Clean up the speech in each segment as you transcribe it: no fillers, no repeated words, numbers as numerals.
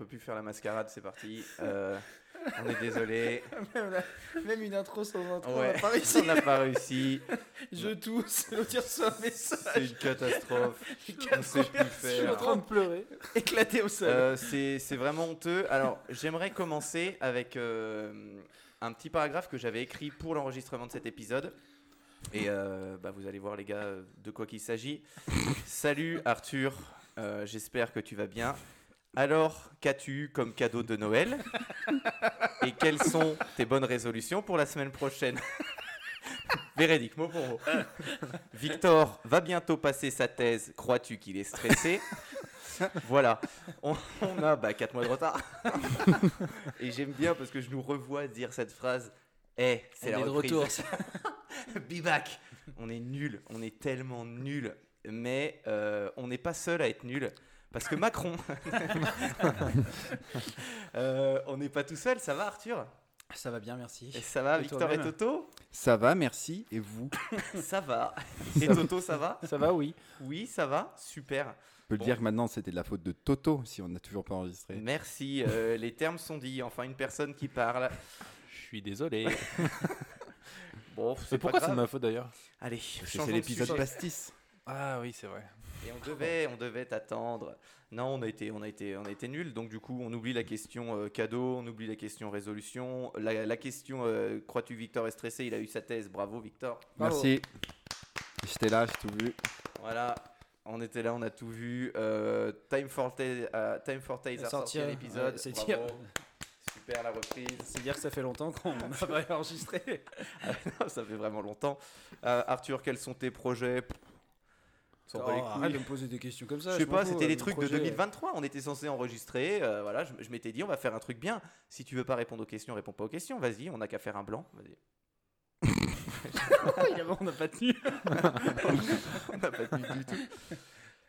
peut plus faire la mascarade, c'est parti. On est désolé. Même une intro sans intro, on Ouais, n'a pas réussi. on n'a pas réussi. Je tousse, l'autre reçoit un C'est message. une catasttrofe. On sait plus Je suis en faire. train de pleurer. Éclaté au sol. C'est vraiment honteux. Alors, j'aimerais commencer avec un petit paragraphe que j'avais écrit pour l'enregistrement de cet épisode. Et vous allez voir, les gars, de quoi qu'il s'agit. Salut Arthur, j'espère que tu vas bien. Alors, qu'as-tu eu comme cadeau de Noël? Et quelles sont tes bonnes résolutions pour la semaine prochaine? Véridique, mot pour mot. Victor va bientôt passer sa thèse. Crois-tu qu'il est stressé? Voilà, on a 4 mois de retard. Et j'aime bien parce que je nous revois dire cette phrase. C'est la On est de reprise. retour. Be back. On est nuls, on est tellement nuls. Mais on n'est pas seul à être nuls. Parce que Macron. On n'est pas tout seul, ça va Arthur? Ça va bien, merci. Et ça va Et Victor et toi-même? Toto? Ça va, merci. Et vous? Ça va. Et Toto, ça va? Ça va, oui. Oui, ça va, super. On peut Bon. dire que maintenant c'était de la faute de Toto si on n'a toujours pas enregistré. Merci, les termes sont dits. Enfin, une personne qui parle. Je suis désolé. Bon, Mais c'est pourquoi pas c'est de grave. ma faute d'ailleurs? Allez, Parce que changeons c'est de l'épisode sujet. pastis. Ah oui, c'est vrai. Et on devait t'attendre. Non, on a été nuls. Donc du coup, on oublie la question cadeau, on oublie la question résolution, la question crois-tu Victor est stressé? Il a eu sa thèse. Bravo Victor. Bravo. Merci. J'étais là, j'ai tout vu. Voilà. On était là, on a tout vu. Time for Tales a sorti un épisode. Ouais, c'est Bravo. dire. Super la reprise. C'est dire que ça fait longtemps qu'on n'a pas enregistré. Ça fait vraiment longtemps. Arthur, quels sont tes projets? On s'en bat les couilles. Arrête de me poser des questions comme ça. Je sais m'en pas, fous, c'était les mes trucs de projets. 2023. On était censé enregistrer. Voilà, je m'étais dit, on va faire un truc bien. Si tu veux pas répondre aux questions, réponds pas aux questions. Vas-y, on n'a qu'à faire un blanc. Vas-y. Évidemment, on n'a pas tenu. On n'a pas tenu du tout.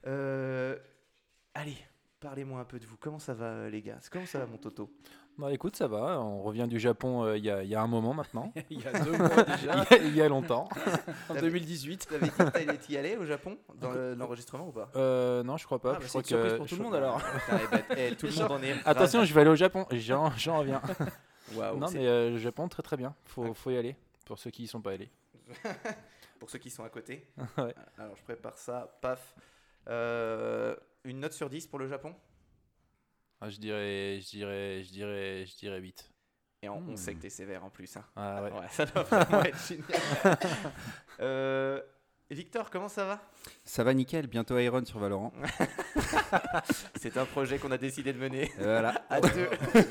Allez, parlez-moi un peu de vous. Comment ça va, les gars? Comment ça va, mon Toto? Bah écoute, ça va. On revient du Japon il y a un moment maintenant. Il y a 2 mois déjà, Il y a longtemps. en 2018. T'avais dit que t'allais y aller au Japon dans l'enregistrement ou pas? Non, je crois pas. Ah, bah, Je c'est crois une surprise que pour tout je le monde crois- alors. Putain, tout le monde en est. Attention, je vais aller au Japon. J'en reviens. Waouh, Non, c'est- mais le Japon, très très bien. Faut y aller. Pour ceux qui y sont pas allés. Pour ceux qui sont à côté. Ouais. Alors, je prépare ça. Paf. Une note sur 10 pour le Japon? Ah, je dirais 8. Et on sait que t'es sévère en plus. Hein. Ah ouais. Ouais, ça doit vraiment être génial. Victor, comment ça va? Ça va nickel, bientôt Iron sur Valorant. C'est un projet qu'on a décidé de mener Et voilà. à deux.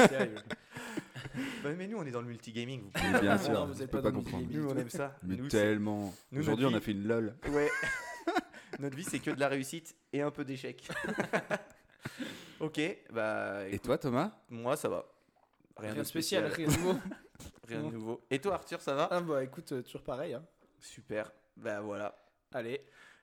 Bah, mais nous, on est dans le multigaming. Vous Mais bien Non, sûr, vous je êtes peux pas pas dans le comprendre. multigaming. Nous, on aime ça. Mais Nous, c'est- tellement. nous, Aujourd'hui, notre on a vie- fait une lol. Ouais. Notre vie, c'est que de la réussite et un peu d'échecs. Ok, bah. Et écoute, toi, Thomas? moi, ça va. Rien de spécial, rien de nouveau. Rien de nouveau. Et toi, Arthur, ça va? Ah bah écoute, toujours pareil. Hein. Super. Bah voilà. Allez.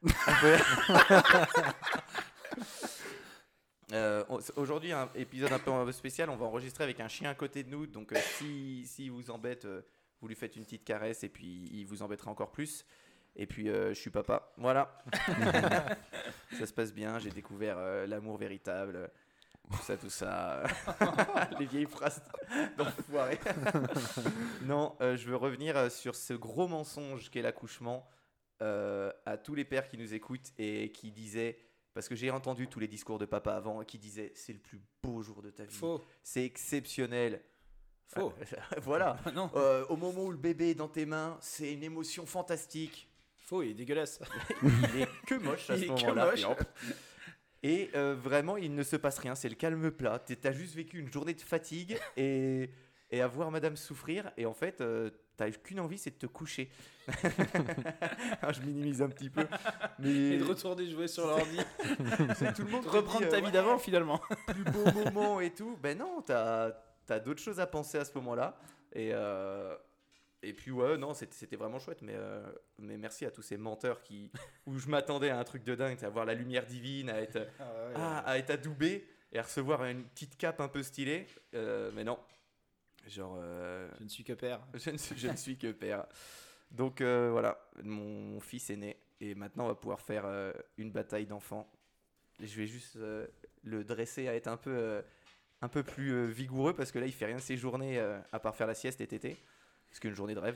Aujourd'hui, un épisode un peu spécial. On va enregistrer avec un chien à côté de nous. Donc, si vous embête, vous lui faites une petite caresse et puis il vous embêtera encore plus. Et puis, je suis papa. Voilà. Ça se passe bien. J'ai découvert l'amour véritable. Tout ça. Les vieilles phrases d'enfoiré. Non, je veux revenir sur ce gros mensonge qu'est l'accouchement à tous les pères qui nous écoutent et qui disaient, parce que j'ai entendu tous les discours de papa avant, qui disaient c'est le plus beau jour de ta vie, Faux. c'est exceptionnel. Faux. Voilà. Non. Au moment où le bébé est dans tes mains, c'est une émotion fantastique. Faux, il est dégueulasse. Il est que moche à Il ce est que moment-là. moche. Et vraiment, il ne se passe rien. C'est le calme plat. T'as juste vécu une journée de fatigue et à voir madame souffrir. Et en fait, t'as qu'une envie, c'est de te coucher. Alors, je minimise un petit peu. Mais Et de retourner jouer sur l'ordi. c'est tout le monde qui Reprendre dit, ta vie ouais, d'avant finalement. plus beau moment et tout. Ben non, t'as d'autres choses à penser à ce moment-là. Et puis ouais, non, c'était vraiment chouette. Mais merci à tous ces menteurs où je m'attendais à un truc de dingue, à voir la lumière divine, à être adoubé et à recevoir une petite cape un peu stylée. Mais non, genre, Je ne suis que père. je ne suis que père. Donc voilà, mon fils est né et maintenant on va pouvoir faire une bataille d'enfants. Je vais juste le dresser à être un un peu plus vigoureux parce que là, il fait rien de ses journées à part faire la sieste et tété. Ce qui est une journée de rêve.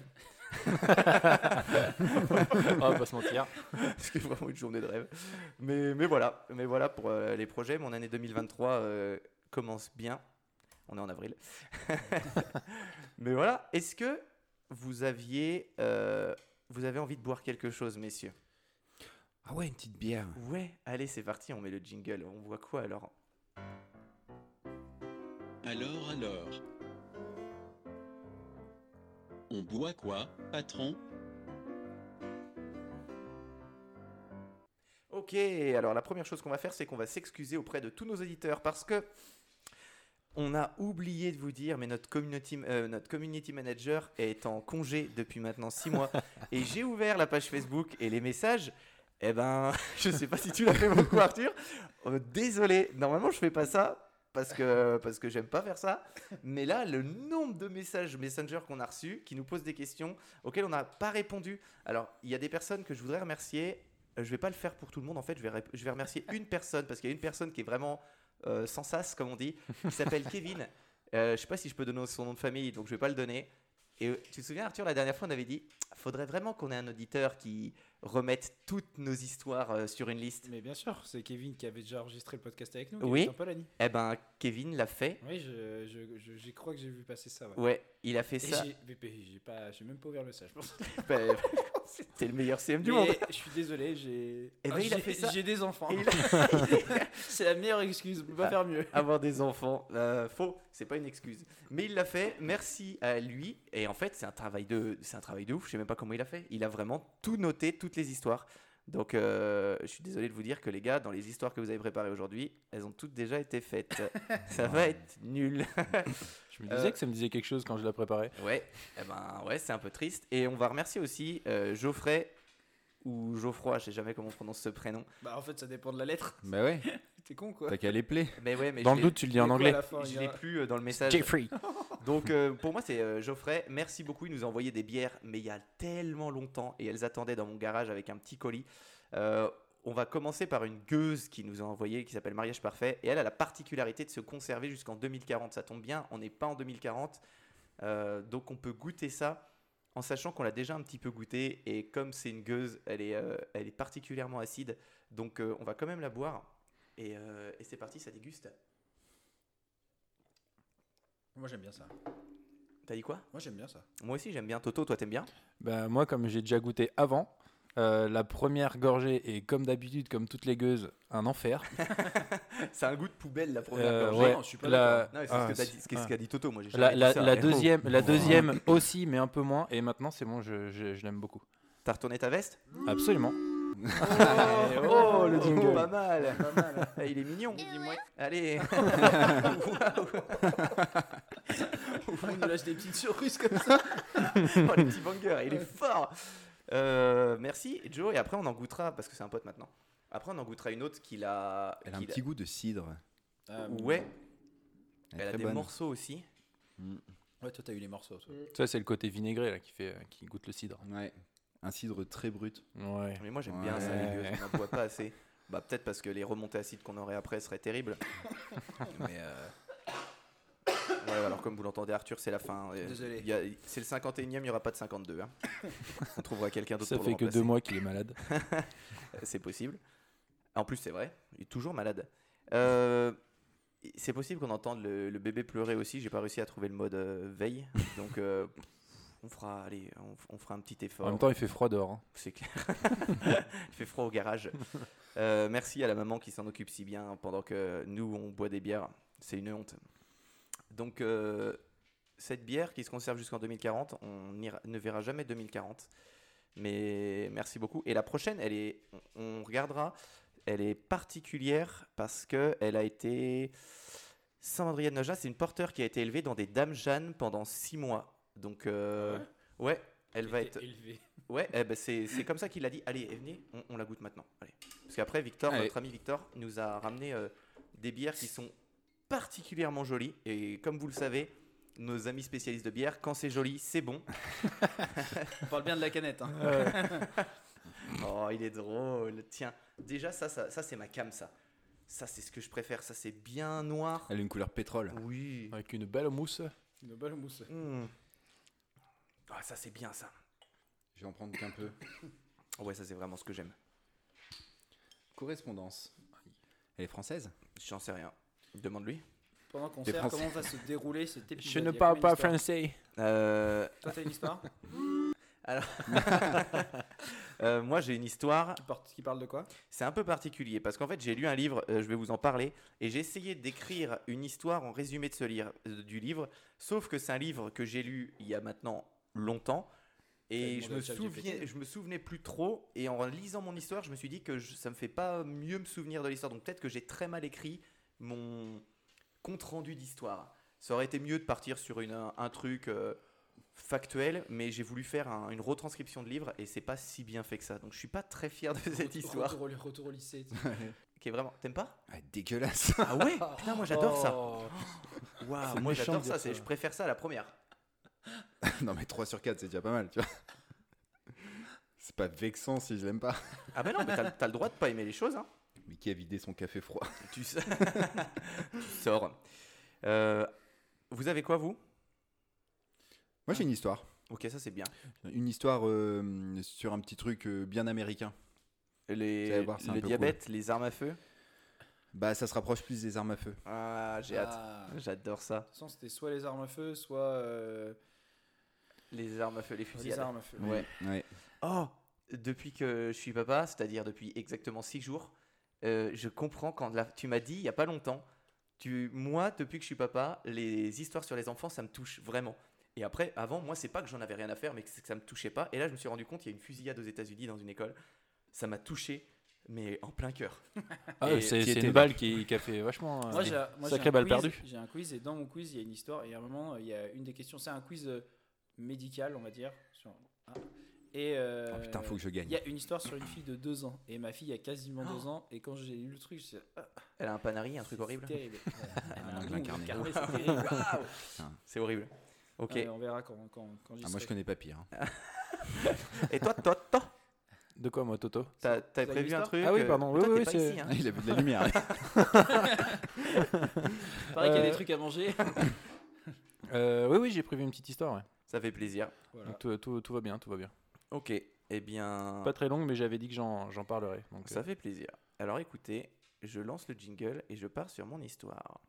On va pas se mentir. Ce qui est vraiment une journée de rêve. Mais voilà pour les projets. Mon année 2023 commence bien. On est en avril. Mais voilà. Est-ce que vous avez envie de boire quelque chose, messieurs? Ah ouais, une petite bière. Ouais, allez, c'est parti, on met le jingle. On voit quoi alors? Alors. On boit quoi, patron? Ok, alors la première chose qu'on va faire, c'est qu'on va s'excuser auprès de tous nos auditeurs parce que on a oublié de vous dire, mais notre community manager est en congé depuis maintenant 6 mois. Et j'ai ouvert la page Facebook et les messages. Eh ben, je sais pas si tu l'as fait beaucoup, Arthur. Désolé, normalement je fais pas ça parce que j'aime pas faire ça. Mais là, le nombre de messages Messenger qu'on a reçus qui nous posent des questions auxquelles on n'a pas répondu. Alors, il y a des personnes que je voudrais remercier. Je vais pas le faire pour tout le monde en fait. Je vais remercier une personne parce qu'il y a une personne qui est vraiment sans sas, comme on dit, qui s'appelle Kevin. Je sais pas si je peux donner son nom de famille, donc je vais pas le donner. Et tu te souviens, Arthur, la dernière fois, on avait dit faudrait vraiment qu'on ait un auditeur qui remette toutes nos histoires sur une liste. Mais bien sûr, c'est Kevin qui avait déjà enregistré le podcast avec nous. Oui. Kevin Polani. Eh ben, Kevin l'a fait. Oui, je crois que j'ai vu passer ça. Ouais. Ouais, il a fait Et ça. j'ai même pas ouvert le message. Ben, T'es le meilleur CM du Mais monde. je suis désolé, j'ai. Eh ben, il a fait ça. J'ai des enfants. Et il a- C'est la meilleure excuse, on peut pas faire mieux. Avoir des enfants, faux, c'est pas une excuse. Mais il l'a fait, merci à lui. Et en fait, c'est un travail de ouf. Je sais même pas comment il a fait. Il a vraiment tout noté, toutes les histoires. Donc, je suis désolé de vous dire que les gars, dans les histoires que vous avez préparées aujourd'hui, elles ont toutes déjà été faites. Ça va être nul. Je me disais que ça me disait quelque chose quand je la préparais. Ouais, eh ben ouais, c'est un peu triste. Et on va remercier aussi Geoffrey ou Geoffroy, je sais jamais comment on prononce ce prénom. Bah en fait, ça dépend de la lettre. Bah ouais, T'es con quoi. t'as qu'à les play. Mais ouais, mais Dans je le l'ai- doute, tu le dis en Il y a quoi anglais. à la fin, il je y a- l'ai plus dans le message. Jeffrey. Donc pour moi c'est Geoffrey, merci beaucoup, il nous a envoyé des bières mais il y a tellement longtemps et elles attendaient dans mon garage avec un petit colis. On va commencer par une gueuse qui nous a envoyé qui s'appelle Mariage Parfait et elle a la particularité de se conserver jusqu'en 2040. Ça tombe bien, on n'est pas en 2040 donc on peut goûter ça en sachant qu'on l'a déjà un petit peu goûté et comme c'est une gueuse elle est particulièrement acide donc on va quand même la boire et c'est parti, ça déguste. Moi j'aime bien ça. T'as dit quoi? Moi j'aime bien ça. Moi aussi j'aime bien. Toto, toi t'aimes bien? Bah, moi, comme j'ai déjà goûté avant, la première gorgée est comme d'habitude, comme toutes les gueuses, un enfer. C'est un goût de poubelle la première gorgée. Ouais, non, je suis pas Non, mais c'est ah, ce que t'as dit, c'est ce qu'a dit Toto. Moi, j'ai La, jamais la- dit ça. la Eh, deuxième, oh. la deuxième aussi, mais un peu moins. Et maintenant, c'est bon, je l'aime beaucoup. T'as retourné ta veste? Absolument. Oh, le jingle. pas mal, pas mal. Eh, il est mignon. Allez. On nous lâche des petites surprises comme ça. Oh, le petit banger, il est fort. Merci, Joe. Et après, on en goûtera parce que c'est un pote maintenant. Après, on en goûtera une autre qu'il a. Elle a un petit goût de cidre. Ouais. Elle est Elle a très des bonne. morceaux aussi. Ouais, toi t'as eu les morceaux. Toi. Ça, c'est le côté vinaigré là, qui goûte le cidre. Ouais. Un cidre très brut. Ouais. Mais moi, j'aime bien ça. Ouais. Les gueuses, on n'en boit pas assez. Bah, peut-être parce que les remontées acides qu'on aurait après seraient terribles. Mais ouais, alors comme vous l'entendez, Arthur, c'est la fin. Désolé. C'est le 51e, il n'y aura pas de 52. Hein. On trouvera quelqu'un d'autre Ça pour fait le que remplacer. 2 mois qu'il est malade. C'est possible. En plus, c'est vrai, il est toujours malade. C'est possible qu'on entende le bébé pleurer aussi. J'ai pas réussi à trouver le mode veille. Donc, on fera un petit effort. En même temps, il fait froid dehors. Hein. C'est clair. Il fait froid au garage. Merci à la maman qui s'en occupe si bien pendant que nous, on boit des bières. C'est une honte. Donc, cette bière qui se conserve jusqu'en 2040, ne verra jamais 2040. Mais merci beaucoup. Et la prochaine, on regardera. Elle est particulière parce qu'elle a été... Saint-André de Noja, c'est une porteur qui a été élevée dans des dames Jeanne pendant 6 mois. Donc, ouais, elle va être... élevé. Ouais, eh ben c'est comme ça qu'il a dit. Allez, venez, on la goûte maintenant. Allez. Parce qu'après, Victor, Allez. notre ami Victor, nous a ramené des bières qui sont particulièrement jolies. Et comme vous le savez, nos amis spécialistes de bière, quand c'est joli, c'est bon. On parle bien de la canette. Hein. Oh, il est drôle. Tiens, déjà, ça c'est ma cam, ça. Ça, c'est ce que je préfère. Ça, c'est bien noir. Elle a une couleur pétrole. Oui. Avec une belle mousse. Une balle au mousse. Ah, ça, c'est bien, ça. Je vais en prendre qu'un peu. Ouais, ça, c'est vraiment ce que j'aime. Correspondance. Elle est française? J'en sais rien. Demande-lui. Pendant qu'on Des sert, Français. comment va se dérouler cet épisode? Je Il ne y a parle combien pas d'histoires français. Toi, t'as une histoire Moi, j'ai une histoire. qui parle de quoi? C'est un peu particulier parce qu'en fait, j'ai lu un livre, je vais vous en parler, et j'ai essayé d'écrire une histoire en résumé de du livre, sauf que c'est un livre que j'ai lu il y a maintenant longtemps, et T'as demandé à ChatGPT. je me souvenais plus trop, et en lisant mon histoire, je me suis dit que ça me fait pas mieux me souvenir de l'histoire, donc peut-être que j'ai très mal écrit mon compte-rendu d'histoire. Ça aurait été mieux de partir sur un truc factuel, mais j'ai voulu faire une retranscription de livre et c'est pas si bien fait que ça. Donc je suis pas très fier de cette histoire. Retour au lycée. Qui est vraiment. T'aimes pas? Ah, dégueulasse. Ah ouais? Putain, moi j'adore ça. Oh. Waouh, C'est moi méchant j'adore de dire ça. ça. Je préfère ça à la première. Non, mais 3 sur 4, c'est déjà pas mal, tu vois. C'est pas vexant si je l'aime pas. Ah bah non, mais t'as le droit de pas aimer les choses. Hein. Mais qui a vidé son café froid? Tu sors. Vous avez quoi, vous? Moi, j'ai une histoire. Ok, ça c'est bien. Une histoire sur un petit truc bien américain. Vous allez voir, c'est un Le peu diabète, les armes à feu. Bah, ça se rapproche plus des armes à feu. Ah, j'ai hâte. Ah. De J'adore ça. toute façon, c'était soit les armes à feu, soit Les armes à feu, les les fusillades. armes à feu. Ouais. Ouais. Oh, depuis que je suis papa, c'est-à-dire depuis exactement 6 jours, je comprends quand tu m'as dit il y a pas longtemps, moi depuis que je suis papa, les histoires sur les enfants ça me touche vraiment. Et après, avant, moi c'est pas que j'en avais rien à faire, mais que ça me touchait pas. Et là je me suis rendu compte il y a une fusillade aux États-Unis dans une école, ça m'a touché, mais en plein cœur. Ah, Et c'est t'y étais, une balle qui a fait vachement. Moi, j'ai sacrée un balle quiz, perdue. J'ai un quiz et dans mon quiz, il y a une histoire. Et à un moment, il y a une des questions. C'est un quiz médical, on va dire. Et Oh putain, faut que je il gagne. y a une histoire sur une fille de 2 ans. Et ma fille a quasiment 2 ans. Et quand j'ai lu le truc, je me suis dit, Elle a un panari, un truc horrible. c'est terrible. Elle a un ongle ongle incarné. incarné, c'est terrible. Waouh, c'est horrible. Ok. On verra quand j'y Ah, moi, serai. je connais pas pire. hein. Et toi, Toto, De quoi, moi, Toto? t'as Vous avez prévu un l'histoire truc? Ah oui, pardon. Toi, Oui, t'es oui, pas c'est- ici, hein. Il a vu de la lumière. hein. Pareil qu'il y a des trucs à manger. Oui, j'ai prévu une petite histoire. Ouais. Ça fait plaisir. Voilà. Donc, tout va bien, tout va bien. Ok. Eh bien. Pas très longue, mais j'avais dit que j'en parlerai. Donc, Ça fait plaisir. Alors écoutez, je lance le jingle et je pars sur mon histoire.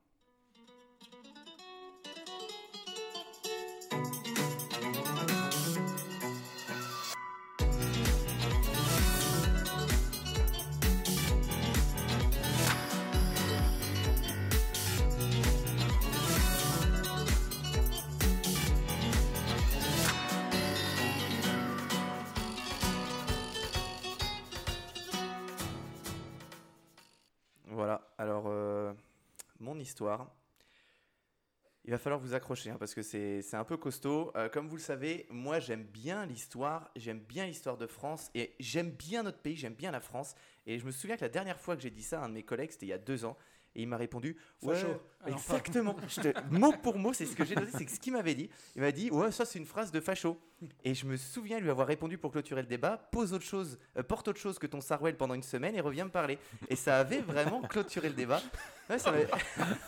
Voilà, alors mon histoire. Il va falloir vous accrocher hein, parce que c'est un peu costaud. Comme vous le savez, moi j'aime bien l'histoire de France et j'aime bien notre pays, j'aime bien la France. Et je me souviens que la dernière fois que j'ai dit ça à un de mes collègues, c'était il y a 2 ans. Et il m'a répondu Facho. ouais, Ah non, exactement. Mot pour mot, c'est ce que j'ai noté, c'est ce qu'il m'avait dit. Il m'a dit ouais, ça c'est une phrase de facho. Et je me souviens lui avoir répondu pour clôturer le débat porte autre chose que ton sarouel pendant une semaine et reviens me parler. Et ça avait vraiment clôturé le débat. Ouais, ça m'avait...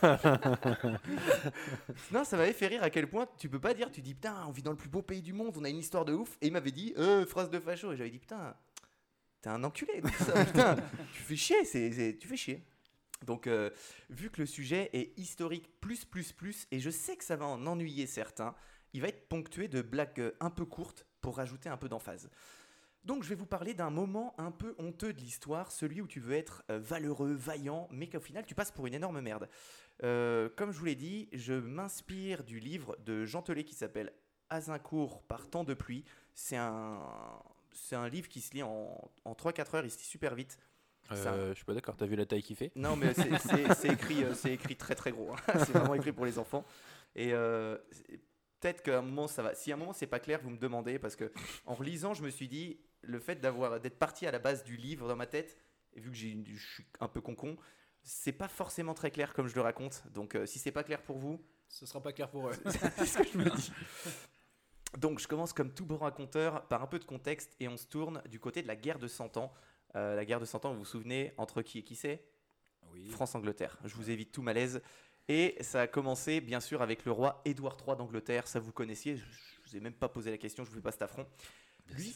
Non, ça m'avait fait rire à quel point tu peux pas dire, tu dis putain, on vit dans le plus beau pays du monde, on a une histoire de ouf. Et il m'avait dit phrase de facho. Et j'avais dit putain, t'es un enculé, tout ça, putain, tu fais chier, tu fais chier. Donc, vu que le sujet est historique plus, et je sais que ça va en ennuyer certains, il va être ponctué de blagues un peu courtes pour rajouter un peu d'emphase. Donc, je vais vous parler d'un moment un peu honteux de l'histoire, celui où tu veux être valeureux, vaillant, mais qu'au final, tu passes pour une énorme merde. Comme je vous l'ai dit, je m'inspire du livre de Jean Telet qui s'appelle Azincourt par temps de pluie. C'est un livre qui se lit en 3-4 heures, il se lit super vite. je suis pas d'accord. T'as vu la taille qu'il fait? Non, mais c'est écrit très très gros. Hein. C'est vraiment écrit pour les enfants. Et peut-être qu'à un moment ça va. Si à un moment c'est pas clair, vous me demandez parce que en relisant, je me suis dit le fait d'être parti à la base du livre dans ma tête, et vu que je suis un peu concon, c'est pas forcément très clair comme je le raconte. Donc si c'est pas clair pour vous, Ce sera pas clair pour eux. c'est ce que je me dis. Donc je commence comme tout bon raconteur par un peu de contexte et on se tourne du côté de la guerre de 100 ans. La guerre de 100 ans, vous vous souvenez, entre qui et qui c'est? Oui. France-Angleterre. Je vous évite tout malaise. Et ça a commencé, bien sûr, avec le roi Édouard III d'Angleterre. Ça, vous connaissiez. Je ne vous ai même pas posé la question, je vous fais pas cet affront. Lui,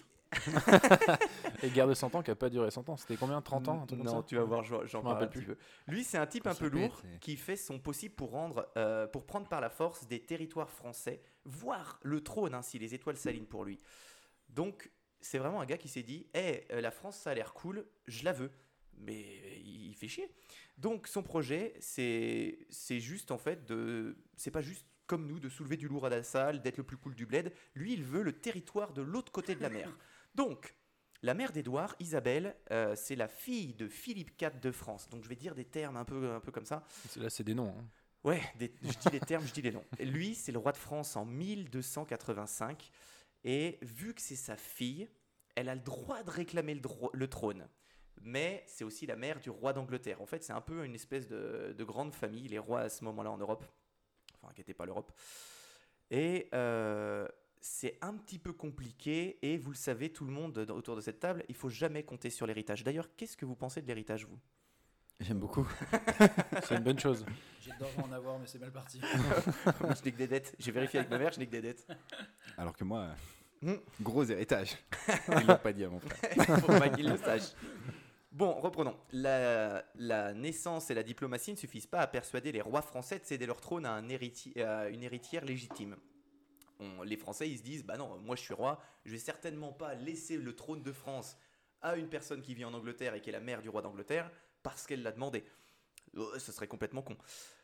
Et guerre de 100 ans qui a pas duré 100 ans. C'était combien 30 ans un truc comme non, ça tu vas voir, j'en me parle rappelle un petit plus. peu. Lui, c'est un type Quand un peu ça pète, lourd c'est- qui fait son possible pour prendre par la force des territoires français, voire le trône, hein, si les étoiles s'alignent pour lui. Donc, c'est vraiment un gars qui s'est dit la France, ça a l'air cool, je la veux. Mais il fait chier. Donc, son projet, c'est juste en fait c'est pas juste comme nous de soulever du lourd à la salle, d'être le plus cool du bled. Lui, il veut le territoire de l'autre côté de la mer. Donc, la mère d'Édouard, Isabelle, c'est la fille de Philippe IV de France. Donc, je vais dire des termes un peu comme ça. Là, c'est des noms. Hein. Ouais, je dis les termes, je dis les noms. Et lui, c'est le roi de France en 1285. Et vu que c'est sa fille, elle a le droit de réclamer le trône. Mais c'est aussi la mère du roi d'Angleterre. En fait, c'est un peu une espèce de grande famille, les rois à ce moment-là en Europe. Enfin, inquiétez pas l'Europe. Et c'est un petit peu compliqué. Et vous le savez, tout le monde autour de cette table, il faut jamais compter sur l'héritage. D'ailleurs, qu'est-ce que vous pensez de l'héritage, vous? J'aime beaucoup. C'est une bonne chose. J'adore en avoir, mais c'est mal parti. Moi, je n'ai que des dettes. J'ai vérifié avec ma mère, je n'ai que des dettes. Alors que moi, Hmm. gros héritage. Ils l'ont pas dit à mon frère. Il faut pas qu'il le sache. Bon, reprenons. La naissance et la diplomatie ne suffisent pas à persuader les rois français de céder leur trône à une héritière légitime. Les Français, ils se disent, bah non, moi je suis roi, je vais certainement pas laisser le trône de France à une personne qui vit en Angleterre et qui est la mère du roi d'Angleterre parce qu'elle l'a demandé. Ce serait complètement con.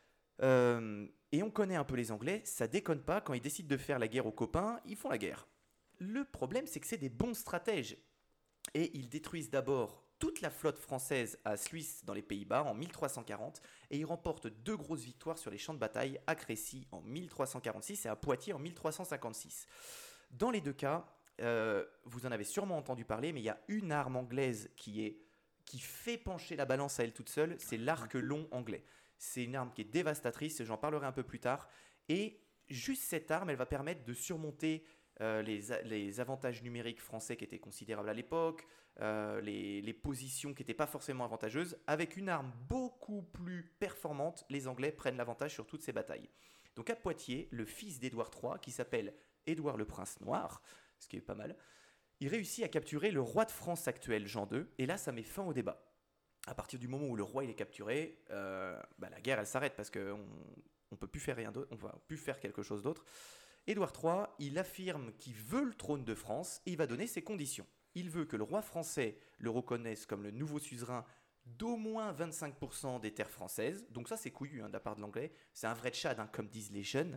Et on connaît un peu les Anglais, ça déconne pas, quand ils décident de faire la guerre aux copains, ils font la guerre. Le problème, c'est que c'est des bons stratèges. Et ils détruisent d'abord toute la flotte française à Sluis dans les Pays-Bas en 1340 et ils remportent 2 grosses victoires sur les champs de bataille à Crécy en 1346 et à Poitiers en 1356. Dans les deux cas, vous en avez sûrement entendu parler, mais il y a une arme anglaise qui fait pencher la balance à elle toute seule, c'est l'arc long anglais. C'est une arme qui est dévastatrice, j'en parlerai un peu plus tard. Et juste cette arme, elle va permettre de surmonter les avantages numériques français qui étaient considérables à l'époque, les positions qui n'étaient pas forcément avantageuses. Avec une arme beaucoup plus performante, les Anglais prennent l'avantage sur toutes ces batailles. Donc à Poitiers, le fils d'Édouard III, qui s'appelle Édouard le Prince Noir, ce qui est pas mal, il réussit à capturer le roi de France actuel, Jean II, et là ça met fin au débat. À partir du moment où le roi il est capturé, la guerre elle s'arrête parce qu'on ne peut plus faire rien d'autre, on ne va plus faire quelque chose d'autre. Édouard III, il affirme qu'il veut le trône de France et il va donner ses conditions. Il veut que le roi français le reconnaisse comme le nouveau suzerain d'au moins 25% des terres françaises. Donc ça, c'est couillu de la part de l'anglais. C'est un vrai tchad, comme disent les jeunes.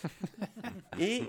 Et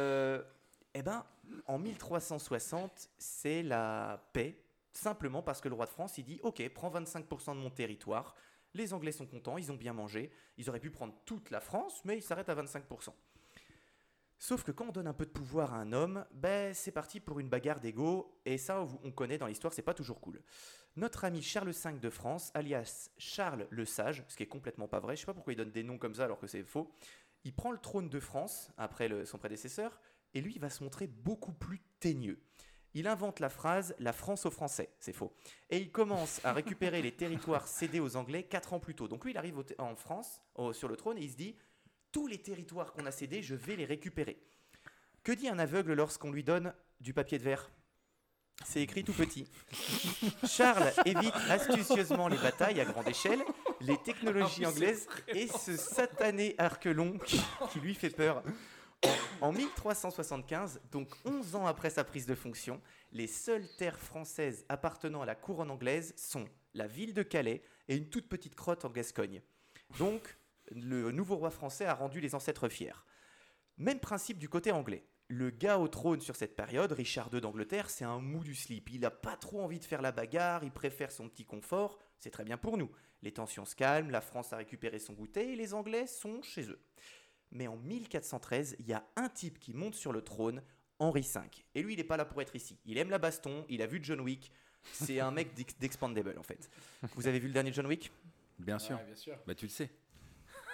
en 1360, c'est la paix, simplement parce que le roi de France, il dit « Ok, prends 25% de mon territoire. » Les Anglais sont contents, ils ont bien mangé. Ils auraient pu prendre toute la France, mais ils s'arrêtent à 25%. Sauf que quand on donne un peu de pouvoir à un homme, c'est parti pour une bagarre d'ego, et ça, on connaît dans l'histoire, c'est pas toujours cool. Notre ami Charles V de France, alias Charles le Sage, ce qui est complètement pas vrai, je sais pas pourquoi il donne des noms comme ça alors que c'est faux, il prend le trône de France, après son prédécesseur, et lui, il va se montrer beaucoup plus teigneux. Il invente la phrase « la France aux Français », c'est faux. Et il commence à récupérer les territoires cédés aux Anglais 4 ans plus tôt. Donc lui, il arrive en France, sur le trône, et il se dit « tous les territoires qu'on a cédés, je vais les récupérer ». Que dit un aveugle lorsqu'on lui donne du papier de verre ? C'est écrit tout petit. Charles évite astucieusement les batailles à grande échelle, les technologies anglaises et ce satané arc long qui lui fait peur. En 1375, donc 11 ans après sa prise de fonction, les seules terres françaises appartenant à la couronne anglaise sont la ville de Calais et une toute petite crotte en Gascogne. Donc, le nouveau roi français a rendu les ancêtres fiers. Même principe du côté anglais. Le gars au trône sur cette période, Richard II d'Angleterre, c'est un mou du slip. Il n'a pas trop envie de faire la bagarre, il préfère son petit confort. C'est très bien pour nous. Les tensions se calment, la France a récupéré son goûter et les Anglais sont chez eux. Mais en 1413, il y a un type qui monte sur le trône, Henri V. Et lui, il n'est pas là pour être ici. Il aime la baston, il a vu John Wick. C'est un mec d'Expandable, en fait. Vous avez vu le dernier John Wick ? Bien sûr. Ouais, bien sûr. Bah tu le sais.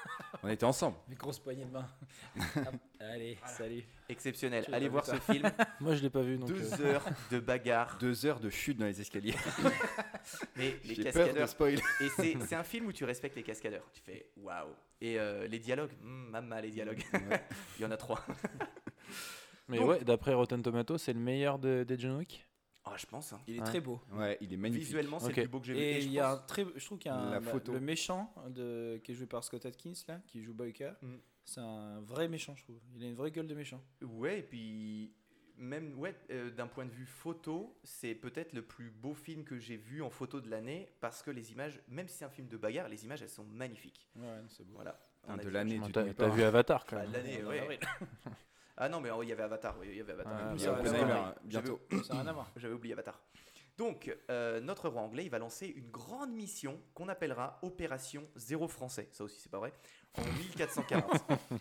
On était ensemble. Mes grosses poignées de main. Hop, allez, salut. Exceptionnel. Je l'ai Allez pas voir vu, ce film. Moi, je l'ai pas vu. Donc, 2 heures de bagarre. 2 heures de chute dans les escaliers. Mais les J'ai peur de cascadeurs. spoil. Et c'est un film où tu respectes les cascadeurs. Tu fais waouh. Et les dialogues, maman, les dialogues. Il y en a 3. Mais Donc- ouais, d'après Rotten Tomatoes, c'est le meilleur des John Wick. Oh, je pense. Hein. Il est Ouais. très beau. Ouais, il est magnifique. Visuellement, c'est Ok. le plus beau que j'ai vu. Et je il y a pense- un très, je trouve qu'il y a La photo. le méchant qui est joué par Scott Atkins là, qui joue Boyka. Mm. C'est un vrai méchant, je trouve. Il a une vraie gueule de méchant. Ouais, et puis même d'un point de vue photo, c'est peut-être le plus beau film que j'ai vu en photo de l'année parce que les images, même si c'est un film de bagarre, les images elles sont magnifiques. Ouais, non, c'est beau. Voilà. On Putain, a de dit- l'année, Bon, tu T'as te mets t'as pas. vu Avatar quand Bah, même. l'année, En ouais. avril. Ah non, mais il y avait Avatar. Oui, il y avait Avatar. Ah, Il y ça a va, Oppenheimer, ça va. bientôt. Ça n'a rien à voir. J'avais oublié Avatar. Donc, notre roi anglais, il va lancer une grande mission qu'on appellera Opération Zéro Français. Ça aussi, c'est pas vrai. En 1440.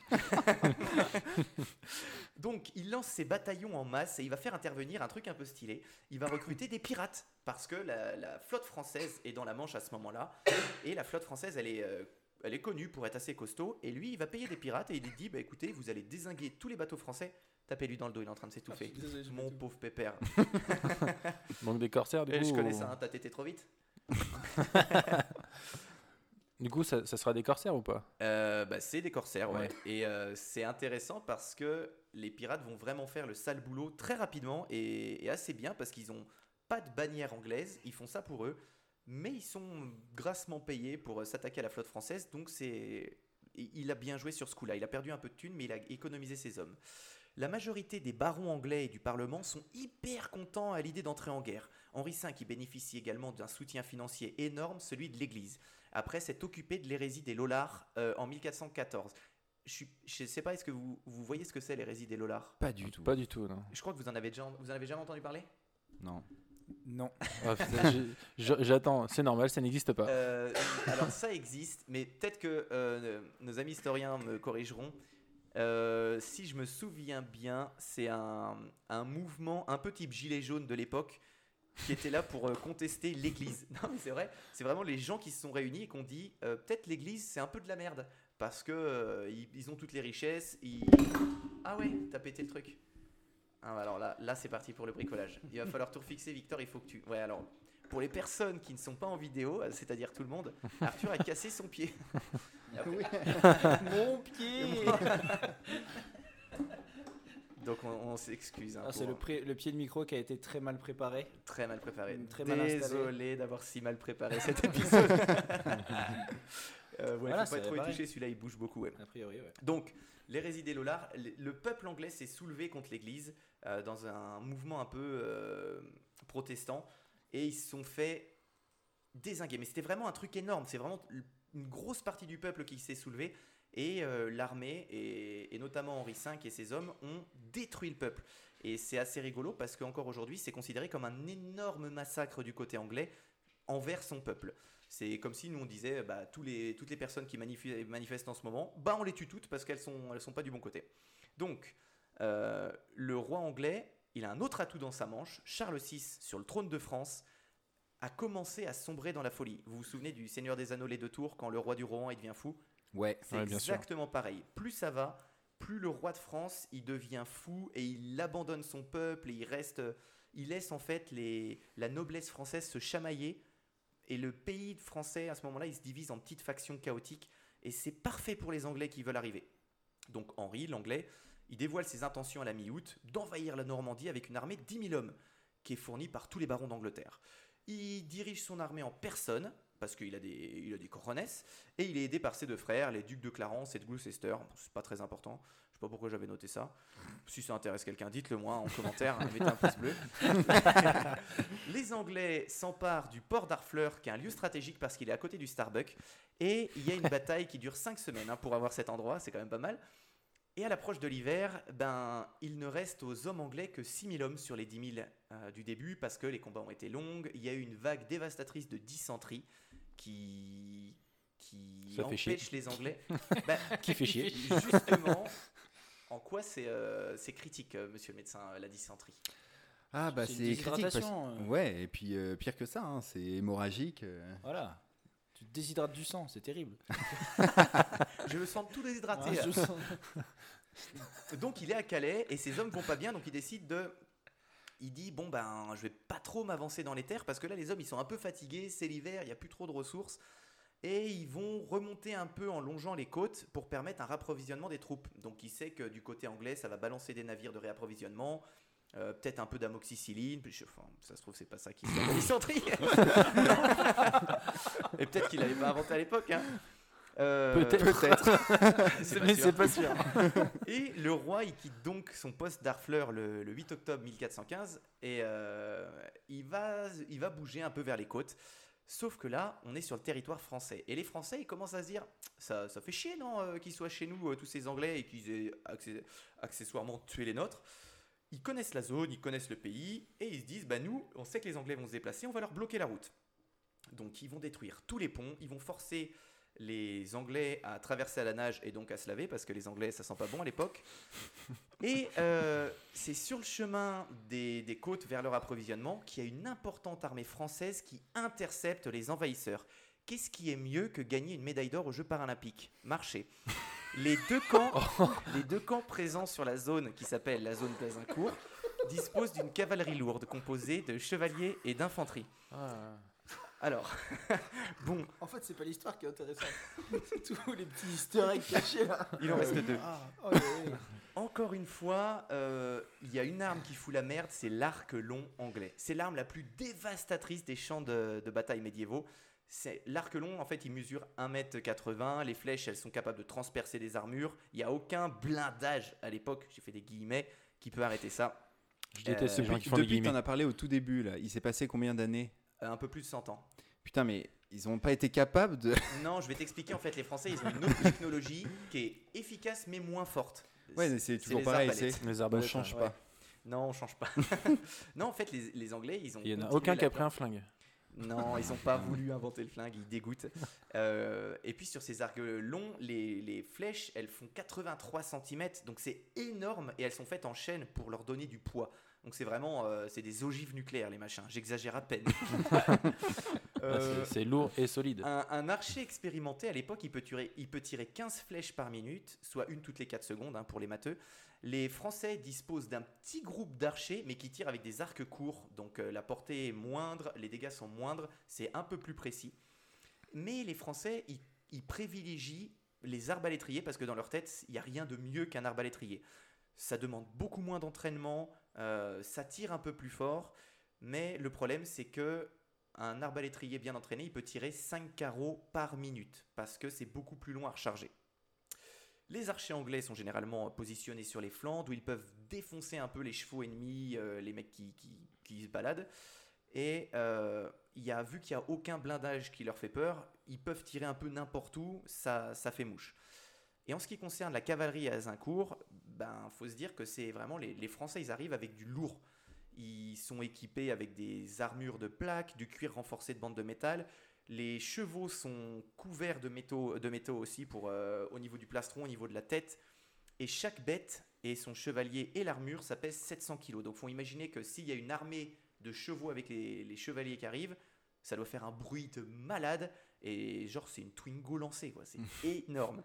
Donc, il lance ses bataillons en masse et il va faire intervenir un truc un peu stylé. Il va recruter des pirates parce que la flotte française est dans la Manche à ce moment-là. Et la flotte française, elle est connue pour être assez costaud. Et lui, il va payer des pirates et il dit bah, écoutez, vous allez dézinguer tous les bateaux français. Tapez-lui dans le dos, il est en train de s'étouffer. Désolé, j'ai Mon pas pauvre pépère. Donc des corsaires, du Et coup. je connais ou- ça, hein, t'as tété trop vite. Du coup, ça sera des corsaires ou pas? Bah, c'est des corsaires, ouais. Ouais. Et c'est intéressant parce que les pirates vont vraiment faire le sale boulot très rapidement et assez bien parce qu'ils ont pas de bannière anglaise, ils font ça pour eux, mais ils sont grassement payés pour s'attaquer à la flotte française, donc il a bien joué sur ce coup-là. Il a perdu un peu de thunes, mais il a économisé ses hommes. La majorité des barons anglais et du Parlement sont hyper contents à l'idée d'entrer en guerre. Henri V qui bénéficie également d'un soutien financier énorme, celui de l'Église, après s'être occupé de l'hérésie des Lollards en 1414. Je ne sais pas, est-ce que vous voyez ce que c'est l'hérésie des Lollards? Pas du tout. Pas du tout, non. Je crois que vous en avez jamais entendu parler. Non. Non. Ah, putain, j'attends, c'est normal, ça n'existe pas. Alors ça existe, mais peut-être que nos amis historiens me corrigeront. Si je me souviens bien, c'est un mouvement un peu type gilet jaune de l'époque qui était là pour contester l'Église. Non mais c'est vrai, c'est vraiment les gens qui se sont réunis et qui ont dit peut-être l'Église c'est un peu de la merde parce que ils ont toutes les richesses. Ah ouais, t'as pété le truc. Ah, alors là c'est parti pour le bricolage. Il va falloir tout refixer, Victor. Il faut que tu. Ouais, alors pour les personnes qui ne sont pas en vidéo, c'est-à-dire tout le monde, Arthur a cassé son pied. Mon pied. Donc on s'excuse. Hein, Ah, c'est pour- le pied de micro qui a été très mal préparé. Très mal préparé. Très mal installé. Désolé d'avoir si mal préparé cet épisode. Ouais, Voilà, faut pas c'est trop y pareil. toucher, celui-là il bouge beaucoup. Ouais. A priori, ouais. Donc, l'hérésie des Lollards, le peuple anglais s'est soulevé contre l'Église dans un mouvement un peu protestant et ils se sont fait dézinguer. Mais c'était vraiment un truc énorme. C'est vraiment une grosse partie du peuple qui s'est soulevé et l'armée et notamment Henri V et ses hommes ont détruit le peuple. Et c'est assez rigolo parce qu'encore aujourd'hui, c'est considéré comme un énorme massacre du côté anglais envers son peuple. C'est comme si nous on disait bah, toutes les personnes qui manifestent en ce moment, bah, on les tue toutes parce qu'elles sont pas du bon côté. Donc le roi anglais, il a un autre atout dans sa manche. Charles VI sur le trône de France a commencé à sombrer dans la folie. Vous vous souvenez du Seigneur des Anneaux les deux tours quand le roi du Rohan il devient fou? Ouais. C'est Ouais, bien sûr. exactement pareil. Plus ça va, plus le roi de France il devient fou et il abandonne son peuple et il laisse en fait la noblesse française se chamailler. Et le pays français, à ce moment-là, il se divise en petites factions chaotiques. Et c'est parfait pour les Anglais qui veulent arriver. Donc Henri, l'Anglais, il dévoile ses intentions à la mi-août d'envahir la Normandie avec une armée de 10 000 hommes, qui est fournie par tous les barons d'Angleterre. Il dirige son armée en personne, parce qu'il a des coronesses, et il est aidé par ses deux frères, les ducs de Clarence et de Gloucester. Bon, c'est pas très important, je sais pas pourquoi j'avais noté ça. Si ça intéresse quelqu'un, dites-le moi en commentaire, mettez un pouce bleu. Les Anglais s'emparent du port d'Harfleur, qui est un lieu stratégique parce qu'il est à côté du Starbucks, et il y a une bataille qui dure 5 semaines pour avoir cet endroit, c'est quand même pas mal. Et à l'approche de l'hiver, il ne reste aux hommes anglais que 6 000 hommes sur les 10 000 du début parce que les combats ont été longs. Il y a eu une vague dévastatrice de dysenterie qui Ça fait chier. empêche les Anglais. Qui fait chier. Justement, en quoi c'est critique, monsieur le médecin, la dysenterie? Ah bah C'est une c'est critique parce... déshydratation, Ouais, et puis pire que ça, hein, c'est hémorragique. Voilà. Tu te déshydrates du sang, c'est terrible. Je me sens tout déshydraté. Ouais, je sens- Donc il est à Calais et ses hommes vont pas bien, donc il décide de... Il dit bon ben je vais pas trop m'avancer dans les terres parce que là les hommes ils sont un peu fatigués, c'est l'hiver, il y a plus trop de ressources et ils vont remonter un peu en longeant les côtes pour permettre un rapprovisionnement des troupes. Donc il sait que du côté anglais ça va balancer des navires de réapprovisionnement, peut-être un peu d'amoxicilline, enfin, ça se trouve c'est pas ça qui se fait en dysenterie. Et peut-être qu'il l'avait pas inventé à l'époque. Hein. Peut-être. Mais c'est pas sûr. Et le roi, il quitte donc son poste d'Harfleur le 8 octobre 1415 et il va bouger un peu vers les côtes. Sauf que là, on est sur le territoire français. Et les Français, ils commencent à se dire, ça fait chier, non, qu'ils soient chez nous, tous ces Anglais, et qu'ils aient accessoirement tué les nôtres. Ils connaissent la zone, ils connaissent le pays, et ils se disent, bah nous, on sait que les Anglais vont se déplacer, on va leur bloquer la route. Donc ils vont détruire tous les ponts, ils vont forcer les Anglais à traverser à la nage et donc à se laver parce que les Anglais ça sent pas bon à l'époque. Et c'est sur le chemin des côtes vers leur approvisionnement qu'il y a une importante armée française qui intercepte les envahisseurs. Qu'est-ce qui est mieux que gagner une médaille d'or aux Jeux paralympiques ? Marcher. Les deux camps présents sur la zone qui s'appelle la zone d'Azincourt disposent d'une cavalerie lourde composée de chevaliers et d'infanterie. Alors, bon, En fait, c'est pas l'histoire qui est intéressante. C'est tous les petits easter eggs cachés là. il en reste deux. Oui. Encore une fois, il y a une arme qui fout la merde, c'est l'arc long anglais. C'est l'arme la plus dévastatrice des champs de bataille médiévaux. C'est l'arc long, en fait, il mesure 1m80. Les flèches, elles sont capables de transpercer des armures. Il n'y a aucun blindage à l'époque, j'ai fait des guillemets, qui peut arrêter ça. Je déteste ces gens qui font des Depuis que guillemets. t'en as parlé au tout début, là, il s'est passé combien d'années ? Un peu plus de 100 ans. Putain, mais ils n'ont pas été capables de... Non, je vais t'expliquer. En fait, les Français, ils ont une autre technologie qui est efficace mais moins forte. Ouais, mais c'est toujours les pareil, arbalètes. c'est... Les On arbalètes. change Ouais. pas. Non, on change pas. Non, en fait, les Anglais, ils ont. Il y en a continué aucun la qui a pris un flingue. Non, ils n'ont pas voulu inventer le flingue, ils dégoûtent. Et puis sur ces arcs longs, les flèches, elles font 83 cm, donc c'est énorme et elles sont faites en chaîne pour leur donner du poids. Donc c'est vraiment, c'est des ogives nucléaires les machins, j'exagère à peine. C'est lourd et solide. Un archer expérimenté à l'époque, il peut tirer 15 flèches par minute, soit une toutes les 4 secondes pour les matheux. Les Français disposent d'un petit groupe d'archers, mais qui tirent avec des arcs courts. Donc la portée est moindre, les dégâts sont moindres, c'est un peu plus précis. Mais les Français, ils privilégient les arbalétriers parce que dans leur tête, il n'y a rien de mieux qu'un arbalétrier. Ça demande beaucoup moins d'entraînement, ça tire un peu plus fort, mais le problème, c'est que un arbalétrier bien entraîné, il peut tirer 5 carreaux par minute parce que c'est beaucoup plus long à recharger. Les archers anglais sont généralement positionnés sur les flancs d'où ils peuvent défoncer un peu les chevaux ennemis, les mecs qui se baladent. Et vu qu'il n'y a aucun blindage qui leur fait peur, ils peuvent tirer un peu n'importe où, ça fait mouche. Et en ce qui concerne la cavalerie à Azincourt, faut se dire que c'est vraiment les Français, ils arrivent avec du lourd. Ils sont équipés avec des armures de plaques, du cuir renforcé de bandes de métal. Les chevaux sont couverts de métaux aussi pour, au niveau du plastron, au niveau de la tête. Et chaque bête et son chevalier et l'armure, ça pèse 700 kg. Donc il faut imaginer que s'il y a une armée de chevaux avec les chevaliers qui arrivent, ça doit faire un bruit de malade. Et genre, c'est une Twingo lancée, quoi. C'est énorme.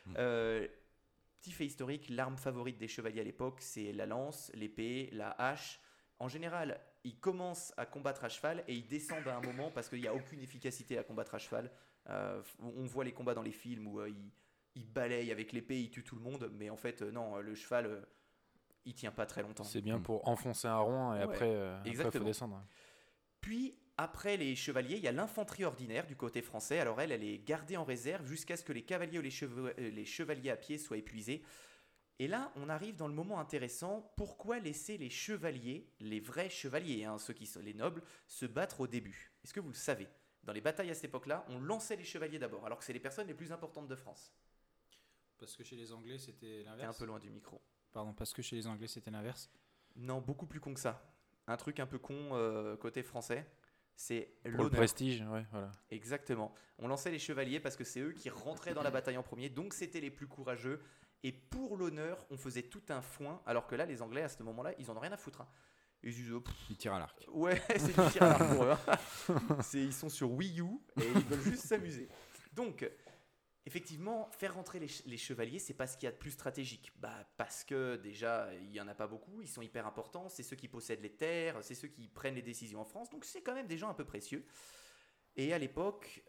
Petit fait historique, l'arme favorite des chevaliers à l'époque, c'est la lance, l'épée, la hache. En général, ils commencent à combattre à cheval et ils descendent à un moment parce qu'il n'y a aucune efficacité à combattre à cheval. On voit les combats dans les films où ils balayent avec l'épée, ils tuent tout le monde, mais en fait, non, le cheval, il tient pas très longtemps. C'est bien pour enfoncer un rond et Ouais, après, il faut exactement. descendre. Puis, après les chevaliers, il y a l'infanterie ordinaire du côté français. Alors elle est gardée en réserve jusqu'à ce que les cavaliers ou les chevaliers à pied soient épuisés. Et là, on arrive dans le moment intéressant. Pourquoi laisser les chevaliers, les vrais chevaliers, ceux qui sont les nobles, se battre au début ? Est-ce que vous le savez ? Dans les batailles à cette époque-là, on lançait les chevaliers d'abord, alors que c'est les personnes les plus importantes de France. Parce que chez les Anglais, c'était T'es un l'inverse. peu loin du micro. Pardon, parce que chez les Anglais, c'était l'inverse. Non, beaucoup plus con que ça. Un truc un peu con côté français, c'est Pour le l'honneur. prestige, ouais, voilà. Exactement. On lançait les chevaliers parce que c'est eux qui rentraient dans la bataille en premier, donc c'était les plus courageux. Et pour l'honneur, on faisait tout un foin, alors que là, les Anglais, à ce moment-là, ils en ont rien à foutre. Et ils disent, Il tire à l'arc. ouais, c'est du tir à l'arc pour eux. Ils sont sur Wii U et ils veulent juste s'amuser. Donc, effectivement, faire rentrer les chevaliers, c'est pas ce qu'il y a de plus stratégique. Parce que déjà, il y en a pas beaucoup, ils sont hyper importants, c'est ceux qui possèdent les terres, c'est ceux qui prennent les décisions en France, donc c'est quand même des gens un peu précieux. Et à l'époque,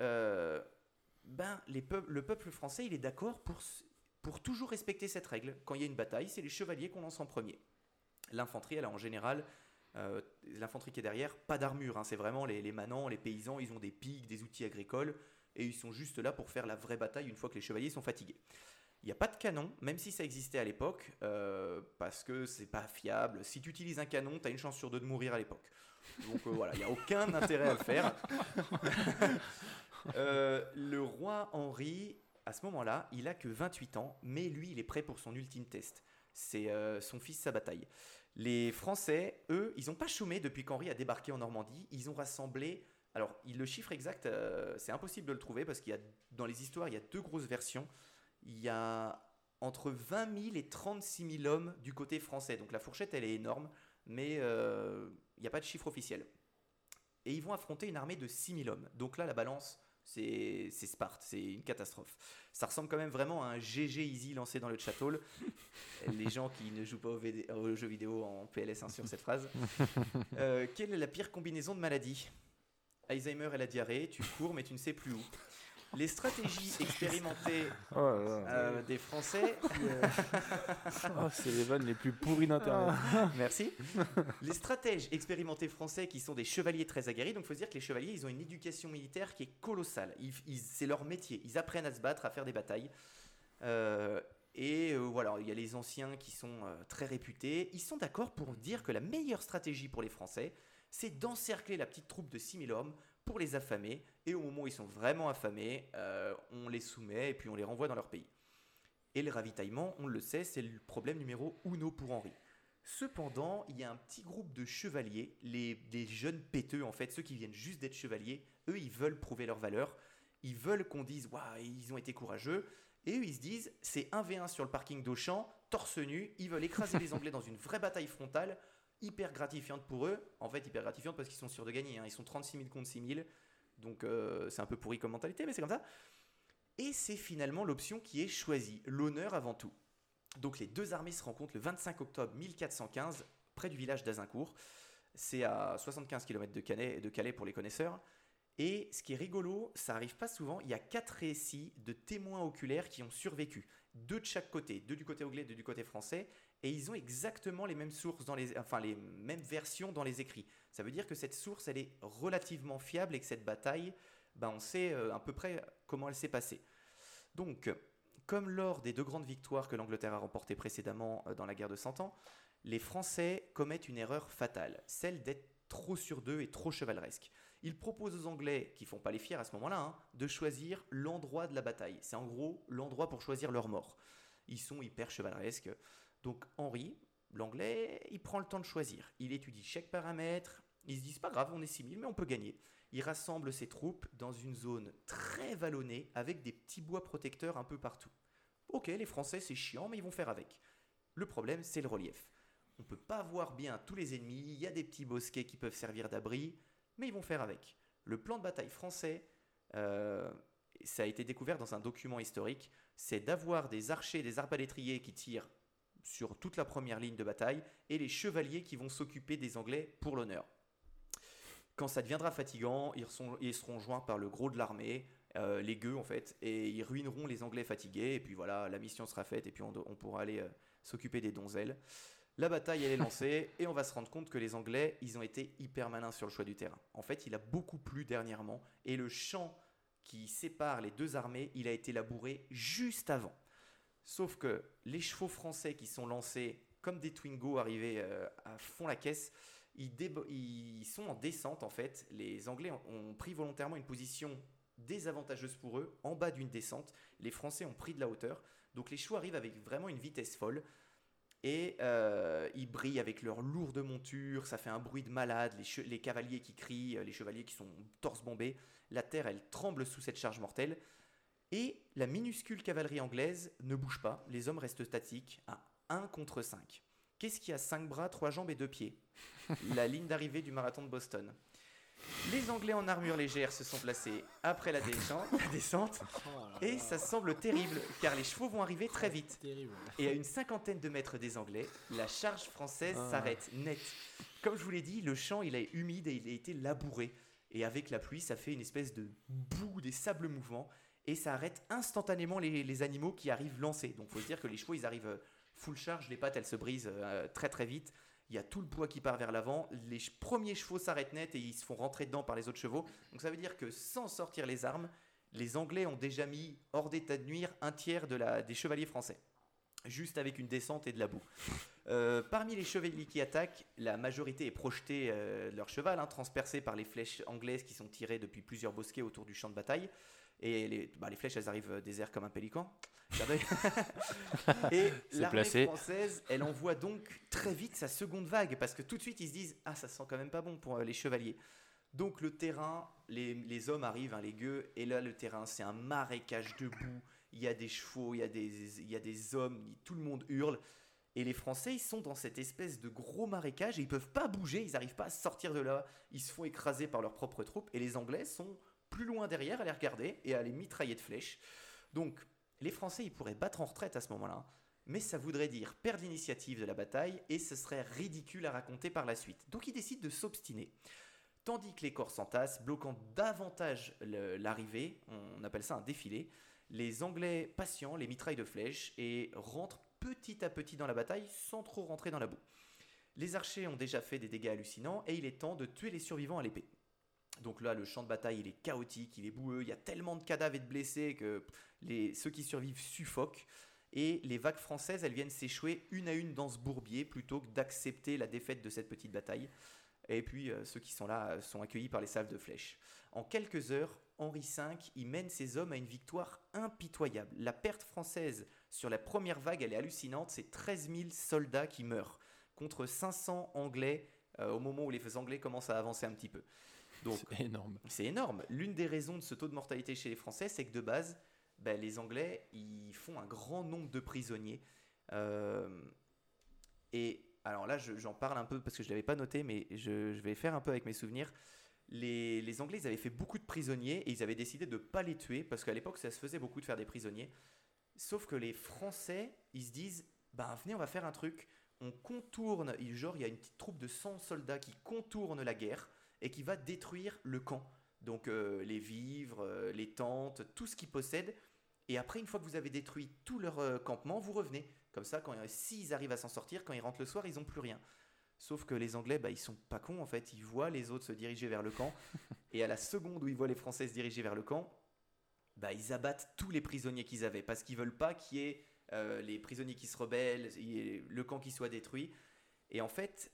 le peuple français, il est d'accord pour toujours respecter cette règle. Quand il y a une bataille, c'est les chevaliers qu'on lance en premier. L'infanterie, elle a en général, l'infanterie qui est derrière, pas d'armure. Hein, c'est vraiment les manants, les paysans, ils ont des piques, des outils agricoles, et ils sont juste là pour faire la vraie bataille une fois que les chevaliers sont fatigués. Il n'y a pas de canon, même si ça existait à l'époque, parce que c'est pas fiable. Si tu utilises un canon, tu as une chance sur 2 de mourir à l'époque. Donc voilà, il n'y a aucun intérêt à le faire. Le roi Henri, à ce moment-là, il a que 28 ans, mais lui, il est prêt pour son ultime test. C'est son fils, sa bataille. Les Français, eux, ils n'ont pas chômé depuis qu'Henri a débarqué en Normandie. Ils ont rassemblé... Alors, le chiffre exact, c'est impossible de le trouver parce qu'il y a, dans les histoires, il y a 2 grosses versions. Il y a entre 20 000 et 36 000 hommes du côté français. Donc la fourchette, elle est énorme, mais il n'y a pas de chiffre officiel. Et ils vont affronter une armée de 6 000 hommes. Donc là, la balance, c'est Sparte, c'est une catastrophe. Ça ressemble quand même vraiment à un GG easy lancé dans le chat-all. Les gens qui ne jouent pas aux jeux vidéo en PLS1 sur cette phrase. Quelle est la pire combinaison de maladies ? Alzheimer et la diarrhée, tu cours mais tu ne sais plus où. Les stratégies expérimentées des Français... c'est les vannes les plus pourries d'Internet. Merci. Les stratèges expérimentés français qui sont des chevaliers très aguerris, donc il faut se dire que les chevaliers, ils ont une éducation militaire qui est colossale. C'est leur métier. Ils apprennent à se battre, à faire des batailles. Voilà, il y a les anciens qui sont très réputés. Ils sont d'accord pour dire que la meilleure stratégie pour les Français, c'est d'encercler la petite troupe de 6 000 hommes pour les affamer, et au moment où ils sont vraiment affamés, on les soumet et puis on les renvoie dans leur pays. Et le ravitaillement, on le sait, c'est le problème numéro 1 pour Henri. Cependant, il y a un petit groupe de chevaliers, des jeunes péteux en fait, ceux qui viennent juste d'être chevaliers, eux ils veulent prouver leur valeur, ils veulent qu'on dise « Waouh, ils ont été courageux », et eux ils se disent « C'est 1v1 sur le parking d'Auchan, torse nu, ils veulent écraser les Anglais dans une vraie bataille frontale », hyper gratifiante pour eux, en fait hyper gratifiante parce qu'ils sont sûrs de gagner, hein. Ils sont 36 000 contre 6 000, donc c'est un peu pourri comme mentalité, mais c'est comme ça. Et c'est finalement l'option qui est choisie, l'honneur avant tout. Donc les 2 armées se rencontrent le 25 octobre 1415, près du village d'Azincourt, c'est à 75 km de Calais pour les connaisseurs, et ce qui est rigolo, ça arrive pas souvent, il y a 4 récits de témoins oculaires qui ont survécu, 2 de chaque côté, 2 du côté anglais, 2 du côté français, et ils ont exactement les mêmes sources, les mêmes versions dans les écrits. Ça veut dire que cette source, elle est relativement fiable et que cette bataille, on sait à peu près comment elle s'est passée. Donc, comme lors des 2 grandes victoires que l'Angleterre a remportées précédemment dans la guerre de 100 ans, les Français commettent une erreur fatale, celle d'être trop sûrs d'eux et trop chevaleresques. Ils proposent aux Anglais, qui font pas les fiers à ce moment-là, de choisir l'endroit de la bataille. C'est en gros l'endroit pour choisir leur mort. Ils sont hyper chevaleresques. Donc Henri, l'Anglais, il prend le temps de choisir. Il étudie chaque paramètre. Il se dit, c'est pas grave, on est 6 000, mais on peut gagner. Il rassemble ses troupes dans une zone très vallonnée avec des petits bois protecteurs un peu partout. Ok, les Français, c'est chiant, mais ils vont faire avec. Le problème, c'est le relief. On peut pas voir bien tous les ennemis, il y a des petits bosquets qui peuvent servir d'abri, mais ils vont faire avec. Le plan de bataille français, ça a été découvert dans un document historique, c'est d'avoir des archers, des arbalétriers qui tirent sur toute la première ligne de bataille et les chevaliers qui vont s'occuper des Anglais pour l'honneur. Quand ça deviendra fatigant, ils seront joints par le gros de l'armée, les gueux en fait, et ils ruineront les Anglais fatigués, et puis voilà, la mission sera faite, et puis on pourra aller s'occuper des donzelles. La bataille elle est lancée, et on va se rendre compte que les Anglais, ils ont été hyper malins sur le choix du terrain. En fait, il a beaucoup plu dernièrement, et le champ qui sépare les 2 armées, il a été labouré juste avant. Sauf que les chevaux français qui sont lancés comme des Twingo arrivés à fond la caisse, ils sont en descente en fait. Les Anglais ont pris volontairement une position désavantageuse pour eux, en bas d'une descente. Les Français ont pris de la hauteur. Donc les chevaux arrivent avec vraiment une vitesse folle. Et ils brillent avec leur lourde monture, ça fait un bruit de malade, les cavaliers qui crient, les chevaliers qui sont torse bombés. La terre, elle tremble sous cette charge mortelle. Et la minuscule cavalerie anglaise ne bouge pas, les hommes restent statiques à 1 contre 5. qu'est-ce qui a 5 bras, 3 jambes et 2 pieds? La ligne d'arrivée du marathon de Boston. Les Anglais en armure légère se sont placés après la descente et ça semble terrible car les chevaux vont arriver très vite. Terrible. Et à une 50aine de mètres des Anglais, la charge française s'arrête net. Comme je vous l'ai dit, le champ il est humide et il a été labouré. Et avec la pluie, ça fait une espèce de boue, des sables mouvants. Et ça arrête instantanément les animaux qui arrivent lancés. Donc il faut se dire que les chevaux, ils arrivent full charge, les pattes, elles se brisent très très vite. Il y a tout le poids qui part vers l'avant. Les premiers chevaux s'arrêtent net et ils se font rentrer dedans par les autres chevaux. Donc ça veut dire que sans sortir les armes, les Anglais ont déjà mis hors d'état de nuire un tiers des chevaliers français. Juste avec une descente et de la boue. Parmi les chevaliers qui attaquent, la majorité est projetée de leur cheval, transpercée par les flèches anglaises qui sont tirées depuis plusieurs bosquets autour du champ de bataille. Et les flèches, elles arrivent des airs comme un pélican. Et l'armée française, elle envoie donc très vite sa seconde vague, parce que tout de suite, ils se disent « Ah, ça sent quand même pas bon pour les chevaliers ». Donc le terrain, les hommes arrivent, les gueux, et là, le terrain, c'est un marécage de boue. Il y a des chevaux, il y a des hommes, tout le monde hurle. Et les Français, ils sont dans cette espèce de gros marécage et ils peuvent pas bouger, ils n'arrivent pas à sortir de là. Ils se font écraser par leurs propres troupes et les Anglais sont plus loin derrière à les regarder et à les mitrailler de flèches. Donc, les Français, ils pourraient battre en retraite à ce moment-là, mais ça voudrait dire perdre l'initiative de la bataille et ce serait ridicule à raconter par la suite. Donc, ils décident de s'obstiner. Tandis que les corps s'entassent, bloquant davantage l'arrivée, on appelle ça un défilé, les Anglais patients les mitraillent de flèches et rentrent petit à petit dans la bataille sans trop rentrer dans la boue. Les archers ont déjà fait des dégâts hallucinants et il est temps de tuer les survivants à l'épée. Donc là, le champ de bataille, il est chaotique, il est boueux, il y a tellement de cadavres et de blessés que ceux qui survivent suffoquent. Et les vagues françaises, elles viennent s'échouer une à une dans ce bourbier plutôt que d'accepter la défaite de cette petite bataille. Et puis, ceux qui sont là sont accueillis par les salves de flèches. En quelques heures, Henri V, il mène ses hommes à une victoire impitoyable. La perte française sur la première vague, elle est hallucinante. C'est 13 000 soldats qui meurent contre 500 Anglais au moment où les Anglais commencent à avancer un petit peu. Donc, c'est énorme. C'est énorme. L'une des raisons de ce taux de mortalité chez les Français, c'est que de base, les Anglais, ils font un grand nombre de prisonniers. Et alors là, j'en parle un peu parce que je ne l'avais pas noté, mais je vais faire un peu avec mes souvenirs. Les Anglais, ils avaient fait beaucoup de prisonniers et ils avaient décidé de ne pas les tuer parce qu'à l'époque, ça se faisait beaucoup de faire des prisonniers. Sauf que les Français, ils se disent, venez, on va faire un truc. On contourne, il y a une petite troupe de 100 soldats qui contourne la guerre et qui va détruire le camp. Donc les vivres, les tentes, tout ce qu'ils possèdent. Et après, une fois que vous avez détruit tout leur campement, vous revenez. Comme ça, s'ils arrivent à s'en sortir, quand ils rentrent le soir, ils n'ont plus rien. Sauf que les Anglais, ils sont pas cons en fait. Ils voient les autres se diriger vers le camp. Et à la seconde où ils voient les Français se diriger vers le camp, ils abattent tous les prisonniers qu'ils avaient. Parce qu'ils veulent pas qu'il y ait les prisonniers qui se rebellent, le camp qui soit détruit. Et en fait,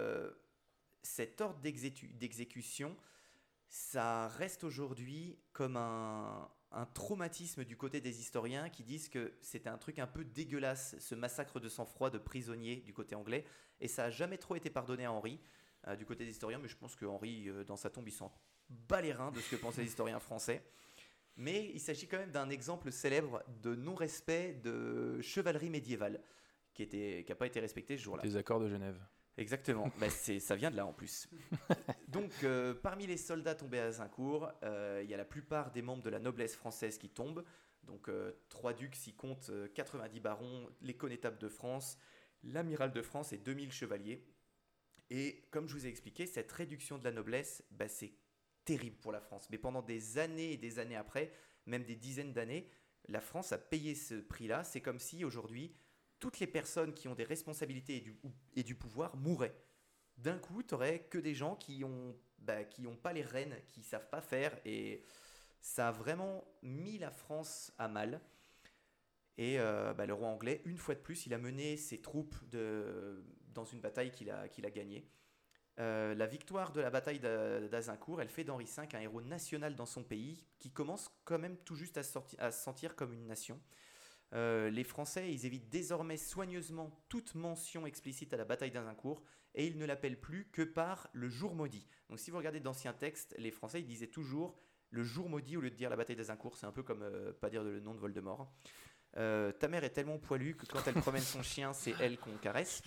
cet ordre d'exécution, ça reste aujourd'hui comme un traumatisme du côté des historiens qui disent que c'était un truc un peu dégueulasse, ce massacre de sang-froid de prisonniers du côté anglais. Et ça n'a jamais trop été pardonné à Henri, du côté des historiens, mais je pense que Henri, dans sa tombe, il s'en bat les reins de ce que pensaient les historiens français. Mais il s'agit quand même d'un exemple célèbre de non-respect de chevalerie médiévale, qui n'a pas été respecté ce jour-là. Les accords de Genève. Exactement, ça vient de là en plus. Donc parmi les soldats tombés à Azincourt, il y a la plupart des membres de la noblesse française qui tombent. Donc 3 ducs s'y comptent, 90 barons, les connétables de France, l'amiral de France et 2000 chevaliers. Et comme je vous ai expliqué, cette réduction de la noblesse, c'est terrible pour la France. Mais pendant des années et des années après, même des dizaines d'années, la France a payé ce prix-là. C'est comme si aujourd'hui, toutes les personnes qui ont des responsabilités et du pouvoir mourraient. D'un coup, tu n'aurais que des gens qui ont pas les rênes, qui ne savent pas faire. Et ça a vraiment mis la France à mal. Et le roi anglais, une fois de plus, il a mené ses troupes dans une bataille qu'il a gagnée. La victoire de la bataille d'Azincourt, elle fait d'Henri V un héros national dans son pays qui commence quand même tout juste à se sentir comme une nation. Les Français, ils évitent désormais soigneusement toute mention explicite à la bataille d'Azincourt et ils ne l'appellent plus que par le jour maudit. Donc si vous regardez d'anciens textes, les Français ils disaient toujours le jour maudit au lieu de dire la bataille d'Azincourt. C'est un peu comme pas dire le nom de Voldemort. Ta mère est tellement poilue que quand elle promène son chien, c'est elle qu'on caresse.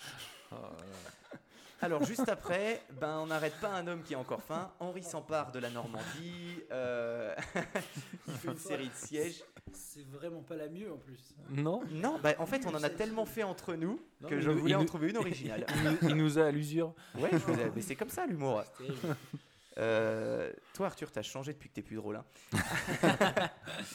Alors juste après, on n'arrête pas un homme qui a encore faim. Henri s'empare de la Normandie. Il fait une série de sièges. C'est vraiment pas la mieux en plus. Non. Non, en fait, on en a tellement fait entre nous Non, que mais je voulais il en nous- trouver une originale. Il nous a à l'usure. Ouais, mais c'est comme ça l'humour. C'est terrible. Toi, Arthur, t'as changé depuis que t'es plus drôle. Hein.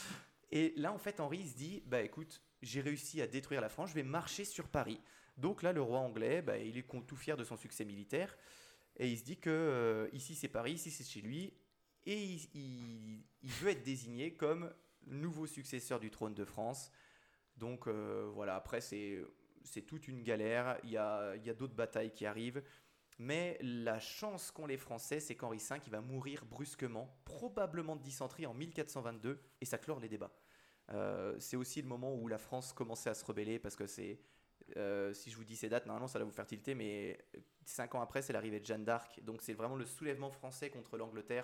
Et là, en fait, Henri il se dit écoute, j'ai réussi à détruire la France, je vais marcher sur Paris. Donc là, le roi anglais, il est tout fier de son succès militaire. Et il se dit que ici, c'est Paris, ici, c'est chez lui. Et il veut être désigné comme nouveau successeur du trône de France. Donc voilà, après, c'est toute une galère. Il y a d'autres batailles qui arrivent. Mais la chance qu'ont les Français, c'est qu'Henri V il va mourir brusquement, probablement de dysenterie en 1422, et ça clore les débats. C'est aussi le moment où la France commençait à se rebeller, parce que c'est, si je vous dis ces dates, normalement ça va vous faire tilter, mais 5 ans après, c'est l'arrivée de Jeanne d'Arc. Donc c'est vraiment le soulèvement français contre l'Angleterre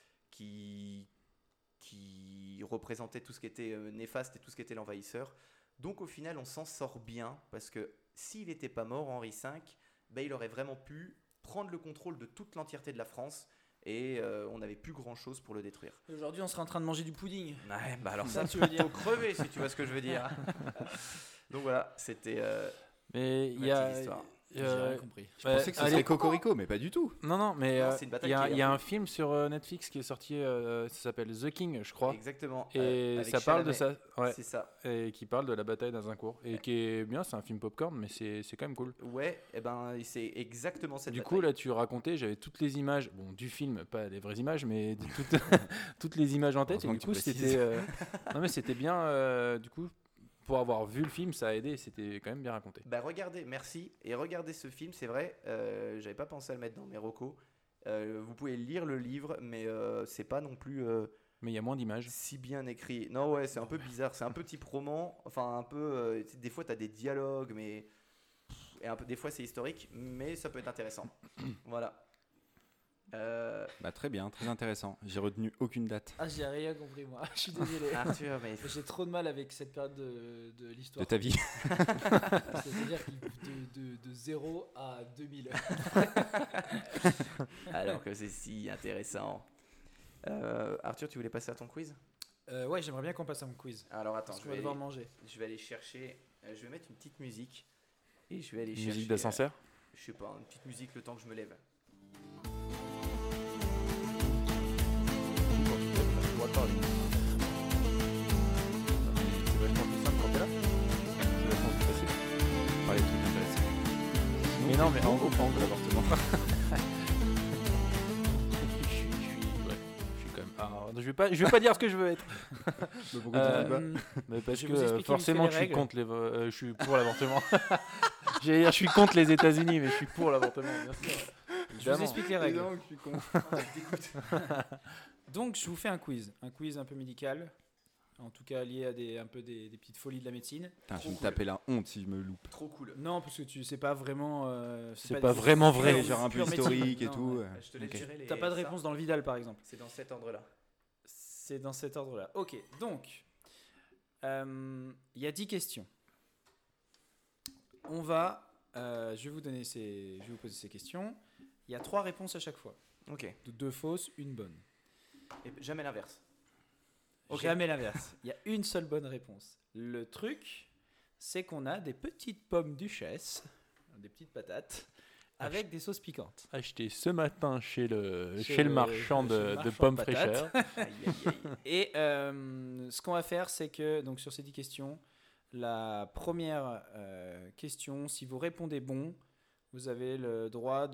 qui représentait tout ce qui était néfaste et tout ce qui était l'envahisseur. Donc au final, on s'en sort bien, parce que s'il n'était pas mort, Henri V, il aurait vraiment pu prendre le contrôle de toute l'entièreté de la France et on n'avait plus grand chose pour le détruire. Aujourd'hui, on serait en train de manger du pudding. Ouais, alors Ça, ça, tu veux dire. faut crever si tu vois ce que je veux dire. Donc voilà, c'était Mais il ma y petite a. histoire. J'ai rien compris. Je pensais que ce serait Cocorico, mais pas du tout. Non, mais Non, c'est une bataille il y qui a est- un film sur Netflix qui est sorti, ça s'appelle The King, je crois. Exactement. Et avec ça parle de Chalamet. ça. Ouais. C'est ça. Et qui parle de la bataille d'Azincourt. Et qui est bien, c'est un film popcorn, mais c'est quand même cool. Ouais, c'est exactement cette Du bataille. coup, là, tu racontais, j'avais toutes les images, bon, du film, pas les vraies images, mais toutes, toutes les images en tête. Et Heureusement du que tu coup, précises. c'était. Non, mais c'était bien, du coup, pour avoir vu le film, ça a aidé. C'était quand même bien raconté. Regardez, merci. Et regardez ce film, c'est vrai, j'avais pas pensé à le mettre dans mes recos. Vous pouvez lire le livre, mais c'est pas non plus Mais il y a moins d'images. si bien écrit. Non, ouais, c'est un peu bizarre. C'est un peu type roman. Enfin, un peu. Des fois, t'as des dialogues, mais. Et un peu, des fois, c'est historique, mais ça peut être intéressant. Voilà. Très bien, très intéressant. J'ai retenu aucune date Ah, j'ai rien compris, moi. Je suis désolé. Arthur, mais. J'ai trop de mal avec cette période de de l'histoire. ta vie. C'est-à-dire de 0 à 2000. Alors que c'est si intéressant. Arthur, tu voulais passer à ton quiz? Ouais, j'aimerais bien qu'on passe à mon quiz. Alors attends, Parce qu'on va devoir manger. je vais aller chercher. Je vais mettre une petite musique. Et je vais aller Une chercher. musique d'ascenseur. Je sais pas, une petite musique le temps que je me lève. C'est vachement plus simple quand t'es là. C'est vachement plus facile. Parler de trucs intéressants. Mais non, mais en gros, l'avortement. Je suis quand même. Alors, je vais pas dire ce que je veux être. Pourquoi tu dis pas Mais parce Je que vais vous expliquer forcément, vite je fait suis les contre je suis pour l'avortement. J'allais dire, je suis contre les États-Unis, mais je suis pour l'avortement. Bien sûr. Je vous Évidemment. explique les règles. Évidemment que je suis con. Donc, je vous fais un quiz un peu médical, en tout cas lié à un peu des petites folies de la médecine. Putain, je vais me taper la honte si je me loupe. Trop cool. Non, parce que tu sais pas vraiment. C'est pas vraiment vrai. pure- Genre un peu pure médecine. historique et Non, tout. ouais. Je te laisse Ok. gérer les. T'as pas de ça. réponse dans le Vidal, par exemple. C'est dans cet ordre-là. C'est dans cet ordre-là. Ok, donc, il y a 10 questions. Je vais vous poser ces questions. Il y a 3 réponses à chaque fois. Ok. 2 fausses, une bonne. Et jamais l'inverse. Ok. Jamais l'inverse. Il y a une seule bonne réponse. Le truc, c'est qu'on a des petites pommes duchesse, des petites patates, avec des sauces piquantes. Acheté ce matin chez le Chez le- marchand chez de, le de marchand pommes de patates. fraîcheurs. Aïe, aïe, aïe. Et ce qu'on va faire, c'est que donc sur ces 10 questions, la première question, si vous répondez bon, vous avez le droit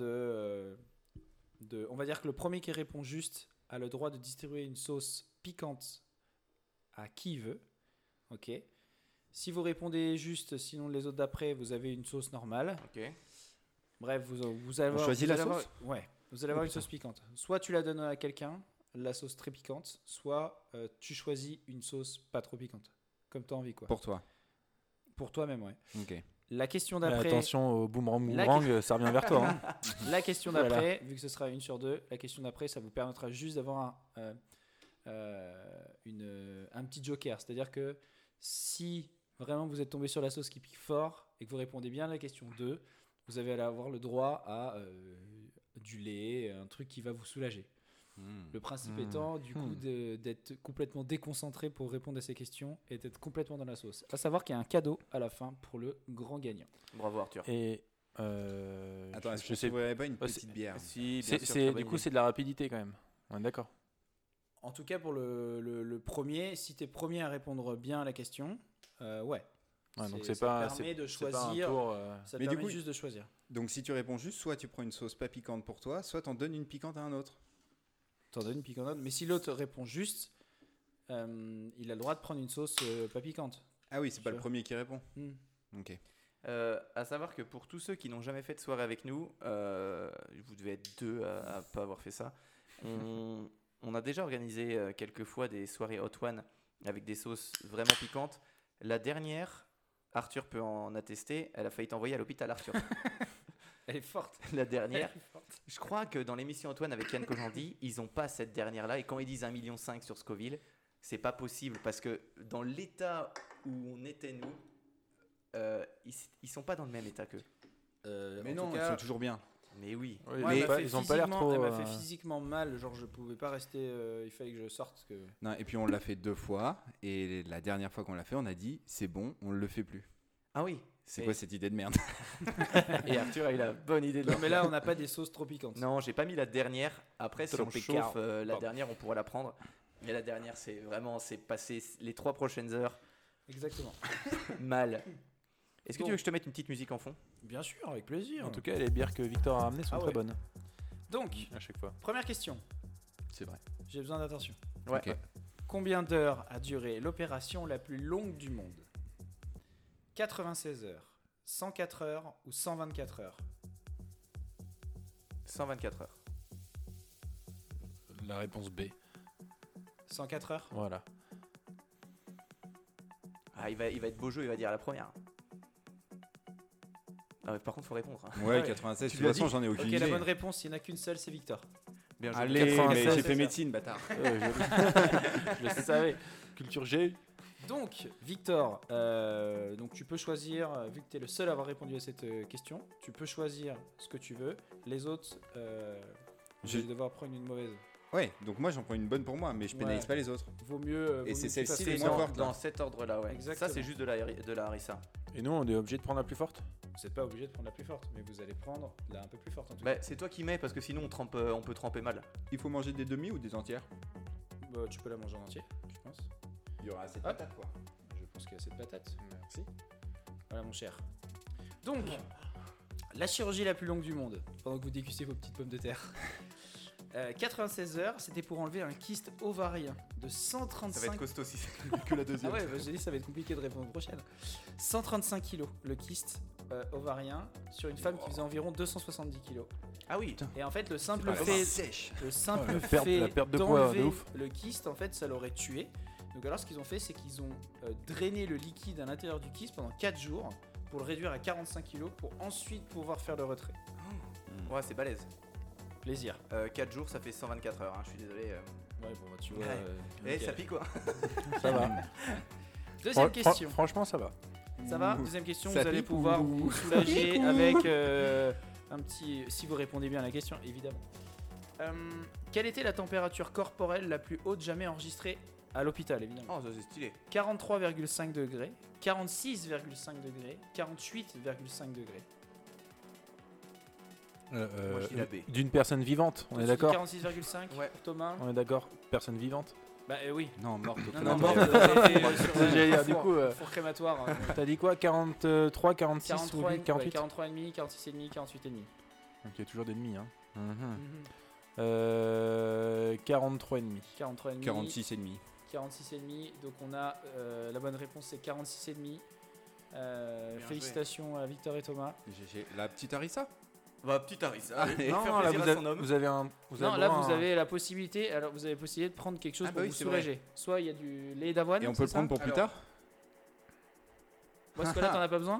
on va dire que le premier qui répond juste a le droit de distribuer une sauce piquante à qui il veut. Ok. Si vous répondez juste, sinon les autres d'après, vous avez une sauce normale. Ok. Bref, vous allez On choisit la avoir, sauce ouais, vous allez avoir une sauce piquante. Soit tu la donnes à quelqu'un, la sauce très piquante, soit tu choisis une sauce pas trop piquante, comme tu as envie, quoi. Pour toi. Pour toi-même, ouais. Ok. La question Mais d'après, attention au boomerang, La ça revient vers toi. Hein. la question Voilà. d'après, vu que ce sera une sur deux, la question d'après, ça vous permettra juste d'avoir un petit joker. C'est-à-dire que si vraiment vous êtes tombé sur la sauce qui pique fort et que vous répondez bien à la question 2, vous allez avoir le droit à du lait, un truc qui va vous soulager. Le principe étant du coup d'être complètement déconcentré pour répondre à ces questions et d'être complètement dans la sauce. À savoir qu'il y a un cadeau à la fin pour le grand gagnant. Bravo Arthur. Et Attends, est-ce je que sais tu n'aurais pas une Ouais, petite bière? Si, bien sûr, très bonne du coup idée. c'est de la rapidité quand même. On est d'accord. En tout cas pour le premier, si tu es premier à répondre bien à la question, ouais. Ouais, donc ça c'est pas permet de c'est pas un choisir. tour, Ça Mais du permet coup, juste de choisir. Donc si tu réponds juste, soit tu prends une sauce pas piquante pour toi, soit t'en donnes une piquante à un autre. T'en donnes une piquante. Mais si l'autre répond juste, il a le droit de prendre une sauce pas piquante. Ah oui, c'est pas Tu le vois. premier qui répond. Hmm. Ok. À savoir que pour tous ceux qui n'ont jamais fait de soirée avec nous, vous devez être 2 à pas avoir fait ça. On a déjà organisé quelques fois des soirées Hot One avec des sauces vraiment piquantes. La dernière, Arthur peut en attester, elle a failli t'envoyer à l'hôpital, Arthur. Elle est forte. La dernière, Elle est forte. je crois que dans l'émission Antoine avec Yann Kojandi, ils n'ont pas cette dernière-là. Et quand ils disent 1,5 million sur Scoville, c'est pas possible parce que dans l'état où on était nous, ils sont pas dans le même état qu'eux. Mais En non, tout ils cas, sont toujours bien. Mais oui. Ouais, moi, ils elle ont m'a pas- fait ils ont pas l'air physiquement- trop. Elle m'a fait physiquement mal, genre je pouvais pas rester, il fallait que je sorte. Que... Non, et puis on l'a fait 2 fois, et la dernière fois qu'on l'a fait, on a dit c'est bon, on le fait plus. Ah oui. C'est Et- quoi cette idée de merde? Et Arthur a eu la bonne idée de Non mais là on n'a pas des sauces trop piquantes. Non, j'ai pas mis la dernière. Après, si Trop on chaud. chauffe la Pardon. dernière, on pourra la prendre. Mais la dernière, c'est vraiment, c'est passé les 3 prochaines heures Exactement. mal. Est-ce que Bon. tu veux que je te mette une petite musique en fond? Bien sûr, avec plaisir. En tout cas, les bières que Victor a ramenées sont Ah très ouais. bonnes Donc, à chaque fois. première question. C'est vrai. J'ai besoin d'attention. Ouais. Ok. Combien d'heures a duré l'opération la plus longue du monde? 96 heures, 104 heures ou 124 heures? 124 heures. La réponse B. 104 heures? Voilà. Ah, il va être beau jeu, il va dire la première. Ah, mais par contre, faut répondre. hein. Ouais, ouais. 96, Tu de l'as toute façon, dit. j'en ai aucune Ok, idée. la bonne réponse, il n'y en a qu'une seule, c'est Victor. Bien joué. Allez, 96, mais j'ai c'est fait ça. médecine, bâtard. Je le savais. Culture G. Donc, Victor, donc tu peux choisir, vu que tu es le seul à avoir répondu à cette question, tu peux choisir ce que tu veux. Les autres, vous Je- allez devoir prendre une mauvaise. Ouais, donc moi j'en prends une bonne pour moi, mais je pénalise Ouais. pas les autres. Vaut mieux. Et c'est que tu celle-ci fasses les les moins ordres. fortes. Dans cet ordre-là, ouais. Exactement. Ça, c'est juste de la harissa. Et nous, on est obligé de prendre la plus forte. Vous n'êtes pas obligé de prendre la plus forte, mais vous allez prendre la un peu plus forte en tout cas. Bah, c'est toi qui mets parce que sinon on peut tremper mal. Il faut manger des demi ou des entières? Bah, tu peux la manger en entier, je pense. Il y aura assez de Hop. patates, quoi. Je pense qu'il y a cette patate. Merci. Voilà mon cher. Donc, la chirurgie la plus longue du monde, pendant que vous dégustez vos petites pommes de terre. 96 heures, c'était pour enlever un kyste ovarien de Ça va être 135. costaud si c'est que la Ah deuxième. ouais, bah, j'ai dit ça va être compliqué de répondre aux prochaines. 135 kilos le kyste ovarien sur une femme qui faisait environ 270 kilos. Ah oui. Et en fait, le simple Pas fait, sèche. le simple Ouais, la fait perte de poids, d'enlever de ouf. le kyste, en fait, ça l'aurait tué. Donc alors, ce qu'ils ont fait, c'est qu'ils ont drainé le liquide à l'intérieur du kyste pendant 4 jours pour le réduire à 45 kilos pour ensuite pouvoir faire le retrait. Ouais, c'est balèze. Plaisir. 4 jours, ça fait 124 heures. hein, Je suis désolé. Ouais, bon, bah, tu vois. Ouais. Eh, nickel. ça pique quoi? Ça va. Deuxième question. Franchement, ça va. Ça va? Deuxième question, Ça vous allez pique pouvoir ou- vous soulager avec un petit... Si vous répondez bien à la question, évidemment. Quelle était la température corporelle la plus haute jamais enregistrée à l'hôpital, évidemment? Oh, ça c'est stylé. 43,5 degrés, 46,5 degrés, 48,5 degrés. Moi, je dis la B. D'une personne vivante, on est Tu dis d'accord? 46,5 Ouais. pour Thomas? On est d'accord? Personne vivante? Bah oui. Non, morte. Non, non, automatiquement. mort, vous avez été, sur J'allais dire, un du four- coup, four crématoire. T'as dit quoi? 43, 46 43, ou 48? 43,5, 46,5, 48,5. Ok, toujours des demi. Hein. Mhm. 43,5. 43,5. 46 et demi. 46,5. Donc on a la bonne réponse, c'est 46,5. Bien Félicitations à Victor et Thomas. J'ai la petite harissa. Bah, petite harissa. Allez. Faire Non, là, plaisir à son homme. vous avez un. Vous Non, avez là droit à vous un- avez la possibilité. Alors vous avez la possibilité de prendre quelque chose Ah bah pour oui, vous c'est vrai. soulager. Soit il y a du lait d'avoine. Et on peut c'est le prendre ça pour plus Alors, tard? Moi, ce que là t'en as pas besoin.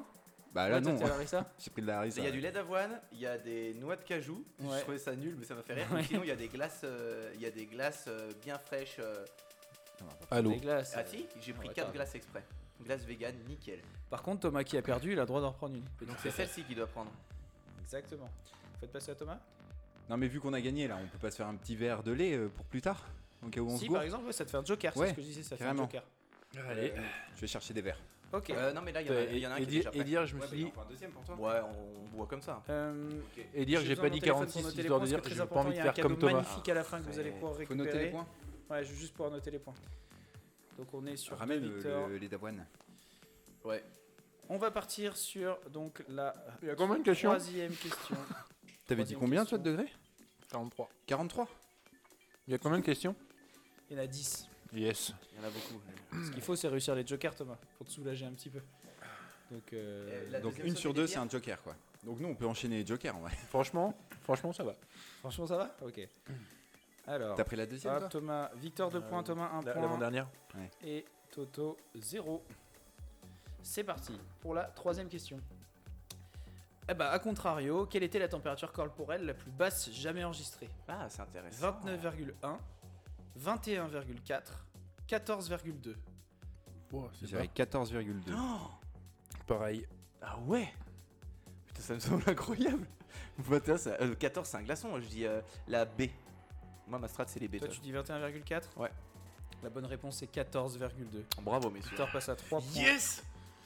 Bah là, toi, non. t'as la harissa J'ai pris de la harissa. Il y a du lait d'avoine, il y a des noix de cajou. Ouais. Je trouvais ça nul, mais ça m'a fait rire. Ouais. Sinon, il y a des glaces, bien fraîches. Non, pas Allô. Des glaces. Ah si, j'ai pris Ouais, 4 t'as- glaces exprès. Glace vegan, nickel. Par contre, Thomas qui a perdu, il a le droit d'en reprendre une. Donc c'est celle-ci qu'il doit prendre. Exactement. Faites passer à Thomas. Non, mais vu qu'on a gagné là, on peut pas se faire un petit verre de lait pour plus tard. Au cas où on se Si, gourre. par exemple, ouais, ça te fait un joker. Ouais, C'est ce que je disais, ça carrément. fait un joker. Allez. Je vais chercher des verres. Ok. Non, mais là, il y en a un qui est déjà prêt. dire, je me Ouais, suis bah, il dit. en faut un deuxième pour toi. Ouais, on boit comme ça. Et dire, J'ai j'ai besoin pas de dit mon téléphone 46 pour noter les histoire points, de dire, parce que j'ai très pas envie de important, faire il y a un comme cadeau Thomas. magnifique à la fin que vous allez pouvoir Faut récupérer. noter les points. Ouais, juste pour noter les points. Donc on est sur Ramène Victor. le lait d'avoine. Ouais. On va partir sur donc la Il y a combien de questions? troisième question. T'avais dit Troisième combien question. toi de degrés 43. 43. Il y a combien de questions? Il y en a 10. Yes. Il y en a beaucoup. Ce qu'il faut, c'est réussir les jokers, Thomas, pour te soulager un petit peu. Donc, La Donc deuxième une somme sur est deux, des c'est bières un joker quoi. Donc nous on peut enchaîner les jokers en vrai. Franchement, ça va. franchement, ça va. Ok. Alors, T'as pris la deuxième hop, toi Thomas, Victor 2 points, Thomas 1 point. L'avant-dernière. Et Toto 0. C'est parti pour la troisième question. Eh bah, à contrario, quelle était la température corporelle la plus basse jamais enregistrée? Ah, c'est intéressant. 29,1, 21,4, 14,2. Wow, c'est J'avais 14,2. Oh, pareil. ah ouais. Putain, ça me semble incroyable. 21, 14, c'est un glaçon. Je dis la B. Moi, ma strat, c'est les B. Toi, tu dis 21,4? Ouais. La bonne réponse est 14,2. Bravo, messieurs. Victor passe à 3 points. Yes.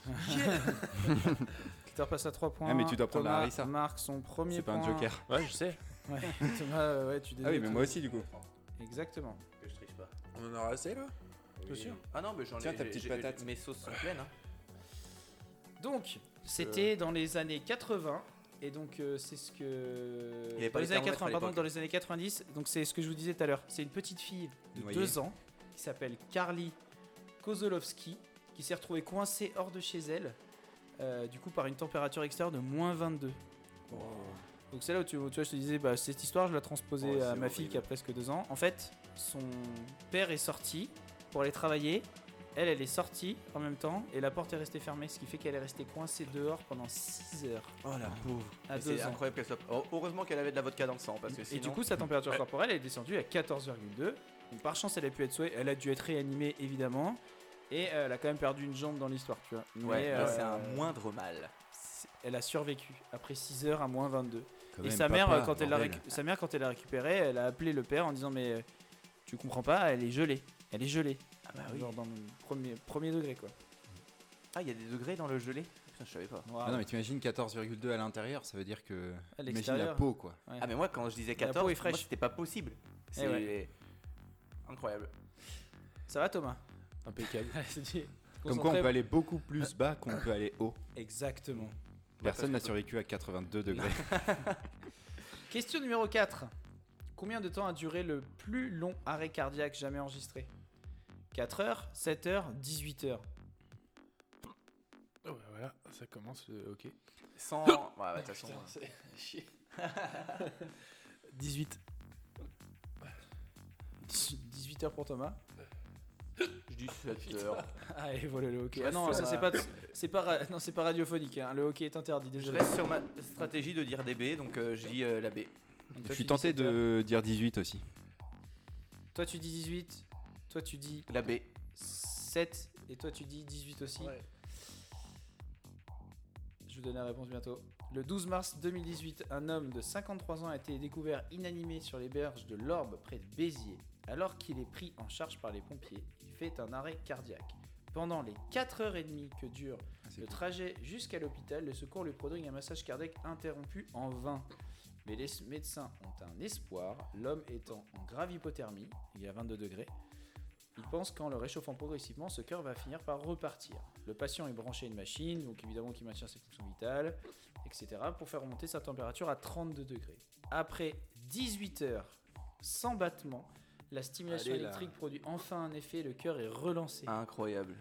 Victor passe à 3 points. Ah, mais tu dois prendre la Thomas harissa. marque son premier C'est pas point. un joker. Ouais, je sais. Ouais. Thomas, ouais, tu Ah oui, dénonces. mais moi aussi du coup. Exactement. Que je triche pas. On en aura assez là? Bien sûr. Ah non, mais j'en ai. Tiens, ta petite patate. Mes sauces sont pleines. Hein. Donc, c'était dans les années 80. Et donc, c'est ce que. Il y avait Dans pas les les années thermomètres 80, à pardon, l'époque. dans les années 90. Donc, c'est ce que je vous disais tout à l'heure. C'est une petite fille de Noyée. 2 ans qui s'appelle Carly Kozolowski qui s'est retrouvée coincée hors de chez elle. Du coup, par une température extérieure de moins 22. Donc, c'est là où tu vois, je te disais, bah, cette histoire, je l'ai transposée Oh, à c'est ma fille horrible. qui a presque 2 ans. En fait, son père est sorti pour aller travailler. Elle est sortie en même temps et la porte est restée fermée, ce qui fait qu'elle est restée coincée dehors pendant 6 heures Oh la pauvre. à Et 2 C'est ans. incroyable qu'elle soit. Oh, heureusement qu'elle avait de la vodka dans le sang parce que Et sinon. du coup, sa température Ouais. corporelle est descendue à 14,2. Donc, par chance, elle a dû être réanimée évidemment. Et elle a quand même perdu une jambe dans l'histoire, tu vois. Ouais, Mais, là, c'est un moindre mal. Elle a survécu après 6 heures à moins 22. Quand Et même, sa mère, papa, quand elle bordel. sa mère, quand elle l'a récupérée, elle a appelé le père en disant mais tu comprends pas, elle est gelée. Elle est gelée. Ah bah oui. Genre dans le premier degré quoi. Ah, il y a des degrés dans le gelé. Putain, je savais pas. Ah non mais t'imagines 14,2 à l'intérieur, ça veut dire que. À Imagine la l'extérieur. peau quoi. Ouais. Ah mais moi quand je disais La 14, peau est moi fraîche. c'était pas possible. C'est ouais. incroyable. Ça va Thomas? Impeccable. Comme quoi on peut aller beaucoup plus bas qu'on peut aller haut. Exactement. Personne n'a survécu à 82 degrés. Question numéro 4. Combien de temps a duré le plus long arrêt cardiaque jamais enregistré? 4 heures, 7 heures, 18 heures. Oh, bah voilà, ça commence. Ok. Sans. Ouais, bah, de toute façon. c'est chier. 18. 18 heures pour Thomas. Je dis 7 heures. Ah et voilà le hockey. Je Ah non, reste ça sur c'est pas non, c'est pas radiophonique hein. Le hockey est interdit Je désolé. reste sur ma stratégie de dire des B, donc je dis la B. Donc, Je toi, suis tu tenté dis 7 heures. de dire 18 aussi. Toi tu dis 18, toi tu dis La B. 7 et toi tu dis 18 aussi. Ouais. Je vous donne la réponse bientôt. Le 12 mars 2018, un homme de 53 ans a été découvert inanimé sur les berges de l'Orbe près de Béziers. Alors qu'il est pris en charge par les pompiers, il fait un arrêt cardiaque. Pendant les 4h30 que dure le trajet jusqu'à l'hôpital, le secours lui prodigue un massage cardiaque interrompu en vain. Mais les médecins ont un espoir, l'homme étant en grave hypothermie, il y a 22 degrés. Il pense qu'en le réchauffant progressivement, ce cœur va finir par repartir. Le patient est branché à une machine, donc évidemment qui maintient ses fonctions vitales, etc. pour faire remonter sa température à 32 degrés. Après 18 heures sans battement, la stimulation Allez, là. électrique produit enfin un effet, le cœur est relancé. Incroyable.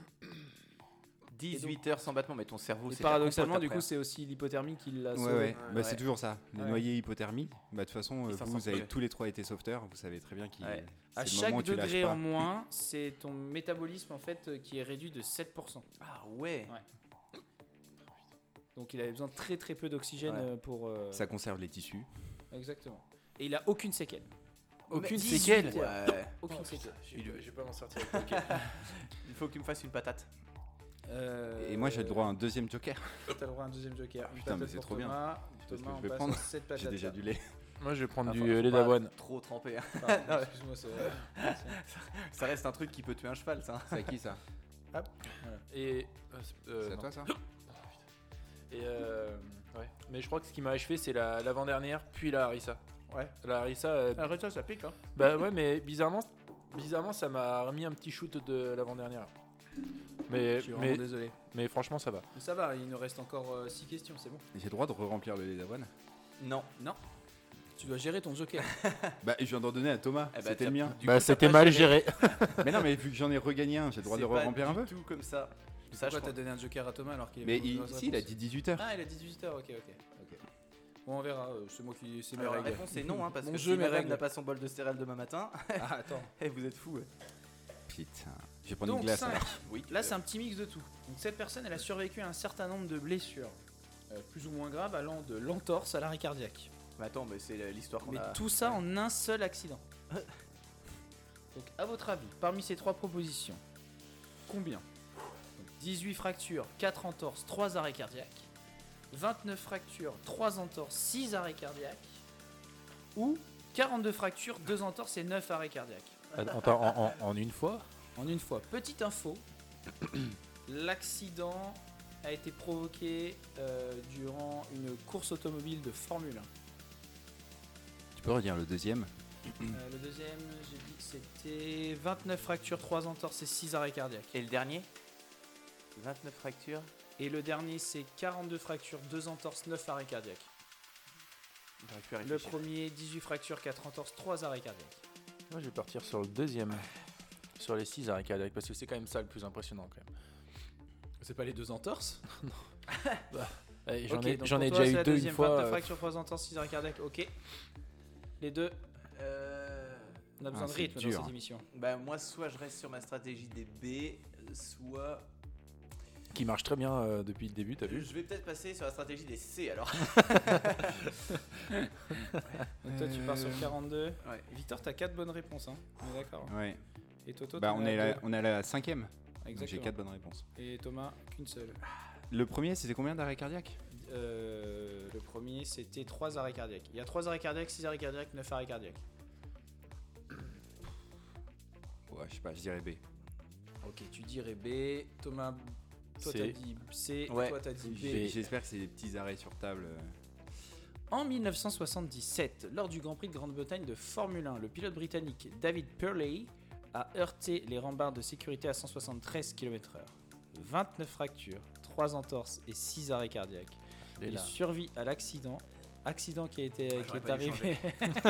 18 heures sans battement, mais ton cerveau Et c'est paradoxalement, ta du compote coup, c'est aussi l'hypothermie qui l'a Ouais, sauvé. ouais. Bah, Ouais. c'est toujours ça. Les Ouais. noyés hypothermie. Bah, de toute façon, Ils s'en vous sortent avez plus. tous les trois été sauveteurs. Vous savez très bien qu'il. Ouais. À c'est le moment chaque où tu lâches degré pas. en moins, c'est ton métabolisme en fait qui est réduit de 7%. après. Ah ouais. Donc il avait besoin de très très peu d'oxygène Ouais. pour. Ça conserve les tissus. Exactement. Et il a aucune séquelle. Aucune 18 séquelle. Ouais. Aucune séquelle. Je vais pas m'en sortir avec le Il faut que tu me fasses une patate. Et moi, j'ai le droit à un deuxième joker. T'as le droit à un deuxième joker. Une Putain, mais patate c'est pour trop bien. Thomas. Parce Thomas, que on je vais passe prendre. à cette J'ai patate. déjà du lait. Moi, je vais prendre Enfin, du faut lait pas d'avoine. Trop trempé. Pardon, excuse-moi, c'est. Ça reste un truc qui peut tuer un cheval, ça. C'est à qui ça? Et. C'est à non. toi ça? Et ouais. Mais je crois que ce qui m'a achevé, c'est l'avant-dernière, puis la harissa. Ouais. La harissa. Arrête ça pique, hein. Bah ouais, mais bizarrement, ça m'a remis un petit shoot de l'avant-dernière. Je suis vraiment désolé. Mais franchement, ça va. Mais ça va, il nous reste encore 6 questions, c'est bon. J'ai le droit de re-remplir le lait d'avoine? Non. Non. Tu dois gérer ton joker. Bah, je viens d'en donner à Thomas. Eh bah, C'était t'as- le mien. du Bah, coup, t'as c'était pas mal géré. géré. Mais non, mais vu que j'en ai regagné un, j'ai le droit de C'est pas re-remplir un peu. du tout comme ça. Ça, Pourquoi je t'as donné un joker à Thomas alors qu'il est Mais pas il, dans la si, il a réponse dit 18h. Ah, il a 18h, ok. Bon, on verra, c'est moi qui. C'est mes Alors, la règles. réponse est non, hein, parce Mon que jeu, si mes Merem règles. n'a pas son bol de céréales demain matin, Ah, attends. vous êtes fous. Putain. Je vais prendre Donc, une glace. 5. alors. Oui. Là, c'est un petit mix de tout. Donc, cette personne, elle a survécu à un certain nombre de blessures, plus ou moins graves, allant de l'entorse à l'arrêt cardiaque. Mais attends, mais c'est l'histoire qu'on Mais a. tout ça en un seul accident. Donc, à votre avis, parmi ces 3 propositions, combien? Donc, 18 fractures, 4 entorses, 3 arrêts cardiaques. 29 fractures, 3 entorses, 6 arrêts cardiaques. Ou 42 fractures, 2 entorses et 9 arrêts cardiaques. Attends, en une fois? En une fois. Petite info, l'accident a été provoqué durant une course automobile de Formule 1. Tu peux redire le deuxième? Le deuxième, j'ai dit que c'était 29 fractures, 3 entorses et 6 arrêts cardiaques. Et le dernier 29 fractures. Et le dernier, c'est 42 fractures, 2 entorses, 9 arrêts cardiaques. J'aurais pu Le réfléchir. premier, 18 fractures, 4 entorses, 3 arrêts cardiaques. Moi, je vais partir sur le deuxième. Sur les 6 arrêts cardiaques, parce que c'est quand même ça le plus impressionnant quand même. C'est pas les 2 entorses? Allez, J'en Ok, ai, donc j'en pour ai toi, déjà c'est eu la 2 une deuxième, fois. 29 fractures, 3 entorses, 6 arrêts cardiaques, ok. Les deux, on a besoin de c'est rythme dur. dans cette émission. Bah, moi, soit je reste sur ma stratégie des B, soit. Qui marche très bien depuis le début, t'as vu? Je vais peut-être passer sur la stratégie des C alors. Donc toi, tu pars sur 42. Ouais. Victor, t'as 4 bonnes réponses, hein. On est d'accord. Ouais. Et Toto, Bah, t'en on as est, deux. on est à la 5ème. Donc j'ai Exactement. 4 bonnes réponses. Et Thomas, qu'une seule. Le premier, c'était combien d'arrêts cardiaques? Le premier, c'était 3 arrêts cardiaques. Il y a 3 arrêts cardiaques, 6 arrêts cardiaques, 9 arrêts cardiaques. Ouais, je sais pas, je dirais B. Ok, tu dirais B. Thomas, toi C. t'as dit C. Ouais. Toi t'as dit B. J'espère que c'est des petits arrêts sur table. En 1977, lors du Grand Prix de Grande-Bretagne de Formule 1, le pilote britannique David Purley a heurté les rambardes de sécurité à 173 km/h. 29 fractures, 3 entorses et 6 arrêts cardiaques. Et Il là. survit à l'accident. Accident qui j'aurais est pas dû arrivé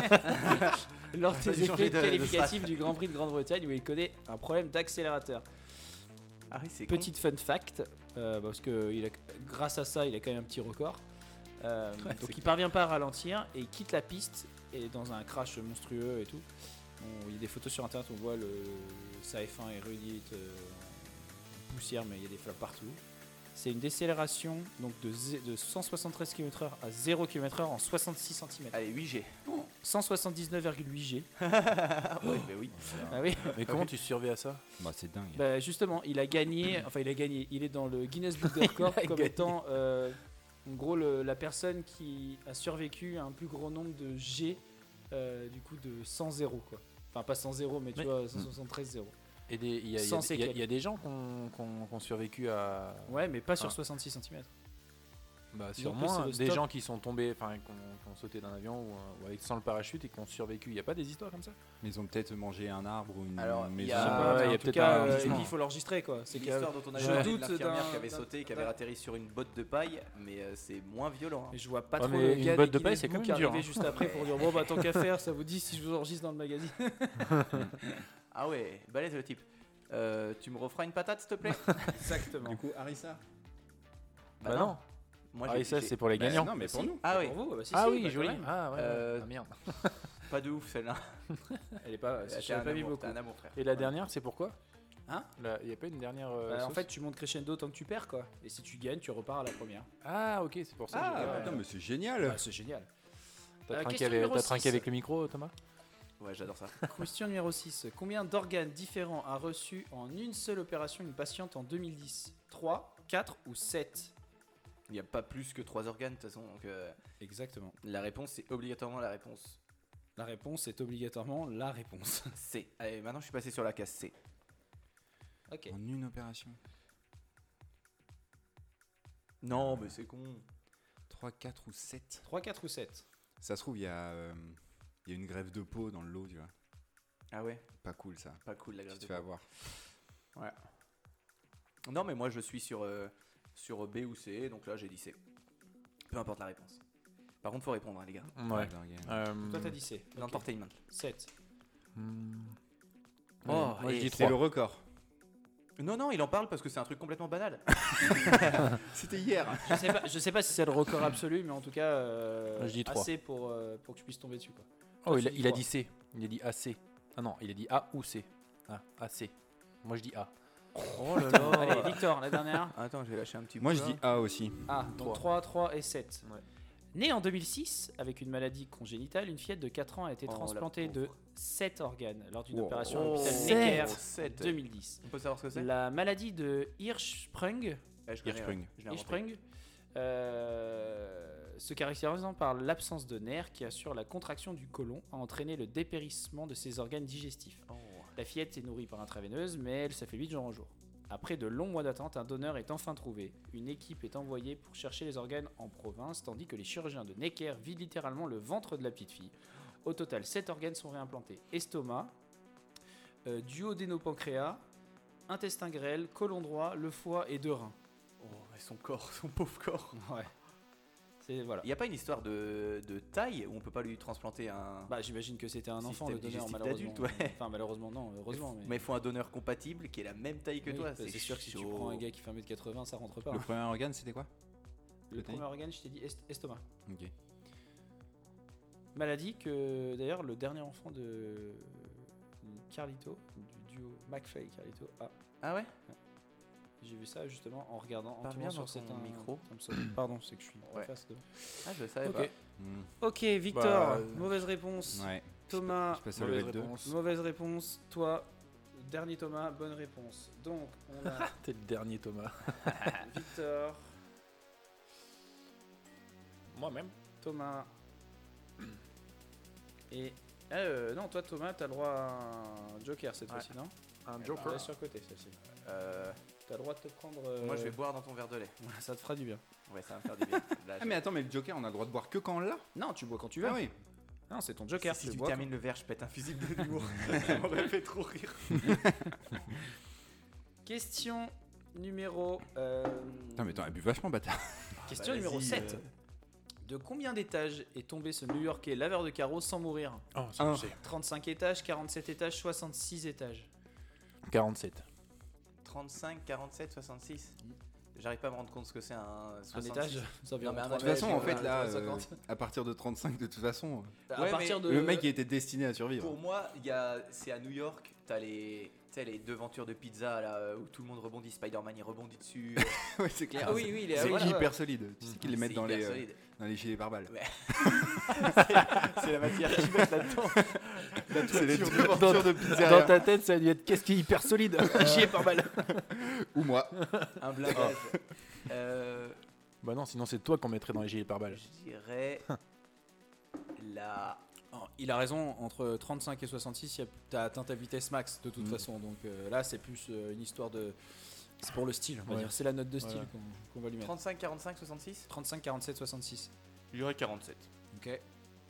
lors J'aurais pas des dû changer effets de qualificatifs du Grand Prix de Grande-Bretagne où il connaît un problème d'accélérateur. Ah oui, c'est Petite fun fact, parce que grâce à ça, il a quand même un petit record. Donc il parvient pas à ralentir et il quitte la piste et dans un crash monstrueux et tout. Il y a des photos sur internet où on voit sa F1 est réduite en poussière, mais il y a des flammes partout. C'est une décélération donc de 173 km/h à 0 km/h en 66 cm. Allez, 8G. 179,8 G. Oui, bah oui. Ah oui. Mais comment tu survis à ça? Bah, c'est dingue. Bah justement, il a gagné, il est dans le Guinness Book des records comme étant en gros la personne qui a survécu à un plus gros nombre de G du coup de 100 zéros quoi. Enfin pas 100 zéros mais tu Mais- vois 173 zéros. Et il y, Sans séquelles. y a des gens qui ont survécu à. Ouais mais pas sur Ah. 66 cm. Bah, Ils ont sûrement, poussé le des stop. gens qui sont tombés, enfin, qui ont sauté d'un avion ou avec sans le parachute et qui ont survécu. Il n'y a pas des histoires comme ça? Mais ils ont peut-être mangé un arbre ou une Alors, il maison. y a- Je sais Ah pas, ouais, mais il y a en tout peut-être cas, un et jugement. puis il faut l'enregistrer quoi. C'est que L'histoire dont on a je parlé de doute l'infirmière d'un- qui avait sauté, qui avait d'un- atterri sur une botte de paille, mais c'est moins violent. hein. mais je vois pas Ouais, trop mais le une gars botte des de paille, Guinness c'est quand Book même dur, arriver hein. juste après pour dire bon bah tant qu'à faire, ça vous dit si je vous enregistre dans le magazine. Ah ouais, balèze le type. Tu me referas une patate s'il te plaît? Exactement. Du coup, Harissa. Bah non. Moi, Ah, et ça, c'est pour les Bah, gagnants. non, mais pour nous. Ah oui, Pour vous, bah, si, Ah si, oui, bah, joli. quand même. Ah ouais, Euh, ah, merde. pas de ouf celle-là. Elle est pas. T'as J'avais pas vu amour, beaucoup. t'as un amour frère. Et la dernière, c'est pourquoi? Hein? Il n'y a pas une dernière. En sauce fait, tu montes crescendo tant que tu perds, quoi. Et si tu gagnes, tu repars à la première. Ah, ok, c'est pour ça. Ah, que j'ai- putain, mais c'est génial. Ah, c'est génial. T'as trinqué, question avec, numéro t'as trinqué 6. avec le micro, Thomas? Ouais, j'adore ça. Question numéro 6. Combien d'organes différents a reçu en une seule opération une patiente en 2010? 3, 4 ou 7? Il n'y a pas plus que 3 organes de toute façon. Donc, Exactement. la réponse, c'est obligatoirement la réponse La réponse est obligatoirement la réponse. C. Allez, maintenant je suis passé sur la case C. Ok. En une opération. Non, mais c'est con. 3, 4 ou 7. 3, 4 ou 7? Ça se trouve, il y a une grève de peau dans le lot, tu vois. Ah ouais, Pas cool ça. pas cool la grève Tu de te fais peau. avoir. Ouais. Non, mais moi je suis sur B ou C, donc là j'ai dit C. Peu importe la réponse. Par contre, faut répondre, hein, les gars. Ouais. Toi, t'as dit C. Ok. L'entertainment. 7. Oh, moi je et dis C'est 3. le record. Non, il en parle parce que c'est un truc complètement banal. C'était hier. Je sais pas si c'est le record absolu, mais en tout cas, Je dis 3. assez pour que tu puisses tomber dessus, quoi. Oh, Toi, il tu a, dis il a 3. dit C. Il a dit AC. Ah non, il a dit A ou C. Ah, AC. Moi je dis A. Oh là là. Allez, Victor, la dernière. Attends, je vais lâcher un petit Moi bout, je là. dis A aussi. Ah, donc 3 et 7. Ouais. Née en 2006, avec une maladie congénitale, une fillette de 4 ans a été Oh, la transplantée de pauvre. 7 organes lors d'une Wow. opération à Oh, l'hôpital sept. Necker 7. 2010. On peut savoir ce que c'est La maladie de Hirschsprung, Ouais, je connais, Hirschsprung. ouais. Je l'ai inventé. Hirschsprung se caractérisant par l'absence de nerfs qui assure la contraction du côlon, a entraîné le dépérissement de ses organes digestifs. Oh. La fillette est nourrie par intraveineuse, mais elle s'affaiblit de jour en jour. Après de longs mois d'attente, un donneur est enfin trouvé. Une équipe est envoyée pour chercher les organes en province, tandis que les chirurgiens de Necker vident littéralement le ventre de la petite fille. Au total, 7 organes sont réimplantés. Estomac, duodénopancréas, intestin grêle, côlon droit, le foie et 2 reins. Oh, mais son corps, son pauvre corps. Ouais. C'est voilà. Il n'y a pas une histoire de taille où on peut pas lui transplanter un. Bah, j'imagine que c'était un enfant, le Système donneur, digestif malheureusement. d'adulte, ouais. Enfin, malheureusement, non, heureusement. Mais il faut un donneur compatible qui est la même taille que Oui, toi. bah, c'est sûr que si tu chaud. prends un gars qui fait 1m80, ça rentre pas. Le hein. premier organe c'était quoi? Le le taille premier organe, je t'ai dit estomac. Ok. Maladie que, d'ailleurs, le dernier enfant de Carlito, du duo McFly et Carlito, Ah ouais. j'ai vu ça justement en regardant, en Parle tombant bien sur dans cet ton micro. Pardon, c'est que je suis en Ouais. face de. Ah, je le savais Ok. pas. Hmm. Ok, Victor, Bah, mauvaise réponse. Ouais. Thomas, Je passe au Mauvaise level 2. réponse. mauvaise réponse. Toi, dernier Thomas, bonne réponse. Donc, on a T'es le dernier Thomas. Victor, Moi-même. Thomas et. Non, toi, Thomas, t'as le droit à un joker cette Ouais. fois-ci, non? Un Elle est sur le côté, celle-ci. T'as le droit de te prendre. Moi, je vais boire dans ton verre de lait. Ça te fera du bien. Ouais, ça va me faire du bien. Là, Ah mais attends, mais le Joker on a le droit de boire que quand on l'a? Non, tu bois quand tu veux. Ah oui. Non, c'est ton joker. si tu tu bois termines le verre, je pète un fusible d'humour. Ça m'aurait fait trop rire. Question numéro. Putain mais t'en as bu vachement bâtard. Question Bah, numéro vas-y, 7. De combien d'étages est tombé ce New-Yorkais laveur de carreaux sans mourir? Oh, ça Un. je sais. 35 étages, 47 étages, 66 étages. 47. 35, 47, 66. J'arrive pas à me rendre compte ce que c'est un 66. Un étage, ça environ mais un 3 De toute façon en mètres, fait là, 50. à partir de 35 de toute façon, À Ouais, partir mais de. le mec il était destiné à survivre. Pour moi, c'est à New York, t'as les devantures de pizza là où tout le monde rebondit, Spider-Man il rebondit dessus. Ouais c'est clair. Ah oui, oui, il est C'est voilà. hyper solide. Tu sais qu'ils les mettent C'est dans hyper les solide. dans les gilets pare-balles. Ouais. C'est la matière qu'ils mettent là-dedans. C'est les toiture devantures de Dans pizzeria. ta tête, ça a dû être qu'est-ce qui est hyper solide. J'y ai pas mal. Ou moi. Un blindage. Bah non, sinon c'est toi qu'on mettrait dans les gilets pare-balles. Je dirais la. Oh, il a raison, entre 35 et 66, t'as atteint ta vitesse max de toute façon. Donc là, c'est plus une histoire de. C'est pour le style, on va Ouais. dire. C'est la note de style Voilà. qu'on va lui mettre. 35, 45, 66 35, 47, 66. Je dirais 47. Ok.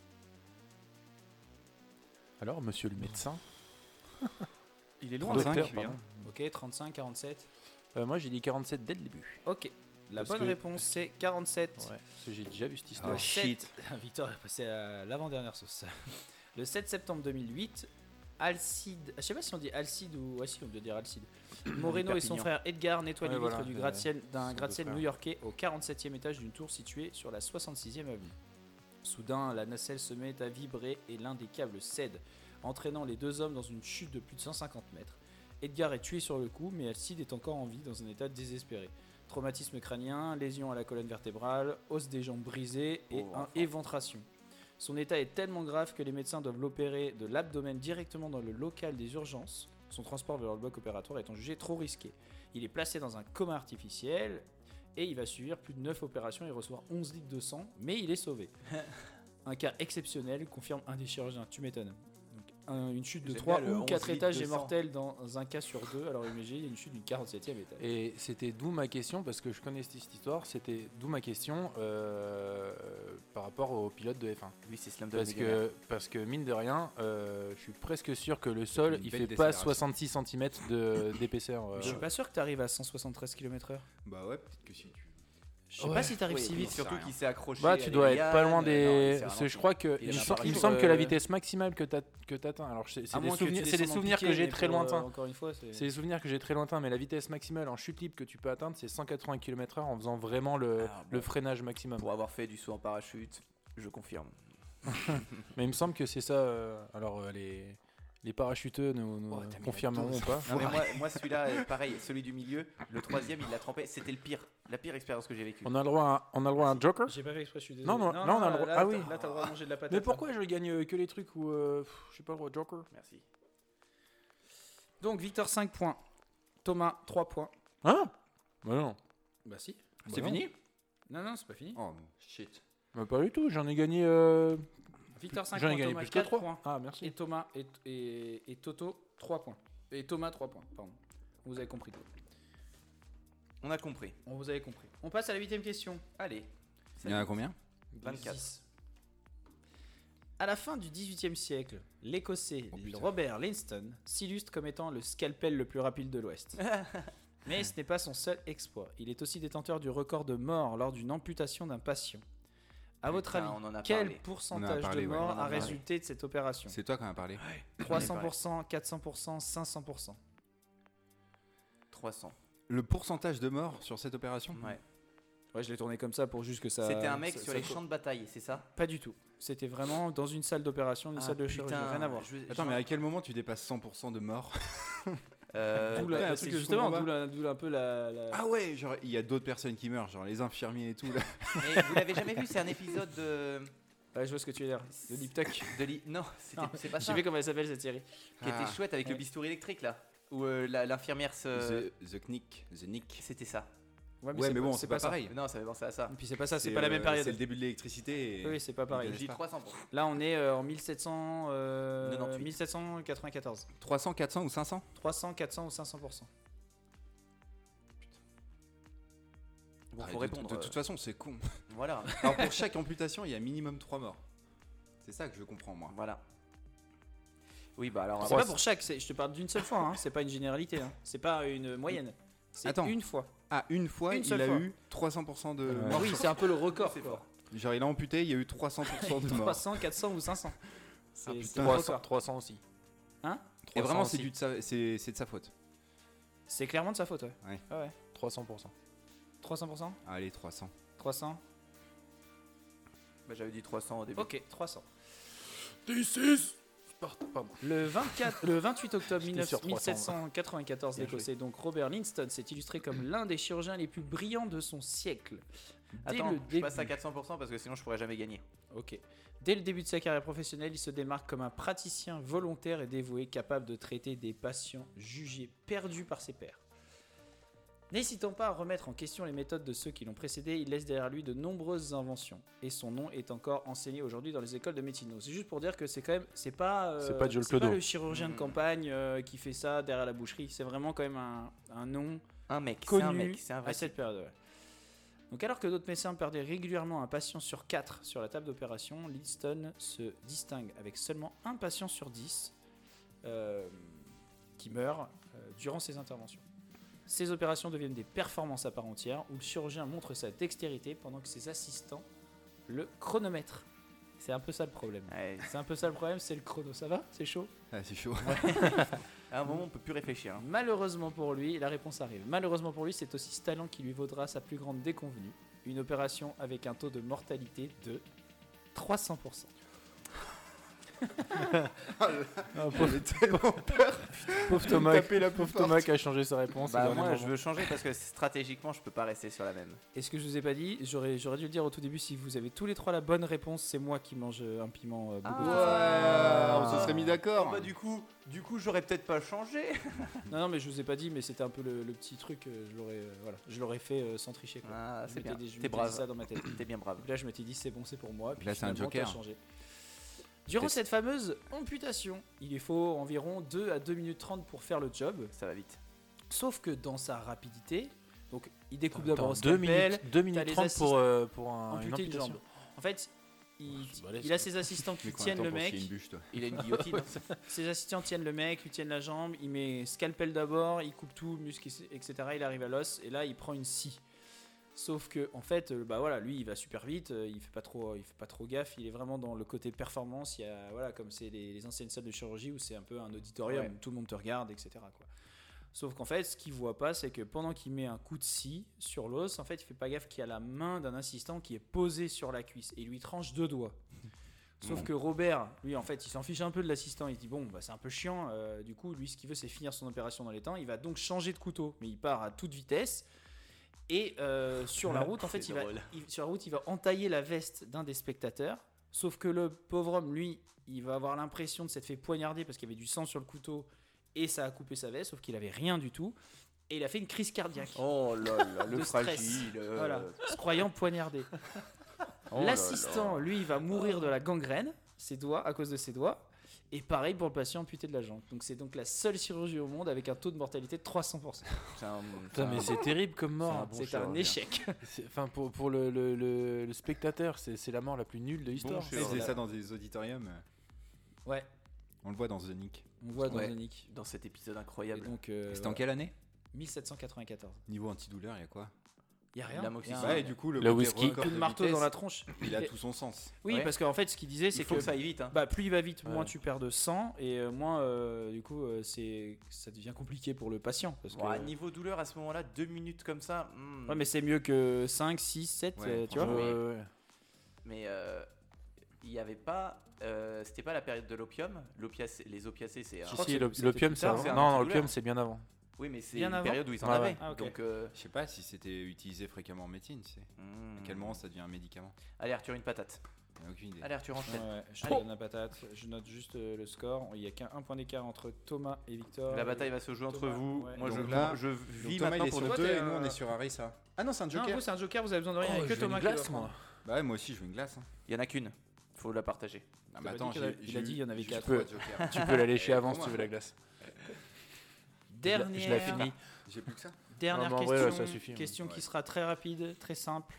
Alors, monsieur le médecin. Il est loin, Docteur, le mec, pardon. Ok, 35, 47. Moi j'ai dit 47 dès le début. Ok. La Parce bonne que- réponse, c'est 47. Ouais, parce que j'ai déjà vu cette Ah, histoire. Le shit. 7 Victor est passé à l'avant-dernière sauce. Le 7 septembre 2008, Alcide, je sais pas si on dit Alcide ou si on doit dire Alcide. Moreno et son Perpignan. frère Edgar nettoient Ouais, les vitres voilà, du c'est gratte-ciel d'un son gratte-ciel beau-frère. new-yorkais au 47e étage d'une tour située sur la 66e avenue. Soudain, la nacelle se met à vibrer et l'un des câbles cède, entraînant les deux hommes dans une chute de plus de 150 mètres. Edgar est tué sur le coup, mais Alcide est encore en vie dans un état désespéré. Traumatisme crânien, lésion à la colonne vertébrale, os des jambes brisées et Pauvre enfant. éventration. Son état est tellement grave que les médecins doivent l'opérer de l'abdomen directement dans le local des urgences. Son transport vers le bloc opératoire étant jugé trop risqué. Il est placé dans un coma artificiel et il va subir plus de 9 opérations et recevoir 11 litres de sang, mais il est sauvé. Un cas exceptionnel, confirme un des chirurgiens, tu m'étonnes. Donc, une chute de J'aime 3 bien le ou 4 11 litres étages de est sang. mortelle dans un cas sur 2, alors imaginez, il y a une chute du 47e étage. Et c'était d'où ma question, parce que je connais cette histoire, c'était d'où ma question par rapport au pilote de F1. Lui, c'est Slumdog Parce que mine de rien, je suis presque sûr que le sol, Une il belle fait pas décélération. 66 cm d'épaisseur. Je suis pas sûr que tu arrives à 173 km/h. Bah ouais, peut-être que si tu. Je sais Ouais. pas si tu arrives Oui, si et vite. surtout rien. qu'il s'est accroché. Bah, à tu des dois être pas loin lianes. des. Non, il s'est Parce que ralenti. je crois que. Il a Il, un il me parachute. semble que la vitesse maximale que tu atteins. Alors, c'est À des moins que souvenirs, tu c'est des descendes en souvenirs piqué, que j'ai mais très pour, lointains. encore une fois, c'est C'est des souvenirs que j'ai très lointains, mais la vitesse maximale en chute libre que tu peux atteindre, c'est 180 km/h en faisant vraiment le Ah, bon. freinage maximum. Pour avoir fait du saut en parachute, je confirme. Mais il me semble que c'est ça. Alors, les parachuteux nous Oh, t'as mis confirmeront la ou pas. Non, mais moi celui-là, pareil, celui du milieu, le troisième, il l'a trempé. C'était la pire expérience que j'ai vécue. On a le droit à un joker. J'ai pas fait exprès, je suis désolé. Non, non, là, on a le droit- là, ah oui. Là, t'as le droit de manger de la patate. Mais pourquoi je gagne que les trucs où je sais pas le droit joker? Merci. Donc, Victor 5 points. Thomas 3 points. Hein? Bah non. Bah si. C'est fini? Non, non, c'est pas fini. Oh shit. Bah pas du tout, j'en ai gagné. Victor 5 J'en ai points, gagné Thomas plus que 4 3. points. Ah merci. Et Thomas et Toto 3 points. Et Thomas 3 points, pardon. Vous avez compris. On a compris. On vous avait compris. On passe à la 8ème question. Allez. Il y en a combien? 24. 10. À la fin du XVIIIe siècle, l'Écossais Oh, putain. Robert Livingston s'illustre comme étant le scalpel le plus rapide de l'Ouest. Mais ce n'est pas son seul exploit. Il est aussi détenteur du record de mort lors d'une amputation d'un patient. À votre Putain, avis, on en a quel parlé. pourcentage parlé, de ouais, morts on en a a parlé. résulté de cette opération? C'est toi qui en as parlé. 300%, 400%, 500%. 300. Le pourcentage de morts sur cette opération? Ouais. Ouais, je l'ai tourné comme ça pour juste que ça. C'était un mec ça- sur ça- les champs de bataille, c'est ça? Pas du tout. C'était vraiment dans une salle d'opération, une Ah, salle de chirurgie. putain, Rien à voir. Attends, mais à quel moment tu dépasses 100% de morts? D'où la- un c'est truc que je justement comprends d'où un peu la. Ah ouais, genre il y a d'autres personnes qui meurent, genre les infirmiers et tout là. Mais vous l'avez jamais vu? C'est un épisode de. Ouais, je vois ce que tu veux dire. De Deep Talk. Non, Non, c'est pas Je ça. sais pas comment elle s'appelle cette série. Qui était Ah. chouette avec le Ouais. bistouri électrique là. Où l'infirmière se. The Nick. C'était ça. Ouais, mais bon, c'est pas ça. pareil. Non, ça fait penser à ça. Et puis c'est pas ça, c'est pas la même période. C'est le début de l'électricité. Oui, c'est pas pareil. Je dis 300%. Là, on est en 1700, 98. 1794. 300, 400 ou 500? 300, 400 ou 500%. Bon, Ah, faut répondre. De toute façon, c'est con. Voilà. Alors pour chaque amputation, il y a minimum 3 morts. C'est ça que je comprends moi. Voilà. Oui, bah alors. C'est pas pour chaque, je te parle d'une seule fois, hein. C'est pas une généralité, hein. C'est pas une moyenne. C'est Attends. une fois. Ah, une fois, Une il seule a fois. eu 300% de Ouais. morts. Oui, c'est un peu le record. C'est quoi. fort. Genre il a amputé, il y a eu 300% de morts. 300, 400 ou 500. C'est putain. c'est le 300, record. 300 aussi. Hein? Et vraiment, 300 c'est aussi. c'est de sa faute. C'est clairement de sa faute, ouais. Ouais. Ah ouais. 300%. 300%? Allez, 300. 300? Bah, j'avais dit 300 au début. Ok, 300. Pardon. Le 28 octobre J'étais sur 1794, Bien l'Écossais, donc Robert Livingston, s'est illustré comme l'un des chirurgiens les plus brillants de son siècle. Dès Attends, le je début, passe à 400% parce que sinon je pourrais jamais gagner. Ok. Dès le début de sa carrière professionnelle, il se démarque comme un praticien volontaire et dévoué, capable de traiter des patients jugés perdus par ses pairs. N'hésitant pas à remettre en question les méthodes de ceux qui l'ont précédé, il laisse derrière lui de nombreuses inventions. Et son nom est encore enseigné aujourd'hui dans les écoles de médecine. C'est juste pour dire que c'est quand même, c'est pas Joel c'est pas Clodo. le chirurgien de campagne qui fait ça derrière la boucherie. C'est vraiment quand même un nom Un mec, c'est connu un mec, c'est un vrai. à cette période. Ouais. Donc alors que d'autres médecins perdaient régulièrement un patient sur 4 sur la table d'opération, Livingston se distingue avec seulement un patient sur 10 qui meurt durant ses interventions. Ces opérations deviennent des performances à part entière où le chirurgien montre sa dextérité pendant que ses assistants le chronomètrent. C'est un peu ça le problème. Ouais, C'est un peu ça le problème, c'est le chrono. Ça va? C'est chaud? Ah, c'est chaud. à un moment, on peut plus réfléchir. hein. Malheureusement pour lui, la réponse arrive. Malheureusement pour lui, c'est aussi ce talent qui lui vaudra sa plus grande déconvenue. Une opération avec un taux de mortalité de 300%. J'avais tellement peur. Pauvre Thomas, Taper la plus pauvre forte. Thomas qui a changé sa réponse. Bah au dernier moi je moment. veux changer parce que stratégiquement je peux pas rester sur la même. Et ce que je vous ai pas dit, j'aurais dû le dire au tout début, si vous avez tous les trois la bonne réponse, c'est moi qui mange un piment beaucoup trop fort. Ouais, on se serait mis d'accord. Bah du coup j'aurais peut-être pas changé. Non, mais je vous ai pas dit, mais c'était un peu le petit truc, je l'aurais fait sans tricher. Quoi. Ah Je c'est m'étais bien, dit- je t'es m'étais dit brave, ça dans ma tête. t'es bien brave. Donc là, je m'étais dit, c'est bon, c'est pour moi. Puis Là, c'est un finalement, t'as joker. changé. Durant cette fameuse amputation, il lui faut environ 2 à 2 minutes 30 pour faire le job. Ça va vite. Sauf que dans sa rapidité, donc il découpe Attends, d'abord au 2 scalpel, minutes, 2 minutes les 30 pour une amputer une amputation. jambe. En fait, c'est balèze, il a quoi. ses assistants qui Mais combien tiennent de le temps pour mec. scier une bûche, toi? Il a une guillotine. Ses assistants tiennent le mec, lui tiennent la jambe, il met scalpel d'abord, il coupe tout, muscle, etc. Il arrive à l'os et là il prend une scie. Sauf que en fait, bah voilà, lui il va super vite, il fait pas trop gaffe, il est vraiment dans le côté performance. Il y a voilà, comme c'est les anciennes salles de chirurgie où c'est un peu un auditorium Ouais. où tout le monde te regarde, etc. quoi. Sauf qu'en fait, ce qu'il voit pas, c'est que pendant qu'il met un coup de scie sur l'os, en fait, il fait pas gaffe qu'il y a la main d'un assistant qui est posée sur la cuisse et il lui tranche 2 doigts. Sauf que Robert, lui, en fait, il s'en fiche un peu de l'assistant. Il se dit bon, bah, c'est un peu chiant. Du coup, lui, ce qu'il veut, c'est finir son opération dans les temps. Il va donc changer de couteau, mais il part à toute vitesse. Et sur la route, en fait, C'est sur la route, il va entailler la veste d'un des spectateurs. Sauf que le pauvre homme, lui, il va avoir l'impression de s'être fait poignarder parce qu'il y avait du sang sur le couteau et ça a coupé sa veste. Sauf qu'il avait rien du tout. Et il a fait une crise cardiaque. Oh là là, le De stress. fragile. Voilà, se croyant poignardé. Oh là L'assistant, là. lui, il va mourir de la gangrène, à cause de ses doigts. Et pareil pour le patient amputé de la jambe. Donc c'est donc la seule chirurgie au monde avec un taux de mortalité de 300%. Putain, mais c'est terrible comme mort. C'est un échec. Enfin, pour le spectateur, c'est la mort la plus nulle de l'histoire. Ils faisaient ça dans des auditoriums. Ouais, On le voit dans The Nick. on voit dans Ouais. Zonic. Dans cet épisode Et incroyable. donc, Et c'était en quelle année? 1794. Niveau antidouleur, il y a quoi? Il y a rien. L'amoxicilline. Il y a un Ouais, et du coup, le Le côté whisky. record coup de de marteau vitesse, dans la tronche. il a tout son sens. Oui, Ouais. parce qu'en fait, ce qu'il disait, c'est Il faut que ça aille vite. Hein. bah, plus il va vite, moins Ouais. tu perds de sang et moins, du coup, ça devient compliqué pour le patient. Parce que... Ouais, niveau douleur à ce moment-là, 2 minutes comme ça. Ouais, mais c'est mieux que 5, 6, 7, Ouais, tu vois. franchement, Ouais. Mais il n'y avait pas. C'était pas la période de l'opium. Les opiacés, c'est. Si, crois si, que c'était l'opium, plus c'est tard, avant. c'est un Non, antidouleur. l'opium, c'est bien avant. Oui, mais c'est Bien une avant. période où ils en Ouais, avaient. ouais. Ah, ok. Donc. Je sais pas si c'était utilisé fréquemment en médecine. À quel moment ça devient un médicament? Allez, Arthur, une patate. J'ai aucune idée. Allez, Arthur, enchaîne. Ouais, je Allez. donne la patate. Je note juste le score. Il n'y a qu'un point d'écart entre Thomas et Victor. La bataille va se jouer entre Thomas, vous. ouais. Moi, Donc là, je Donc vis Thomas, maintenant il est pour sur nous. Toi, 2 t'es et nous, un- on est sur Harissa. Ah non, c'est un Non, joker. vous, c'est un joker, vous avez besoin de rien. Il n'y a Oh, que je veux Thomas une qui glace, doit moi. prendre. Bah ouais, moi aussi, je veux une glace. Hein. Il y en a qu'une. Faut la partager. Ah, Ça mais veut attends, dire qu'il a- il a dit il y en avait j'ai 4. trois jokers. Tu peux la lécher avant si Comment tu veux la glace. Dernière, Je l'ai fini. J'ai plus que ça. dernière Non, mais en question, vrai, ça suffit, hein. question Ouais. qui sera très rapide, très simple.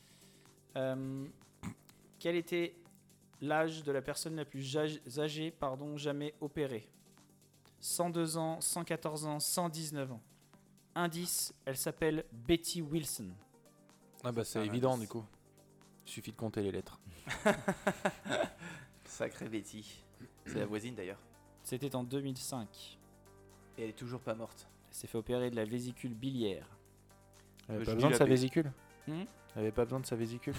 Quel était l'âge de la personne la plus âgée jamais opérée? 102 ans, 114 ans, 119 ans. Indice, elle s'appelle Betty Wilson. Ah bah c'est un évident indice. du coup. Il suffit de compter les lettres. Sacré Betty. C'est la voisine d'ailleurs. C'était en 2005. Et elle est toujours pas morte. Elle s'est fait opérer de la vésicule biliaire. Elle avait Je pas dis besoin de la sa B. vésicule. Hmm Elle avait pas besoin de sa vésicule.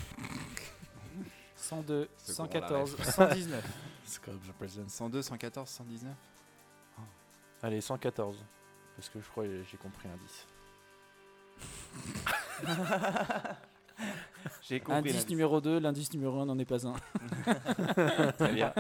102, C'est bon, on la 114, 119. 102, 114, 119. Allez, 114. Parce que je crois que j'ai compris un 10. J'ai compris. Indice l'indice. numéro 2, l'indice numéro 1 n'en est pas un. Très bien.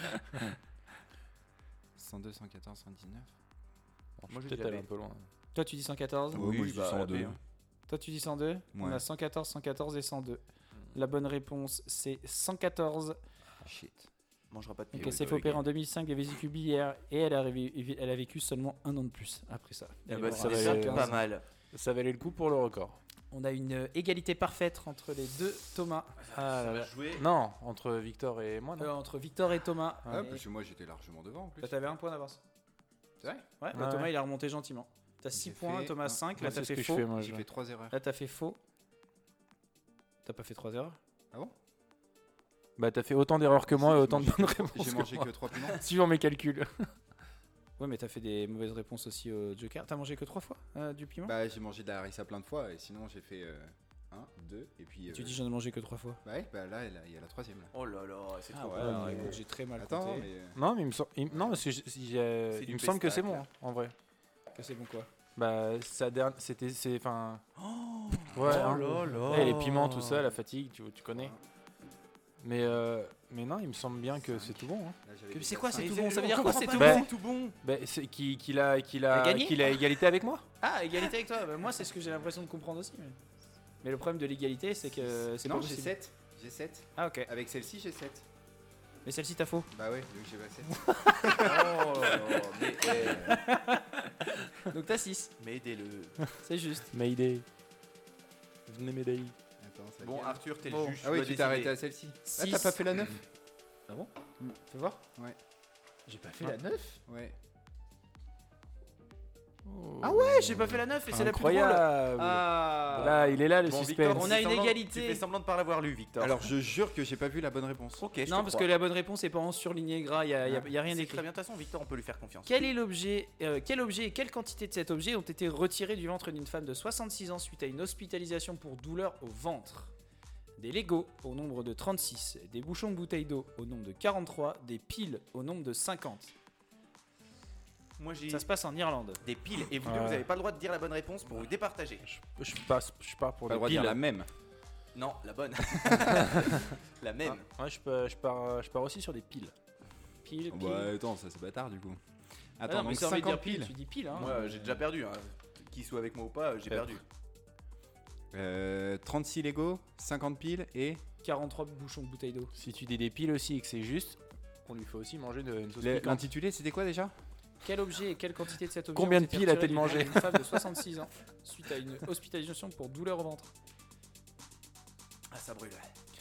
102, 114, 119. Moi, je dis Peut-être la aller B. un peu loin. Toi tu dis 114, Oui, moi je dis bah, 102. la B, hein. toi tu dis 102. On Ouais. a 114, 114 et 102. La bonne réponse c'est 114. Shit. Mangera pas de Donc pied. elle s'est fait opérer en 2005 des vésicules biliaires et elle a vécu seulement un an de plus après ça. Eh Elle bah, est c'est morte à déjà 15 pas ans. mal. Ça valait le coup pour le record. On a une égalité parfaite entre les deux Thomas. Ah, là, là. Jouer. Non, entre Victor et moi, non. Entre Victor et Thomas. Ah, Et- parce que moi j'étais largement devant en plus. Bah, t'avais un point d'avance. C'est vrai? Ouais, bah, Ouais. Thomas il a remonté gentiment. T'as 6 J'ai points, fait Thomas un- 5. Moi, Là c'est t'as ce que fait je faux. fais, moi. J'ai je- fait 3 erreurs. Là t'as fait faux. T'as pas fait 3 erreurs. Bah, t'as fait autant d'erreurs que moi et J'ai autant de mangé bonnes que- réponses. J'ai que mangé moi. que 3 piments. Suivant mes calculs. Ouais, mais t'as fait des mauvaises réponses aussi au Joker. T'as mangé que 3 fois du piment? Bah, j'ai mangé de la harissa plein de fois et sinon j'ai fait 1, 2, et puis. Tu dis j'en ai mangé que 3 fois. Bah ouais, bah là, il y a la troisième. Là. Oh là là, c'est trop ouais, bon. alors, mais- écoute, j'ai très mal Attends, compté. mais. Non, mais il me semble. Non, parce que C'est il du me semble que c'est pestac, bon, là. en vrai. Que c'est bon quoi. Bah, sa dernière. C'était. Enfin. Oh, Ouais, oh hein. là là. Ouais, les piments, tout ça, la fatigue, tu connais. Mais non, il me semble bien que c'est tout bon. Hein. Là, j'avais Que dit c'est quoi, quatre, c'est cinq. tout bon, ça veut dire On quoi, comprend c'est pas tout que bon c'est tout bon. Bah, c'est qu'il a gagné égalité avec moi. Ah, égalité avec toi. Bah, moi, c'est ce que j'ai l'impression de comprendre aussi. Mais le problème de l'égalité, c'est que c'est pas Non, j'ai possible. 7. J'ai 7. Ah, ok. Avec celle-ci, j'ai 7. Mais celle-ci, t'as faux. Bah ouais, vu que j'ai pas 7. Oh, mais, Donc t'as 6. mais aidez-le. C'est juste. Mayday. Venez m'aider. Attends, ça Bon, gagne. Arthur, t'es Bon. le juge. Ah oui, dois tu t'es arrêté décider. à celle-ci. Ah, Six. t'as pas fait la 9 Ah bon Fais voir. Ouais. J'ai pas fait la 9. Ouais. Ah ouais, j'ai pas fait la 9 et c'est la plus drôle. Incroyable. Ah Là, il est là le Bon, suspense. Victor, On tu a fais une semblant- égalité. Tu fais semblant de pas l'avoir lu, Victor. Alors, je jure que j'ai pas vu la bonne réponse. ok, je te Non, parce que crois. la bonne réponse est pas en surligné gras, y a rien C'est d'écrit. très bien. De toute façon, Victor, on peut lui faire confiance. Quel est l'objet, quel objet et quelle quantité de cet objet ont été retirés du ventre d'une femme de 66 ans suite à une hospitalisation pour douleur au ventre? Des Legos au nombre de 36, des bouchons de bouteilles d'eau au nombre de 43, des piles au nombre de 50. Moi, j'ai Ça se passe en Irlande. des piles et vous deux, Ouais. vous n'avez pas le droit de dire la bonne réponse pour vous départager. Je pars pour Pas le les droit de dire piles. la même. Non, la bonne. La même. Ouais, je pars aussi sur des piles. Pile, pile. Bah attends, ça c'est bâtard du coup. Ah Attends, non, mais donc ça veut dire 50 pile, piles. tu dis pile. Hein. Moi, j'ai déjà perdu. Hein. Qu'il soit avec moi ou pas, j'ai Perdre. perdu. 36 Lego, 50 piles et 43 bouchons de bouteilles d'eau. Si tu dis des piles aussi et que c'est juste, on lui fait aussi manger une sauce piquante. l'intitulé c'était quoi déjà? Quel objet et quelle quantité de cet objet Combien ont de été piles retirés a-t-elle du ventre mangé d'une femme de 66 ans suite à une hospitalisation pour douleur au ventre? Ah, ça brûle.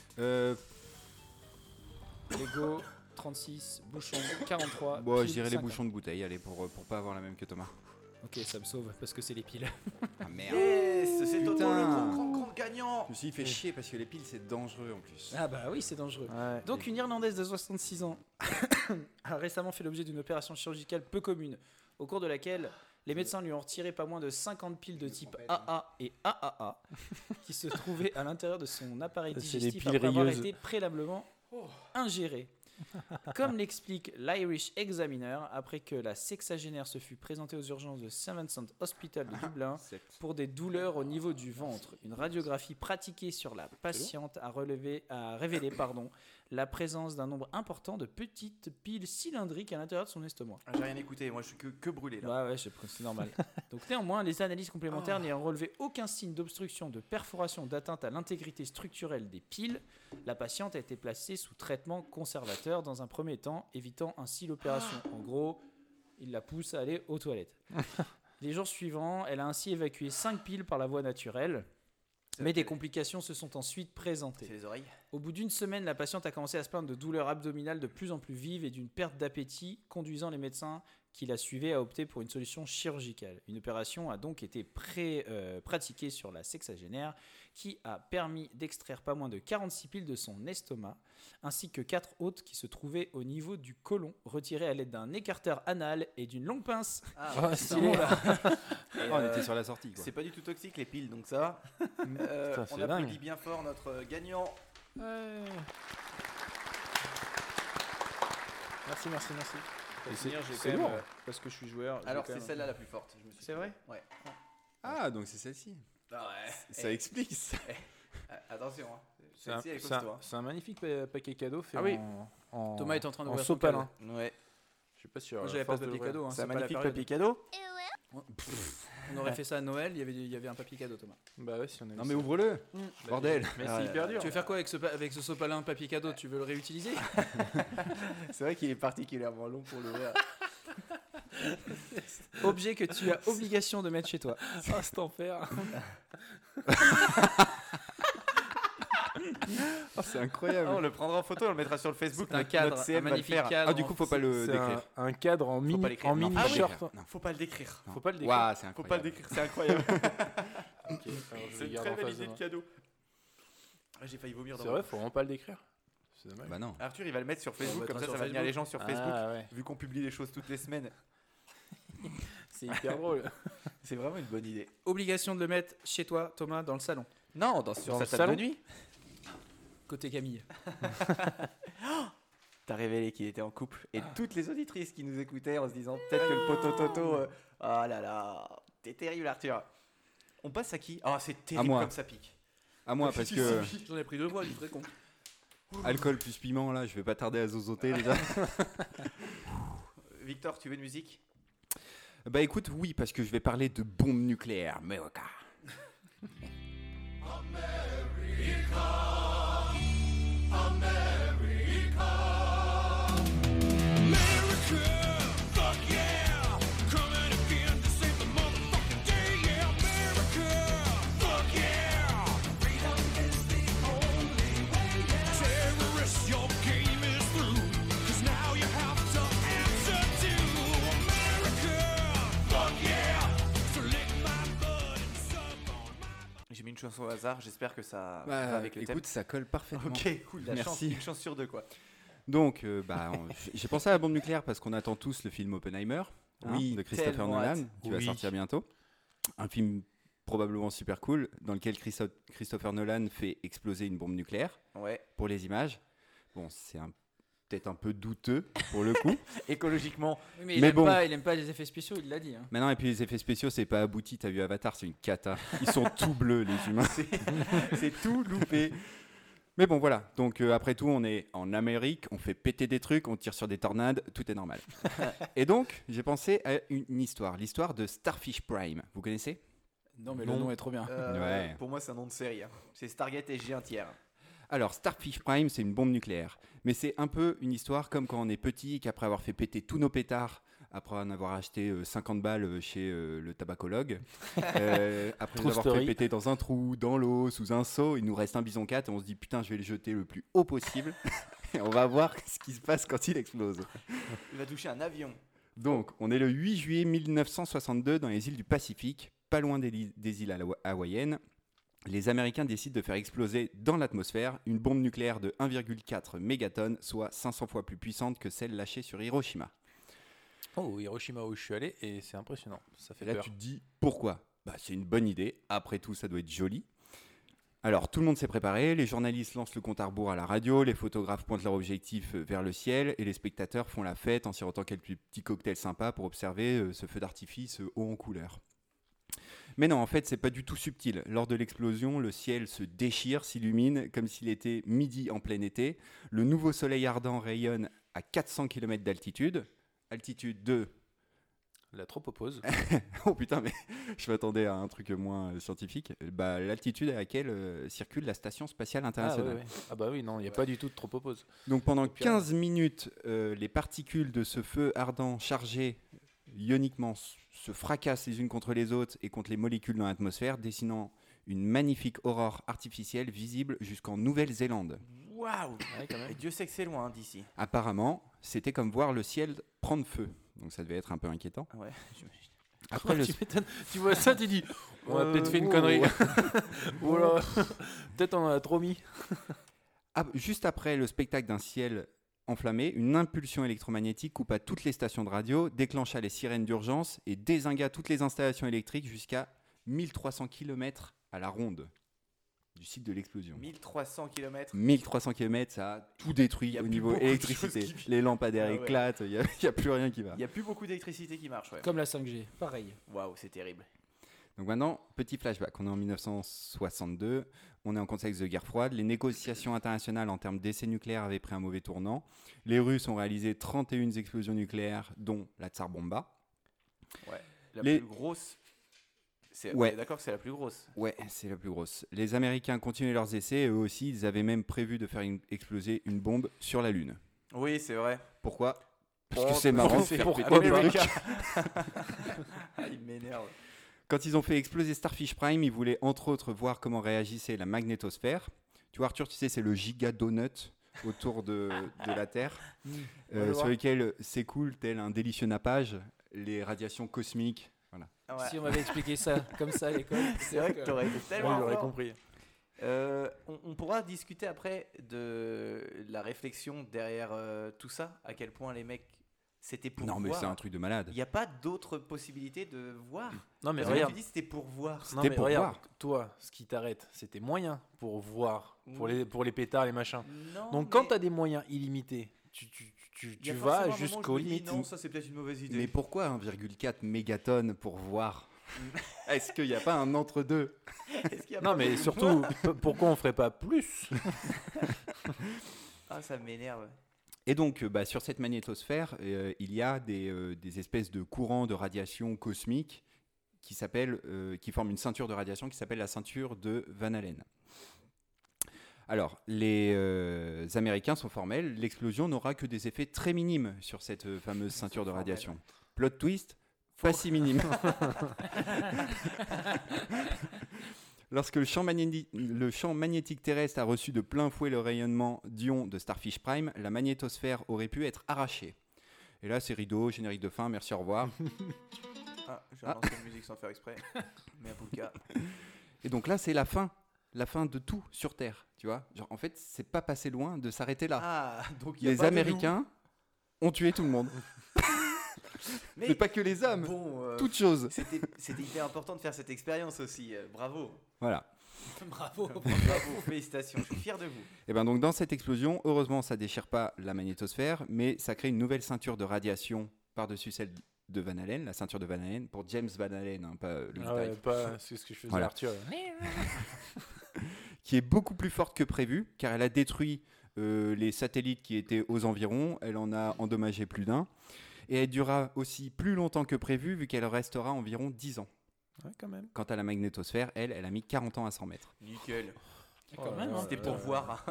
Lego, 36, bouchons, 43. Bon, piles, je dirais les 50. bouchons de bouteille, allez, pour pas avoir la même que Thomas. Ok, ça me sauve parce que c'est les piles. Ah merde. Yes, c'est Toto le Putain. grand gagnant. Je me suis dit, fait chier parce que les piles c'est dangereux en plus. Ah bah oui, c'est dangereux. Ouais. Donc une Irlandaise de 66 ans a récemment fait l'objet d'une opération chirurgicale peu commune, au cours de laquelle les médecins lui ont retiré pas moins de 50 piles de type AA et AAA qui se trouvaient à l'intérieur de son appareil Ça, c'est des digestif piles après avoir rieuses. été préalablement ingérées. Comme l'explique l'Irish Examiner, après que la sexagénaire se fut présentée aux urgences de St Vincent Hospital de Dublin pour des douleurs au niveau du ventre, une radiographie pratiquée sur la patiente a révélé la présence d'un nombre important de petites piles cylindriques à l'intérieur de son estomac. Ah, j'ai rien écouté, moi je suis que brûlé là. Ouais, c'est normal. Donc néanmoins, les analyses complémentaires n'ayant relevé aucun signe d'obstruction, de perforation, d'atteinte à l'intégrité structurelle des piles, la patiente a été placée sous traitement conservateur dans un premier temps, évitant ainsi l'opération. En gros, il la pousse à aller aux toilettes. Les jours suivants, elle a ainsi évacué 5 piles par la voie naturelle, mais des complications se sont ensuite C'est présentées. les oreilles. Au bout d'une semaine, la patiente a commencé à se plaindre de douleurs abdominales de plus en plus vives et d'une perte d'appétit, conduisant les médecins qui la suivaient à opter pour une solution chirurgicale. Une opération a donc été pratiquée sur la sexagénaire qui a permis d'extraire pas moins de 46 piles de son estomac, ainsi que 4 autres qui se trouvaient au niveau du côlon, retirées à l'aide d'un écarteur anal et d'une longue pince. Ah, Ah, stylé. Et, on était sur la sortie quoi. C'est pas du tout toxique les piles, donc ça. Ça, On c'est applaudit dingue. bien fort notre gagnant. Merci. Pour Et finir, j'ai c'est quand même, lourd. parce que je suis joueur. j'ai Alors quand c'est même- celle-là la plus forte. je me suis C'est dit. vrai Ouais. Ah, donc c'est celle-ci. Ah ouais. Ça explique ça. Attention. Hein. C'est un, Celle-ci elle est c'est un- costaud. c'est un magnifique paquet cadeau fait Ah oui. en Thomas est en train en d'ouvrir son sopalin. cadeau. Ouais. Je suis pas sûr. Moi, j'avais pas de papier cadeau. Hein, C'est un pas la magnifique période. papier cadeau. On aurait fait ça à Noël, il y avait un papier cadeau, Thomas. Bah ouais, si on a Non vu mais ça. ouvre-le. Bah, Bordel. Mais Ah, c'est hyper dur. Tu veux faire quoi avec ce sopalin papier cadeau? Tu veux le réutiliser? C'est vrai qu'il est particulièrement long pour l'ouvrir. Objet que tu as obligation de mettre chez toi. Ah, cet enfer. Oh, c'est incroyable. on le prendra en photo, on le mettra sur le Facebook. C'est un notre cadre, un CM va le magnifique faire. cadre. Ah, du coup, faut pas le C'est décrire. un cadre en pas mini, l'écrire. en Non, mini faut pas short. Non. Faut pas le décrire. Faut pas le décrire. Waouh, c'est Faut pas le incroyable. décrire, c'est incroyable. Ok, alors je C'est vais une garder très en belle face de idée de moi. cadeau. Ah, j'ai failli vomir dans C'est vrai, faut vraiment pas le décrire. C'est dommage. Bah non. Arthur, il va le mettre sur Facebook, le comme mettra ça, sur ça va venir Facebook. les gens sur Facebook. Ah ouais, Vu qu'on publie des choses toutes les semaines, c'est hyper drôle. c'est vraiment une bonne idée. Obligation de le mettre chez toi, Thomas, dans le salon. Non, sur Dans sa le table salon de nuit. Côté Camille. T'as révélé qu'il était en couple. Et toutes les auditrices qui nous écoutaient en se disant peut-être que le poteau Toto. Oh là là, t'es terrible, Arthur. On passe à qui? Ah, c'est terrible moi. comme ça pique. À moi, parce que J'en ai pris 2 fois, je suis très con. alcool plus piment, là, je vais pas tarder à zozoter déjà. Victor, tu veux une musique? Bah écoute, oui, parce que je vais parler de bombes nucléaires. Mais ok. J'ai mis une chanson au hasard, j'espère que ça Bah, va avec le écoute, ça colle parfaitement. thème. Ok, cool, la Merci. chance, une chance sur deux quoi. Donc, j'ai pensé à la bombe nucléaire parce qu'on attend tous le film Oppenheimer, Oui, de Christopher tellement Nolan, hâte. qui va Oui. sortir bientôt. Un film probablement super cool, dans lequel Christopher Nolan fait exploser une bombe nucléaire Ouais. pour les images. Bon, c'est peut-être un peu douteux pour le coup. Écologiquement, Oui, mais il, Mais aime bon. pas, il aime pas les effets spéciaux, il l'a dit. Hein. Maintenant, et puis les effets spéciaux, c'est pas abouti. T'as vu Avatar, c'est une cata. Ils sont tout bleus, les humains. c'est tout loupé. Mais bon, voilà. Donc, après tout, on est en Amérique, on fait péter des trucs, on tire sur des tornades, tout est normal. Et donc, j'ai pensé à une histoire. L'histoire de Starfish Prime. Vous connaissez? Non, mais Non. le nom est trop bien. Ouais. Pour moi, c'est un nom de série. Hein. C'est Stargate SG 1 tiers. Alors, Starfish Prime, c'est une bombe nucléaire. Mais c'est un peu une histoire comme quand on est petit et qu'après avoir fait péter tous nos pétards, après en avoir acheté 50 balles chez le tabacologue, après True les avoir story. fait péter dans un trou, dans l'eau, sous un seau, il nous reste un bison 4 et on se dit putain, je vais le jeter le plus haut possible. Et on va voir ce qui se passe quand il explose. Il va toucher un avion. Donc, on est le 8 juillet 1962 dans les îles du Pacifique, pas loin des îles hawaïennes. Les Américains décident de faire exploser dans l'atmosphère une bombe nucléaire de 1,4 mégatonnes, soit 500 fois plus puissante que celle lâchée sur Hiroshima. Oh, Hiroshima où je suis allé et c'est impressionnant. Ça fait Et là, peur. tu te dis pourquoi? Bah, c'est une bonne idée. Après tout, ça doit être joli. Alors, tout le monde s'est préparé. Les journalistes lancent le compte à rebours à la radio. Les photographes pointent leur objectif vers le ciel. Et les spectateurs font la fête en sirotant quelques petits cocktails sympas pour observer ce feu d'artifice haut en couleur. Mais non, en fait, c'est pas du tout subtil. Lors de l'explosion, le ciel se déchire, s'illumine comme s'il était midi en plein été. Le nouveau soleil ardent rayonne à 400 km d'altitude. Altitude de... La tropopause. Oh putain, mais je m'attendais à un truc moins scientifique. Bah, l'altitude à laquelle circule la Station Spatiale Ah, Internationale. ouais, ouais. Ah bah oui, non, il n'y a pas du tout de tropopause. Donc pendant puis, 15 minutes, les particules de ce feu ardent chargé ioniquement se fracassent les unes contre les autres et contre les molécules dans l'atmosphère, dessinant une magnifique aurore artificielle visible jusqu'en Nouvelle-Zélande. Waouh. Ouais, quand même. Et Dieu sait que c'est loin d'ici. Apparemment, c'était comme voir le ciel prendre feu. Donc ça devait être un peu inquiétant. Ouais, j'imagine. Après, le tu m'étonnes. Tu vois ça, tu dis, on a peut-être fait une oh. connerie. Oh là. Peut-être on en a trop mis. Juste après le spectacle d'un ciel enflammé, une impulsion électromagnétique coupa toutes les stations de radio, déclencha les sirènes d'urgence et dézingua toutes les installations électriques jusqu'à 1300 km à la ronde du site de l'explosion. 1300 km. 1300 km, ça a tout détruit Il y a au plus niveau beaucoup de électricité. choses qui- Les lampadaires Ah ouais. éclatent, il n'y a plus rien qui va. Il n'y a plus beaucoup d'électricité qui marche. Ouais. Comme la 5G, pareil. Waouh, c'est terrible. Donc maintenant, petit flashback. On est en 1962, on est en contexte de guerre froide. Les négociations internationales en termes d'essais nucléaires avaient pris un mauvais tournant. Les Russes ont réalisé 31 explosions nucléaires, dont la Tsar Bomba. Ouais. La Les- plus grosse. Ouais. On est d'accord que c'est la plus grosse. Ouais, c'est la plus grosse. Les Américains continuaient leurs essais et eux aussi, ils avaient même prévu de faire exploser une bombe sur la Lune. Oui, c'est vrai. Pourquoi? Parce Oh, que c'est marrant de c'est faire pourquoi péter des America. trucs. Ah, il m'énerve. Quand ils ont fait exploser Starfish Prime, ils voulaient entre autres voir comment réagissait la magnétosphère. Tu vois, Arthur, tu sais, c'est le giga donut autour de la Terre, je sur vois. lequel s'écoulent, tel un délicieux nappage, les radiations cosmiques. Voilà. Ah ouais. Si on m'avait expliqué ça comme ça à l'école, C'est vrai que t'aurais été tellement j'aurais fort. compris. On pourra discuter après de la réflexion derrière tout ça, à quel point les mecs C'était pour Non, mais voir. c'est un truc de malade. Il n'y a pas d'autres possibilités de voir. Non, mais Parce que regarde. tu dis c'était pour voir. Non, C'était mais pour regarde, voir. toi, ce qui t'arrête, c'était moyen pour voir, Oui. pour les pétards, les machins. Non, Donc, mais quand tu as des moyens illimités, tu il y a vas forcément un moment où jusqu'aux je me dis, limites. Non, ça c'est peut-être une mauvaise idée. Mais pourquoi 1,4 mégatonnes pour voir? Est-ce qu'il n'y a pas un entre-deux? Est-ce qu'il y a Non, pas mais de- surtout, pourquoi on ferait pas plus? Ah, ça m'énerve. Et donc, sur cette magnétosphère, il y a des espèces de courants de radiation cosmique qui forment une ceinture de radiation qui s'appelle la ceinture de Van Allen. Alors, les Américains sont formels, l'explosion n'aura que des effets très minimes sur cette fameuse ceinture de formels. radiation. Plot twist, pas si minime. Lorsque le champ magnétique terrestre a reçu de plein fouet le rayonnement d'ion de Starfish Prime, la magnétosphère aurait pu être arrachée. Et là, c'est rideau, générique de fin, merci, au revoir. Ah, j'ai relancé la musique sans faire exprès. Mais à Poulka. Et donc là, c'est la fin de tout sur Terre, tu vois. Genre, en fait, c'est pas passé loin de s'arrêter là. Ah, donc il y a Les pas de loup. Américains ont tué tout le monde. Mais pas que les hommes, Bon, toutes choses. c'était hyper important de faire cette expérience aussi. Bravo. Voilà. Bravo. Bravo, félicitations. Je suis fier de vous. Et bien donc dans cette explosion, heureusement, ça déchire pas la magnétosphère, mais ça crée une nouvelle ceinture de radiation par-dessus celle de Van Allen, la ceinture de Van Allen, pour James Van Allen, hein, pas Louis Ah ouais, Dreyfus, c'est ce que je faisais Voilà. Arthur. qui est beaucoup plus forte que prévu, car elle a détruit les satellites qui étaient aux environs, elle en a endommagé plus d'un, et elle durera aussi plus longtemps que prévu, vu qu'elle restera environ 10 ans. Ouais, quand même. Quant à la magnétosphère, elle a mis 40 ans à 100 mètres. Nickel. Quand même, hein. C'était pour voir.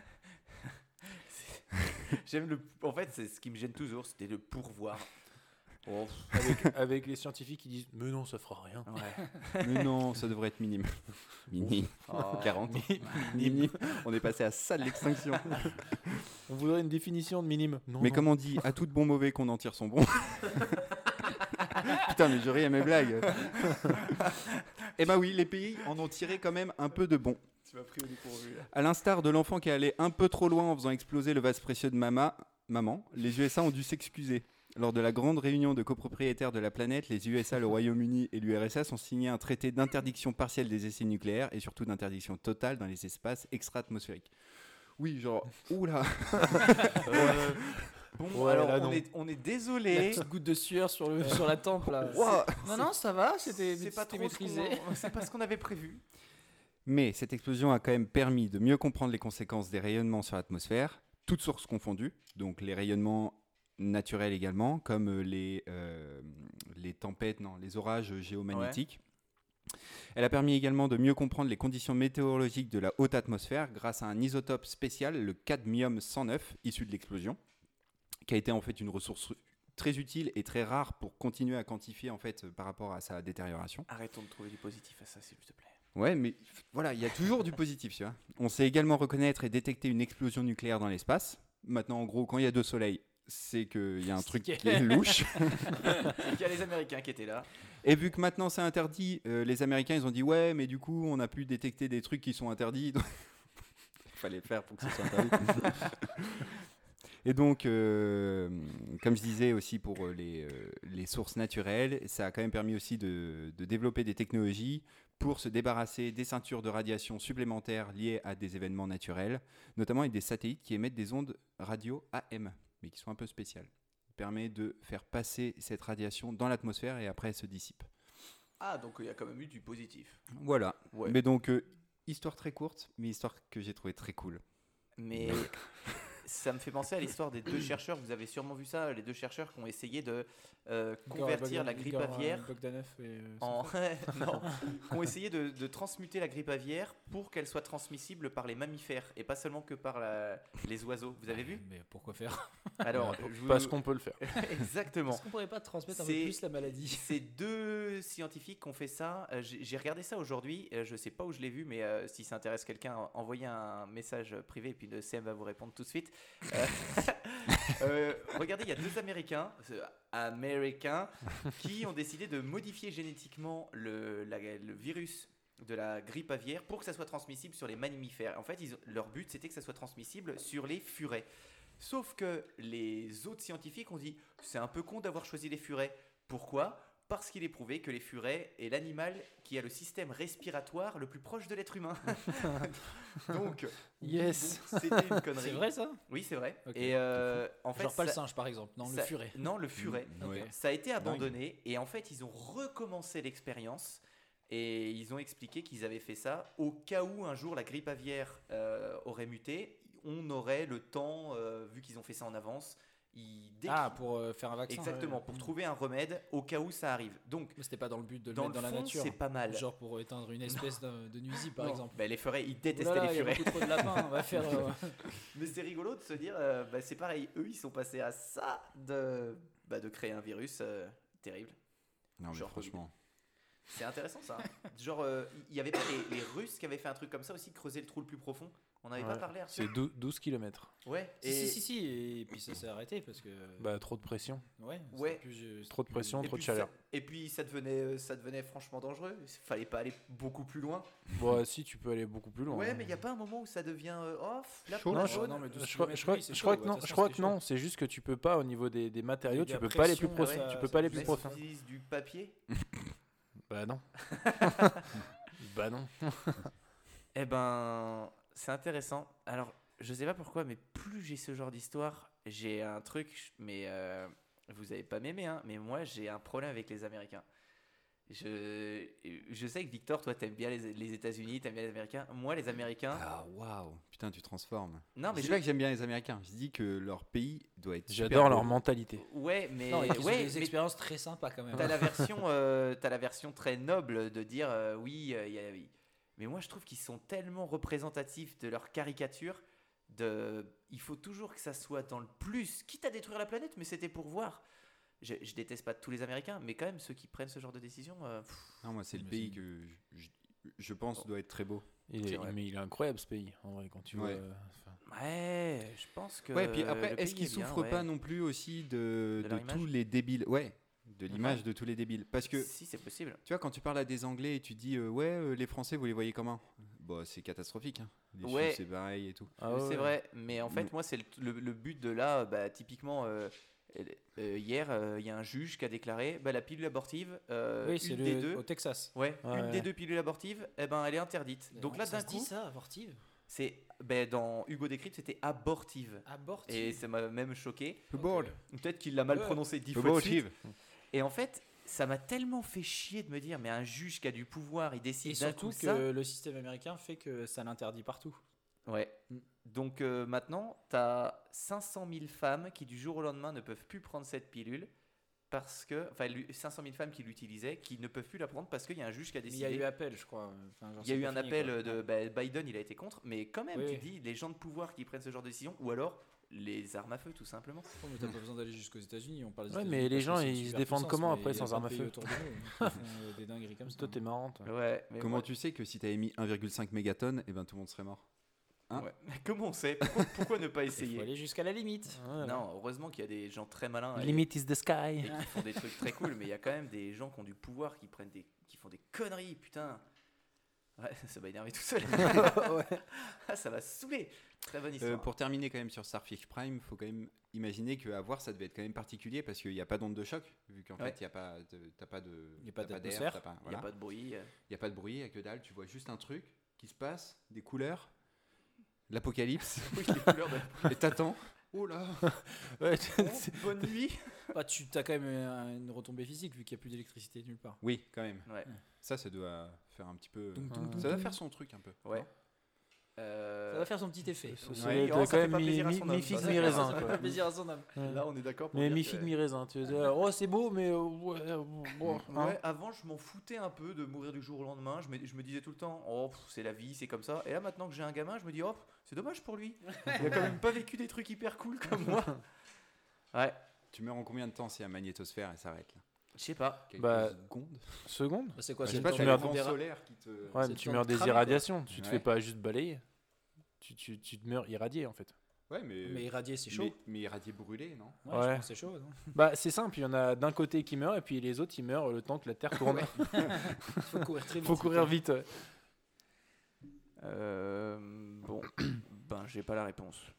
J'aime le. En fait, c'est ce qui me gêne toujours, c'était le pourvoir. Oh, Avec les scientifiques qui disent mais non, ça fera rien. ouais. Mais non, ça devrait être minime. Minime. Oh. 40. Minime. On est passé à ça de l'extinction. On voudrait une définition de minime. Non, Mais non. comme on dit, à tout de bon mauvais qu'on en tire son bon. Putain, mais je ris à mes blagues. Eh ben oui, les pays en ont tiré quand même un peu de bon. Tu m'as pris au dépourvu là. À l'instar de l'enfant qui est allé un peu trop loin en faisant exploser le vase précieux de maman, les USA ont dû s'excuser. Lors de la grande réunion de copropriétaires de la planète, les USA, le Royaume-Uni et l'URSS ont signé un traité d'interdiction partielle des essais nucléaires et surtout d'interdiction totale dans les espaces extra-atmosphériques. Oui, genre, oula. Bon, Ouais, alors là, on non. est La désolé. petite goutte de sueur sur la tempe là. Ouah. Non, non, ça va, c'était C'est pas trop maîtrisé. c'est pas ce qu'on avait prévu. Mais cette explosion a quand même permis de mieux comprendre les conséquences des rayonnements sur l'atmosphère, toutes sources confondues, donc les rayonnements naturels également, comme les tempêtes, les orages géomagnétiques. Elle a permis également de mieux comprendre les conditions météorologiques de la haute atmosphère grâce à un isotope spécial, le cadmium 109, issu de l'explosion, qui a été en fait une ressource très utile et très rare pour continuer à quantifier en fait par rapport à sa détérioration. Arrêtons de trouver du positif à ça, s'il te plaît. Ouais, mais voilà, il y a toujours du positif, tu vois. On sait également reconnaître et détecter une explosion nucléaire dans l'espace. Maintenant, en gros, quand il y a deux soleils, c'est qu'il y a un truc qui est louche. Il y a les Américains qui étaient là. Et vu que maintenant c'est interdit, les Américains, ils ont dit ouais, mais du coup, on a pu détecter des trucs qui sont interdits. Donc il fallait le faire pour que ce soit interdit. Et donc, comme je disais aussi pour les sources naturelles, ça a quand même permis aussi de développer des technologies pour se débarrasser des ceintures de radiation supplémentaires liées à des événements naturels, notamment avec des satellites qui émettent des ondes radio AM, mais qui sont un peu spéciales. Ça permet de faire passer cette radiation dans l'atmosphère et après elle se dissipe. Ah, donc il y a quand même eu du positif. Voilà. Ouais. Mais donc, histoire très courte, mais histoire que j'ai trouvée très cool. Mais ça me fait penser à l'histoire des deux chercheurs. Vous avez sûrement vu ça, les deux chercheurs qui ont essayé de convertir la grippe aviaire Bogdanov et, en non, qui ont essayé de transmuter la grippe aviaire pour qu'elle soit transmissible par les mammifères et pas seulement que par les oiseaux. Vous avez vu? Mais pourquoi faire? Alors, Parce qu'on peut le faire. exactement. Est-ce qu'on pourrait pas transmettre un peu C'est- plus la maladie? C'est deux scientifiques qui ont fait ça. J'ai regardé ça aujourd'hui. Je sais pas où je l'ai vu, mais si ça intéresse quelqu'un, envoyez un message privé et puis le CM va vous répondre tout de suite. Regardez, il y a deux Américains qui ont décidé de modifier génétiquement le virus de la grippe aviaire pour que ça soit transmissible sur les mammifères. En fait, leur but, c'était que ça soit transmissible sur les furets. Sauf que les autres scientifiques ont dit c'est un peu con d'avoir choisi les furets. Pourquoi ? Parce qu'il est prouvé que les furets est l'animal qui a le système respiratoire le plus proche de l'être humain. Donc, Yes. bon, c'était une connerie. C'est vrai ça? Oui, c'est vrai. Ok. Et en fait, Genre pas le ça- singe par exemple, non, le ça- furet. Non, le furet. Ouais. Ça a été abandonné et en fait, ils ont recommencé l'expérience et ils ont expliqué qu'ils avaient fait ça au cas où un jour la grippe aviaire aurait muté. On aurait le temps, vu qu'ils ont fait ça en avance. Pour faire un vaccin. Exactement, ouais. pour trouver un remède au cas où ça arrive. Donc, Mais c'était pas dans le but de le dans mettre le dans la fond, nature. c'est pas mal. Genre pour éteindre une espèce de nuisible par Non. exemple. Ben, les furets, ils détestaient Oulala, les il y a furets. beaucoup trop de lapins, on va faire. Mais c'est rigolo de se dire, c'est pareil, eux, ils sont passés à ça de créer un virus terrible. Non, mais Genre franchement. C'est intéressant ça. Genre, il y avait pas les Russes qui avaient fait un truc comme ça aussi, creuser le trou le plus profond. On n'avait pas Ouais. parlé Arthur. C'est 12 km. Ouais. Si, et puis ça s'est arrêté parce que. Bah, trop de pression. Ouais. Ouais. Trop de pression, Et trop de puis chaleur. et puis ça devenait franchement dangereux. Il fallait pas aller beaucoup plus loin. Bon, si, tu peux aller beaucoup plus loin. Ouais, hein. mais il y a pas un moment où ça devient off. Là, Chaud, pour la Non, zone. non, mais 12 Je crois, kilomètres, je crois- oui, c'est je crois chaud, que non, ouais, de toute je crois façon, que non, c'est juste que tu peux pas au niveau des matériaux, Et de tu la peux pas aller plus pression, profond. ouais, Tu peux ça- pas aller ça- plus Mais profond. ils utilisent du papier. Bah non. Bah non. Eh ben, c'est intéressant. Alors, je sais pas pourquoi, mais plus j'ai ce genre d'histoire, j'ai un truc, mais vous allez pas m'aimer, hein, mais moi j'ai un problème avec les Américains. Je sais que Victor, toi t'aimes bien les États-Unis, t'aimes bien les Américains. Moi, les Américains. Ah, waouh. Putain, tu transformes. Non, mais Je dis pas que j'aime bien les Américains. Je dis que leur pays doit être. super J'adore beau. leur mentalité. Ouais, mais Non, et qu'ils ont ouais, des mais expériences très sympas quand même. t'as la version très noble de dire oui, oui. Mais moi, je trouve qu'ils sont tellement représentatifs de leur caricature. Il faut toujours que ça soit dans le plus, quitte à détruire la planète, mais c'était pour voir. Je déteste pas tous les Américains, mais quand même ceux qui prennent ce genre de décision. Non, moi, c'est le Mais pays c'est- que je pense doit être très beau. C'est vrai. Mais il est incroyable ce pays, en vrai, quand tu Ouais. vois. Ouais, je pense que. Ouais, puis après, le est-ce pays qu'ils est bien, souffrent ouais. pas non plus aussi De de leur image tous les débiles? Ouais, de l'image de tous les débiles. Parce que, Si, c'est possible. tu vois, quand tu parles à des Anglais et tu dis, les Français, vous les voyez comment? Bah, c'est catastrophique. Hein. Les Ouais. Suisses, c'est pareil et tout. Ah Oui, ouais. c'est vrai, mais en fait, Mm. moi, c'est le but de là, typiquement, hier, il y a un juge qui a déclaré la pilule abortive, Oui, c'est une des deux. au Texas. Ouais, Ouais, une ouais. des deux pilules abortives, elle est interdite. Donc là, ça d'un se dit coup, ça, abortive. c'est dans Hugo Décrypte, c'était abortive. Abortive. Et ça m'a même choqué. Bored. Peut-être qu'il l'a mal Ouais. prononcé 10 fois de suite. Abortive. Et en fait, ça m'a tellement fait chier de me dire, mais un juge qui a du pouvoir, il décide Et d'un surtout coup que ça. le système américain fait que ça l'interdit partout. Ouais. Mm. Donc maintenant, tu as 500 000 femmes qui du jour au lendemain ne peuvent plus prendre cette pilule parce que, 500 000 femmes qui l'utilisaient, qui ne peuvent plus la prendre parce qu'il y a un juge qui a Mais il décidé. y a eu appel, je crois. Enfin, genre, Il y a c'est eu pas un fini, appel quoi. de Biden, il a été contre, mais quand même, Oui, tu oui. dis les gens de pouvoir qui prennent ce genre de décision, ou alors les armes à feu, tout simplement. Oh, mais t'as pas besoin d'aller jusqu'aux États-Unis. On parle des Ouais, États-Unis mais les parce que gens, c'est une ils se super défendent puissance, comment mais après il y a sans plein armes de à pays feu autour de nous qui font des dingueries comme ça. Toi, t'es marrante. Ouais, mais Comment moi- tu sais que si t'avais mis 1,5 mégatonnes, tout le monde serait mort? Hein? ouais. Comment on sait pourquoi ne pas Il faut essayer aller jusqu'à la limite. Non, heureusement qu'il y a des gens très malins et, Limit is the sky. et qui font des trucs très cool, mais il y a quand même des gens qui ont du pouvoir, qui font des conneries, putain. Ouais, ça va énerver tout seul. Ah, ça va saouler. Très bonne histoire. Pour terminer quand même sur Starfish Prime, faut quand même imaginer qu'à voir ça devait être quand même particulier parce qu'il n'y a pas d'onde de choc vu qu'en Ouais. fait il y a pas t'as pas de Il y a pas t'as d'atmosphère. d'air, t'as pas- Il n'y a voilà. pas de bruit. Il y a pas de bruit, il y a que dalle, tu vois juste un truc qui se passe, des couleurs, l'apocalypse Oui, les couleurs de. et t'attends. Oh là. Ouais, Bonne nuit. Bah, tu as quand même une retombée physique vu qu'il n'y a plus d'électricité nulle part. Oui, quand même. Ouais. Ça doit faire un petit peu Doum, doum, doum, ça va faire son truc un peu. Ouais. Ça va faire son petit effet. Ouais, T'as ça fait quand pas même plaisir à son homme, mi-figue, ça. mi-raisin. Ça quoi. fait plaisir à son âme. Là, on est d'accord pour Mais dire mi-figue, que- mi-raisin. Tu veux dire, oh, c'est beau, mais bon, hein. Ouais, avant, je m'en foutais un peu de mourir du jour au lendemain. Je me disais tout le temps, oh, c'est la vie, c'est comme ça. Et là, maintenant que j'ai un gamin, je me dis, oh, c'est dommage pour lui. Il a quand même pas vécu des trucs hyper cool comme moi. Ouais, Tu meurs en combien de temps si un magnétosphère elle s'arrête là? je sais pas. Quelques Bah, secondes. Seconde. Bah, c'est quoi Je c'est sais le pas, temps t'as de le prendre vent des solaire qui te Ouais, C'est mais le tu temps meurs de des cramer, irradiations. Tu te Ouais. fais pas juste balayer. Tu te meurs irradié en fait. Ouais, mais Mais irradier, c'est chaud. mais irradié brûlé, non? Ouais, Ouais. je pense que c'est chaud. Non Bah, c'est simple. Il y en a d'un côté qui meurt et puis les autres ils meurent le temps que la Terre tourne. Il faut courir très vite. Faut courir vite. Ouais. Bon, ben, j'ai pas la réponse.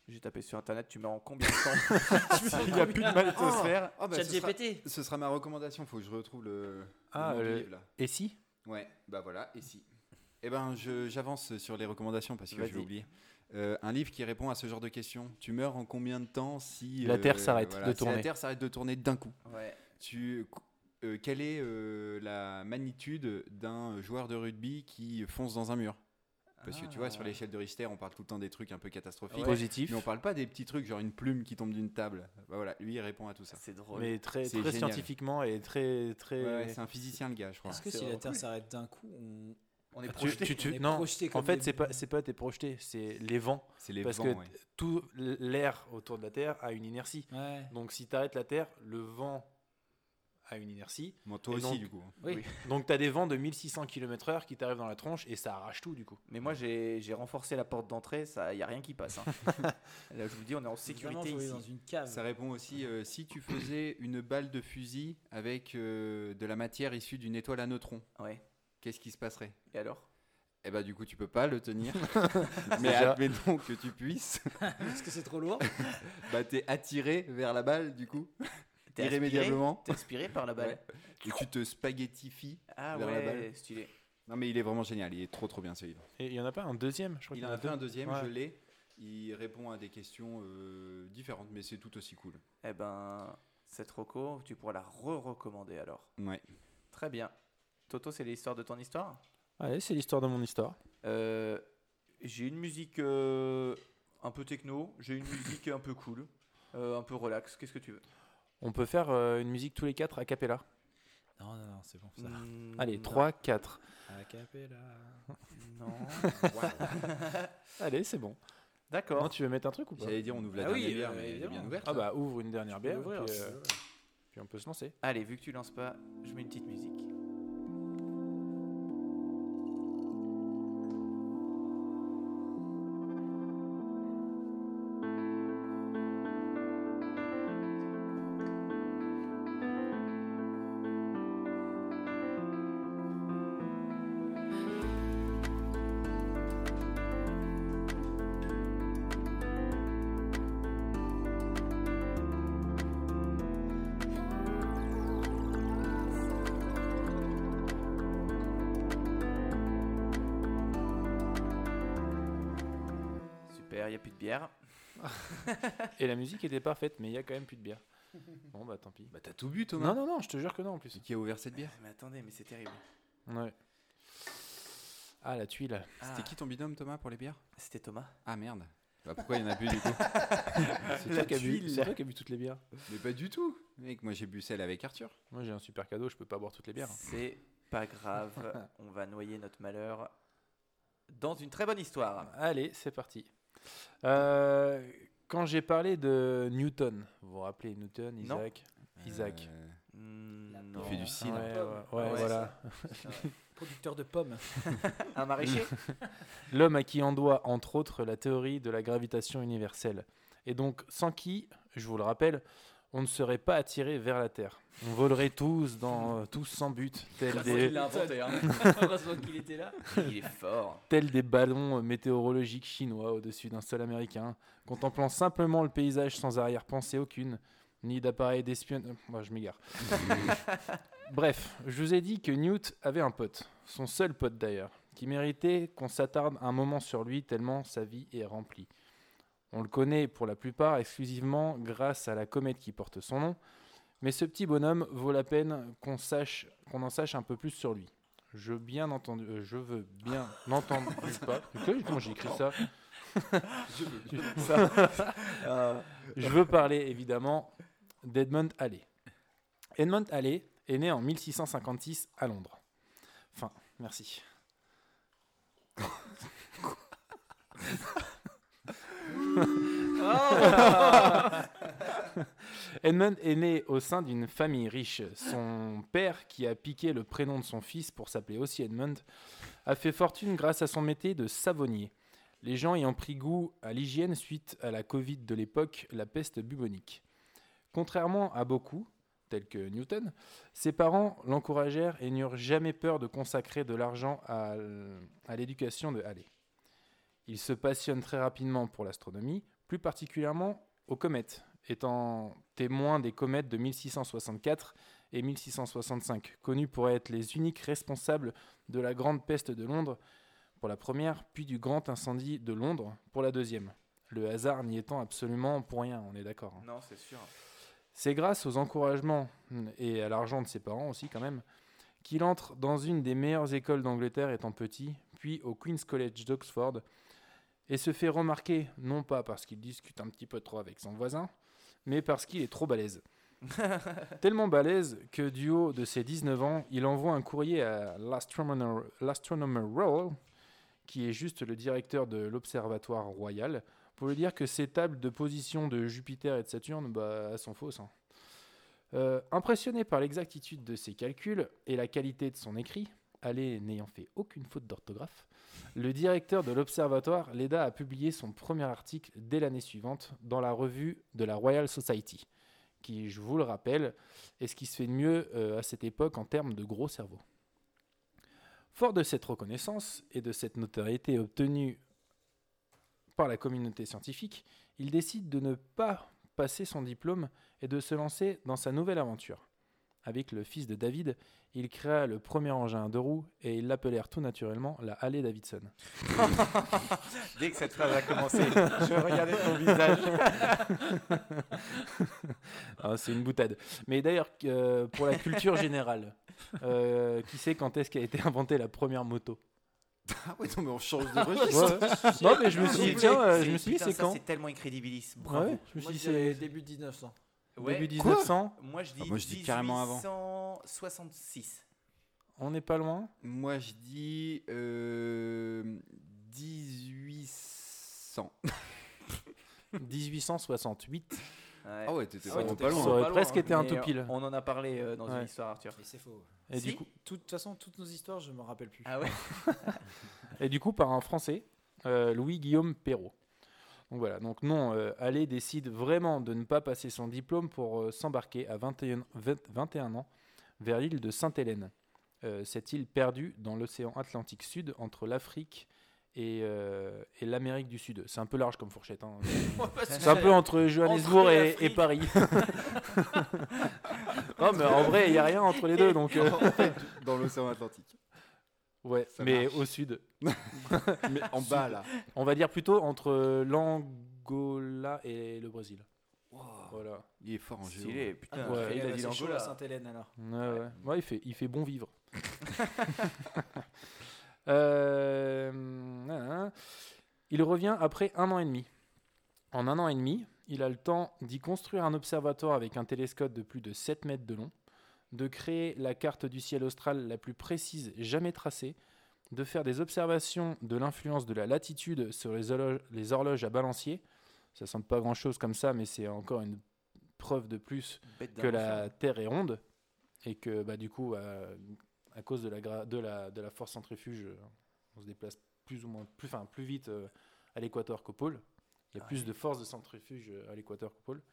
J'ai tapé sur internet, tu meurs en combien de temps? Il n'y a plus de magnétosphère. ChatGPT. Ce sera ma recommandation. Faut que je retrouve le Ah, nom du le- livre, là. Et si Ouais, bah voilà, et si. Eh ben, j'avance sur les recommandations parce que Vas-y. je l'ai oublié. Un livre qui répond à ce genre de questions. Tu meurs en combien de temps si La Terre s'arrête de si tourner. la Terre s'arrête de tourner d'un coup. Ouais. Quelle est la magnitude d'un joueur de rugby qui fonce dans un mur? Parce que tu vois, sur l'échelle de Richter, on parle tout le temps des trucs un peu catastrophiques. Ouais. Positif. Mais on parle pas des petits trucs, genre une plume qui tombe d'une table. Bah voilà, lui, il répond à tout ça. C'est drôle. Mais très, C'est très génial. scientifiquement et très. très... Ouais, c'est un physicien, le gars, je crois. Est-ce que c'est si la vraiment Terre cool. s'arrête d'un coup, On est Ah, projeté. on est non, projeté en comme fait, des- c'est pas t'es projeté, c'est les vents. C'est les Parce vents, que ouais. tout l'air autour de la Terre a une inertie. Ouais. Donc si tu arrêtes la Terre, le vent a une inertie. Bon, toi Et aussi, donc- du coup. Oui. Donc tu as des vents de 1600 km/h qui t'arrivent dans la tronche et ça arrache tout du coup. Mais moi, j'ai renforcé la porte d'entrée, il n'y a rien qui passe. hein. Là, je vous dis, on est en sécurité Vraiment, faut aller ici. dans une cave. Ça répond aussi, si tu faisais une balle de fusil avec de la matière issue d'une étoile à neutrons, Ouais. qu'est-ce qui se passerait? Et alors? Eh bah du coup, tu peux pas le tenir. Mais Déjà. admettons que tu puisses. Parce que c'est trop lourd. Bah t'es attiré vers la balle, du coup, T'es irrémédiablement. T'es aspiré par la balle. Ouais. Et tu te spaghettifies. Ah Vers la ouais, balle. stylé. Non mais il est vraiment génial, il est trop bien ce livre. Et il y en a pas un deuxième, je crois. Il qu'il y en a fait deux. un deuxième, Ouais. je l'ai. Il répond à des questions différentes, mais c'est tout aussi cool. Eh ben, cette reco, tu pourras la re-recommander alors. Ouais. Très bien. Toto, c'est l'histoire de ton histoire? Allez, c'est l'histoire de mon histoire. J'ai une musique un peu techno, j'ai une musique un peu cool, un peu relax. Qu'est-ce que tu veux? On peut faire une musique tous les quatre a cappella. Non, c'est bon. Ça. Allez, non. 3, 4. A cappella. Non. Allez, c'est bon. D'accord. Non, tu veux mettre un truc ou pas J'allais dire, on ouvre la Ah oui, dernière bière, mais elle est évidemment. bien ouverte. Ah bah ouvre une dernière bière, l'ouvrir, puis, si tu veux. puis on peut se lancer. Allez, vu que tu lances pas, je mets une petite musique. Super, il n'y a plus de bière. Et la musique était parfaite, mais il y a quand même plus de bière. Bon bah tant pis. Bah t'as tout bu, Thomas. Non, je te jure que non en plus. Qui a ouvert cette bière? Mais attendez, mais c'est terrible. Ouais. Ah la tuile. C'était qui ton binôme, Thomas, pour les bières? C'était Thomas. Ah merde. Bah pourquoi il y en a plus du coup? C'est toi qui as bu, c'est toi qui as bu toutes les bières. Mais pas du tout. Mec, moi j'ai bu celle avec Arthur. Moi j'ai un super cadeau, je peux pas boire toutes les bières. C'est pas grave, on va noyer notre malheur dans une très bonne histoire. Allez, c'est parti. Quand j'ai parlé de Newton, vous vous rappelez Newton, Non. Isaac. Non. Il fait du cidre. Ouais, Ouais, voilà. Producteur de pommes. Un maraîcher? L'homme à qui on doit, entre autres, la théorie de la gravitation universelle. Et donc, sans qui, je vous le rappelle, on ne serait pas attiré vers la Terre. On volerait tous sans but, tels des, inventé. Hein. Heureusement qu'il était là. Il est fort. tels des ballons météorologiques chinois au-dessus d'un sol américain, contemplant simplement le paysage sans arrière-pensée aucune, ni d'appareil d'espionnage. Moi, je m'égare. Bref, je vous ai dit que Newt avait un pote, son seul pote d'ailleurs, qui méritait qu'on s'attarde un moment sur lui tellement sa vie est remplie. On le connaît pour la plupart exclusivement grâce à la comète qui porte son nom, mais ce petit bonhomme vaut la peine qu'on en sache un peu plus sur lui. Je veux bien entendre pas. Comment j'ai écrit ça? Je veux parler évidemment d'Edmund Halley. Edmund Halley est né en 1656 à Londres. Enfin, merci. Edmund est né au sein d'une famille riche. Son père, qui a piqué le prénom de son fils pour s'appeler aussi Edmund, a fait fortune grâce à son métier de savonnier. Les gens ayant pris goût à l'hygiène suite à la Covid de l'époque, la peste bubonique. Contrairement à beaucoup, tels que Newton, ses parents l'encouragèrent et n'eurent jamais peur de consacrer de l'argent à l'éducation de Halley. Il se passionne très rapidement pour l'astronomie, plus particulièrement aux comètes, étant témoin des comètes de 1664 et 1665, connus pour être les uniques responsables de la Grande Peste de Londres pour la première, puis du Grand Incendie de Londres pour la deuxième. Le hasard n'y étant absolument pour rien, on est d'accord. Non, c'est sûr. C'est grâce aux encouragements et à l'argent de ses parents aussi quand même qu'il entre dans une des meilleures écoles d'Angleterre étant petit, puis au Queen's College d'Oxford, et se fait remarquer non pas parce qu'il discute un petit peu trop avec son voisin, mais parce qu'il est trop balèze. Tellement balèze que du haut de ses 19 ans, il envoie un courrier à l'Astronomer Royal, qui est juste le directeur de l'Observatoire Royal, pour lui dire que ses tables de position de Jupiter et de Saturne elles sont fausses. Impressionné par l'exactitude de ses calculs et la qualité de son écrit, Halley n'ayant fait aucune faute d'orthographe, le directeur de l'Observatoire l'aida à publier son premier article dès l'année suivante dans la revue de la Royal Society, qui, je vous le rappelle, est ce qui se fait de mieux à cette époque en termes de gros cerveau. Fort de cette reconnaissance et de cette notoriété obtenue par la communauté scientifique, il décide de ne pas passer son diplôme et de se lancer dans sa nouvelle aventure. Avec le fils de David, il créa le premier engin à 2 roues et ils l'appelèrent tout naturellement la Harley-Davidson. Dès que cette phrase a commencé, je regardais ton visage. C'est une boutade. Mais d'ailleurs, pour la culture générale, qui sait quand est-ce qu'a été inventée la première moto? Ah oui, non, mais on change de registre. Ouais. Non, mais je me suis dit, tiens, c'est quand? C'est tellement incrédibilis. Bravo. Ouais, je me Moi, suis je dit, dirais c'est début 1900. Ouais. début 1900. Moi, je dis, Moi, je dis carrément avant. 1866. On n'est pas loin. Moi, je dis 1800. 1868. Ouais. Ah ouais, t'étais Ah ouais, vraiment t'étais pas Ça loin. aurait pas loin, presque été un Mais tout pile. On en a parlé dans une Ouais. histoire, Arthur. Mais c'est faux. Et Si. du coup, De toute façon, toutes nos histoires, je me rappelle plus. Ah ouais. par un Français, Louis-Guillaume Perrault. Donc voilà, donc non, Halley décide vraiment de ne pas passer son diplôme pour s'embarquer à 21 ans vers l'île de Sainte-Hélène. Cette île perdue dans l'océan Atlantique Sud entre l'Afrique et l'Amérique du Sud. C'est un peu large comme fourchette. Hein. C'est un peu entre Johannesburg Entre et l'Afrique. Paris. Non, mais en vrai, il n'y a rien entre les deux. Donc, Dans l'océan Atlantique. ouais, Ça mais marche. au sud. Mais en bas, là. On va dire plutôt entre l'Angola et le Brésil. Voilà. Il est fort en géo. Stylé, putain. Ouais, il a dit c'est chaud l'Angola. à Sainte-Hélène alors. Ouais. Ouais, il fait bon vivre. Il revient après 1 an et demi. En 1 an et demi, il a le temps d'y construire un observatoire avec un télescope de plus de 7 mètres de long, de créer la carte du ciel austral la plus précise jamais tracée, de faire des observations de l'influence de la latitude sur les horloges à balancier. Ça semble pas grand-chose comme ça, mais c'est encore une preuve de plus Bête que la d'invention. Terre est ronde et que du coup, à cause de la force centrifuge, on se déplace plus vite à l'équateur qu'au pôle. Il y a plus de force de centrifuge à l'équateur qu'au pôle.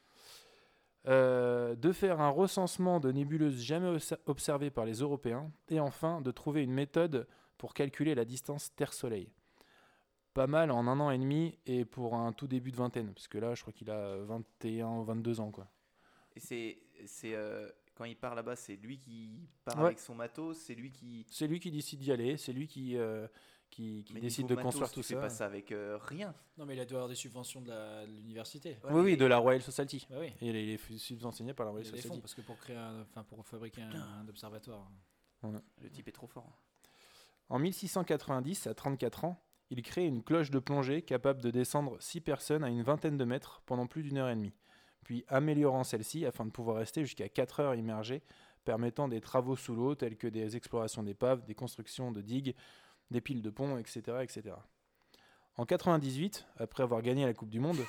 De faire un recensement de nébuleuses jamais observées par les Européens et enfin de trouver une méthode pour calculer la distance Terre-Soleil. Pas mal en 1 an et demi et pour un tout début de vingtaine, parce que là je crois qu'il a 21 ou 22 ans quoi. Et c'est quand il part là-bas, c'est lui qui part Ouais. avec son matos, c'est lui qui. C'est lui qui décide d'y aller, c'est lui qui Mais décide niveau de matos, construire tu tout fais ça. pas ça avec rien. Non, mais il a dû avoir des subventions de l'université. Ouais, Oui, mais- de la Royal Society. Bah oui. Et il est subventionné par la Royal Il y a des fonds Society. parce que pour créer, pour fabriquer un observatoire. Le type est trop fort. En 1690, à 34 ans, il crée une cloche de plongée capable de descendre 6 personnes à une vingtaine de mètres pendant plus d'1 heure et demie, puis améliorant celle-ci afin de pouvoir rester jusqu'à 4 heures immergé, permettant des travaux sous l'eau tels que des explorations d'épaves, des constructions de digues, des piles de ponts, etc. etc. En 98, après avoir gagné la Coupe du Monde,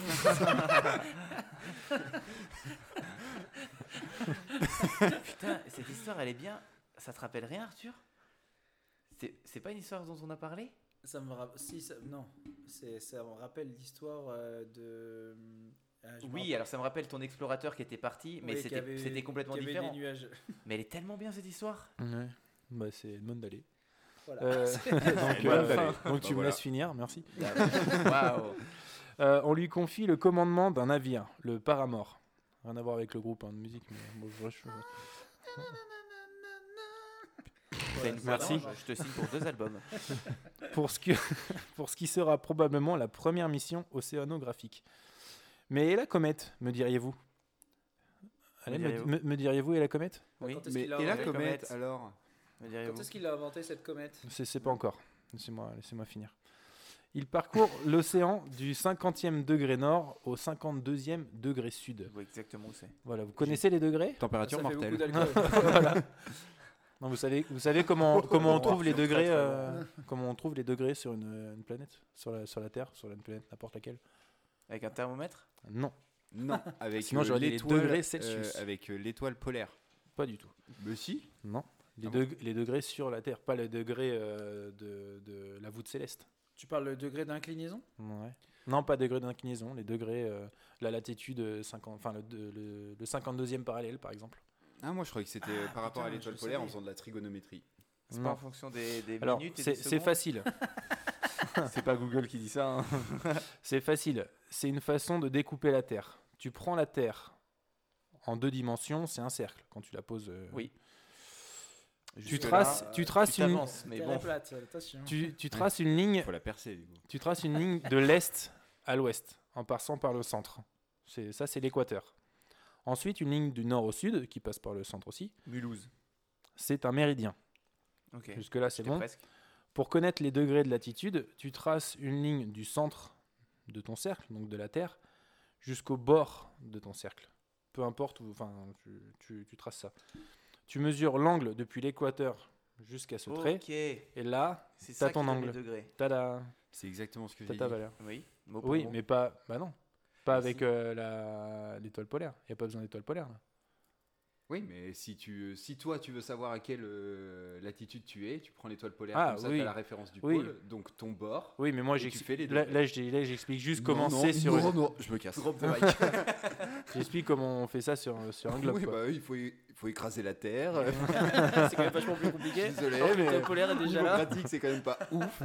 Putain, cette histoire, elle est bien. Ça te rappelle rien, Arthur? C'est pas une histoire dont on a parlé? Ça me non, ça me rappelle l'histoire de. Je me Oui, rappelle- alors ça me rappelle ton explorateur qui était parti, mais Oui, qui avait- c'était complètement qui avait différent. des nuages. Mais elle est tellement bien cette histoire. c'est le monde d'aller. Voilà. Donc, Bonne d'aller. donc tu me voilà. laisses finir, merci. Waouh. On lui confie le commandement d'un navire, le Paramore. Rien à voir avec le groupe de musique, mais bon, T'as une voix Merci. d'ange, je te signe pour 2 albums. pour ce qui sera probablement la première mission océanographique. Mais et la comète, me diriez-vous? Allez, diriez-vous me diriez-vous et la comète? Oui. Quand est-ce Mais qu'il l'a et la inventé comète, alors? Me Quand diriez-vous est-ce qu'il a inventé cette comète? C'est pas encore. Laissez-moi finir. Il parcourt l'océan du 50e degré nord au 52e degré sud. Je vois exactement où c'est. Voilà, vous connaissez les degrés? Température Ça fait beaucoup mortelle. d'alcool. Voilà. Non, vous savez comment on trouve les Très, degrés, très comment on trouve les degrés sur une planète, sur la Terre, sur une planète n'importe laquelle? Avec un thermomètre? Non, Non, avec Sinon, j'aurais dit les l'étoile, degrés Celsius. avec l'étoile polaire. pas du tout. Mais si. Non, Ah bon les degrés sur la Terre, pas les degrés de la voûte céleste. Tu parles le degré d'inclinaison? Ouais. Non, pas degrés d'inclinaison, les degrés, la latitude 50, enfin le 52e parallèle par exemple. Ah, moi je croyais que c'était par rapport à putain, l'étoile je polaire en savais. faisant de la trigonométrie. C'est Non. pas en fonction des Alors, minutes et des c'est secondes? facile. C'est pas Google qui dit ça. Hein. C'est facile. C'est une façon de découper la Terre. Tu prends la Terre en 2 dimensions, c'est un cercle quand tu la poses. Oui. Tu Jusque-là, traces tu une, t'avances, mais Terre bon. est plate, attention. tu traces une ligne, Faut la percer du coup. tu traces une ligne de l'est à l'ouest en passant par le centre. C'est l'équateur. Ensuite, une ligne du nord au sud qui passe par le centre aussi. Mulhouse. C'est un méridien. Ok. Jusque-là, c'est J'étais bon. presque. Pour connaître les degrés de latitude, tu traces une ligne du centre de ton cercle, donc de la Terre, jusqu'au bord de ton cercle. Peu importe où, enfin, tu traces ça. Tu mesures l'angle depuis l'équateur jusqu'à ce trait, Ok. et là, C'est t'as ça ton qui donne les angle. degrés. t'as C'est exactement ce que ta j'ai dit. valeur. Oui. Mot pour Oui, mot. mais pas, bah non, pas Mais avec si. l'étoile polaire. Il n'y a pas besoin d'étoile polaire. Là. Oui, mais si toi tu veux savoir à quelle latitude tu es, tu prends l'étoile polaire, Ah, comme ça oui. tu as la référence du Oui. pôle, donc ton bord. Oui, mais moi, Et tu fais les là, degrés. là, j'explique juste Non, comment non, c'est sur. non, je me casse. Drop the mic. J'explique comment on fait ça sur un globe. Oui, quoi. bah, il faut écraser la terre. C'est quand même vachement plus compliqué. Désolé, Alors que mais l'étoile polaire est déjà niveau là. pratique, c'est quand même pas ouf.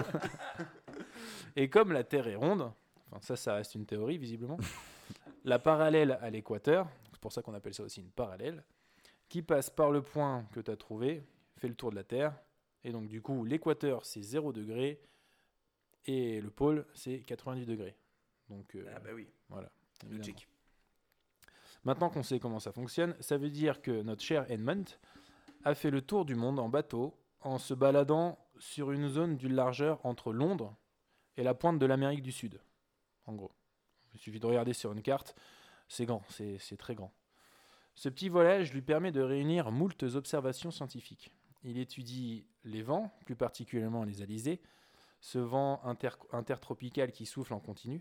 Et comme la Terre est ronde, enfin ça reste une théorie visiblement, la parallèle à l'équateur, c'est pour ça qu'on appelle ça aussi une parallèle, qui passe par le point que tu as trouvé, fait le tour de la Terre, et donc du coup l'équateur c'est 0 degré, et le pôle c'est 90 degrés. Donc Ah bah oui. voilà. évidemment. Logique. Maintenant qu'on sait comment ça fonctionne, ça veut dire que notre cher Edmund a fait le tour du monde en bateau en se baladant sur une zone d'une largeur entre Londres et la pointe de l'Amérique du Sud. En gros, il suffit de regarder sur une carte, c'est grand, c'est très grand. Ce petit voyage lui permet de réunir moultes observations scientifiques. Il étudie les vents, plus particulièrement les alizés, ce vent intertropical qui souffle en continu,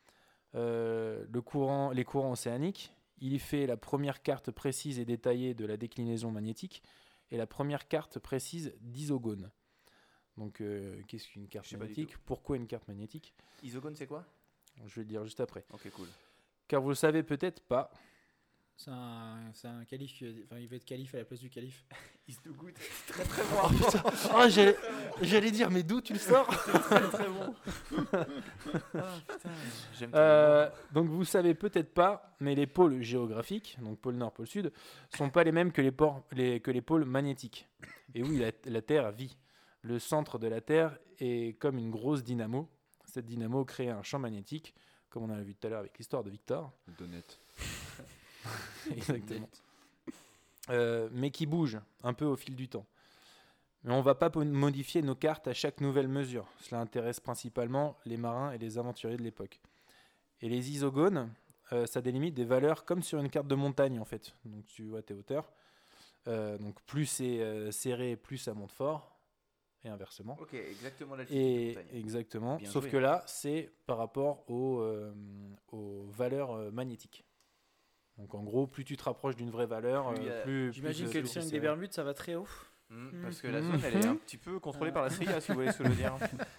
les courants océaniques. Il y fait la première carte précise et détaillée de la déclinaison magnétique et la première carte précise d'isogone. Donc, qu'est-ce qu'une carte Je sais pas du magnétique? Pourquoi une carte magnétique? Isogone, c'est quoi? Je vais le dire juste après. Ok, cool. Car vous le savez peut-être pas, C'est un calife, enfin il veut être calife à la place du calife. Is the good. Très très bon. oh, j'allais dire, mais d'où tu le sors? Très très bon. Ah putain. J'aime Donc vous savez peut-être pas, mais les pôles géographiques, donc pôle nord, pôle sud, sont pas les mêmes que les pôles magnétiques. Et oui, la Terre vit. Le centre de la Terre est comme une grosse dynamo. Cette dynamo crée un champ magnétique, comme on a vu tout à l'heure avec l'histoire de Victor. Donut. Exactement. Mais qui bouge un peu au fil du temps. Mais on ne va pas modifier nos cartes à chaque nouvelle mesure. Cela intéresse principalement les marins et les aventuriers de l'époque. Et les isogones, ça délimite des valeurs comme sur une carte de montagne en fait. Donc tu vois tes hauteurs. Donc plus c'est serré, plus ça monte fort. Et inversement. Ok, exactement l'altitude Et de montagne. exactement. Bien Sauf joué. que là, c'est par rapport aux valeurs magnétiques. Donc en gros, plus tu te rapproches d'une vraie valeur, plus. J'imagine plus, que le plus triangle c'est- des Bermudes ça va très haut. Parce que la zone, elle est un petit peu contrôlée par la CIA, si vous voulez se le dire.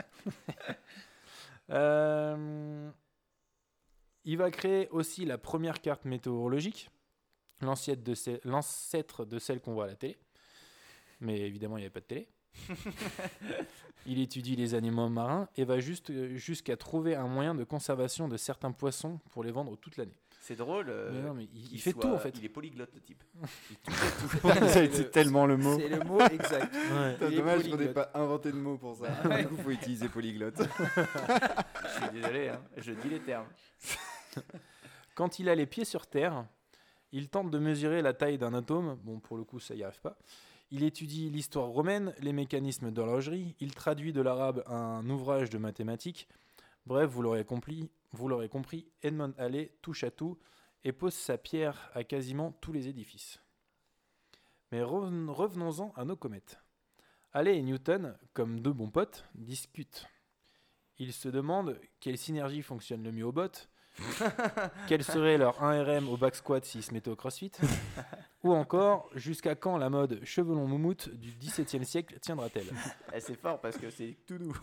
Il va créer aussi la première carte météorologique, l'ancêtre de celle qu'on voit à la télé. Mais évidemment, il n'y avait pas de télé. Il étudie les animaux marins et va jusqu'à trouver un moyen de conservation de certains poissons pour les vendre toute l'année. C'est drôle. Mais non, mais il qu'il fait soit- tout en fait. Il est polyglotte, le type. C'est tellement le mot. C'est le mot exact. Ouais. C'est il est dommage qu'on n'ait polyglotte. pas inventé de mot pour ça. Du coup, faut utiliser polyglotte. Je suis désolé, hein, je dis les termes. Quand il a les pieds sur terre, il tente de mesurer la taille d'un atome. Bon, pour le coup, ça y arrive pas. Il étudie l'histoire romaine, les mécanismes d'horlogerie. Il traduit de l'arabe un ouvrage de mathématiques. Bref, vous l'aurez compris, Edmond Halley touche à tout et pose sa pierre à quasiment tous les édifices. Mais revenons-en à nos comètes. Halley et Newton, comme deux bons potes, discutent. Ils se demandent quelle synergie fonctionne le mieux au bot, quel serait leur 1RM au back squat s'ils se mettaient au crossfit, ou encore jusqu'à quand la mode cheveux longs moumoute du XVIIe siècle tiendra-t-elle. Eh, c'est fort parce que c'est tout doux.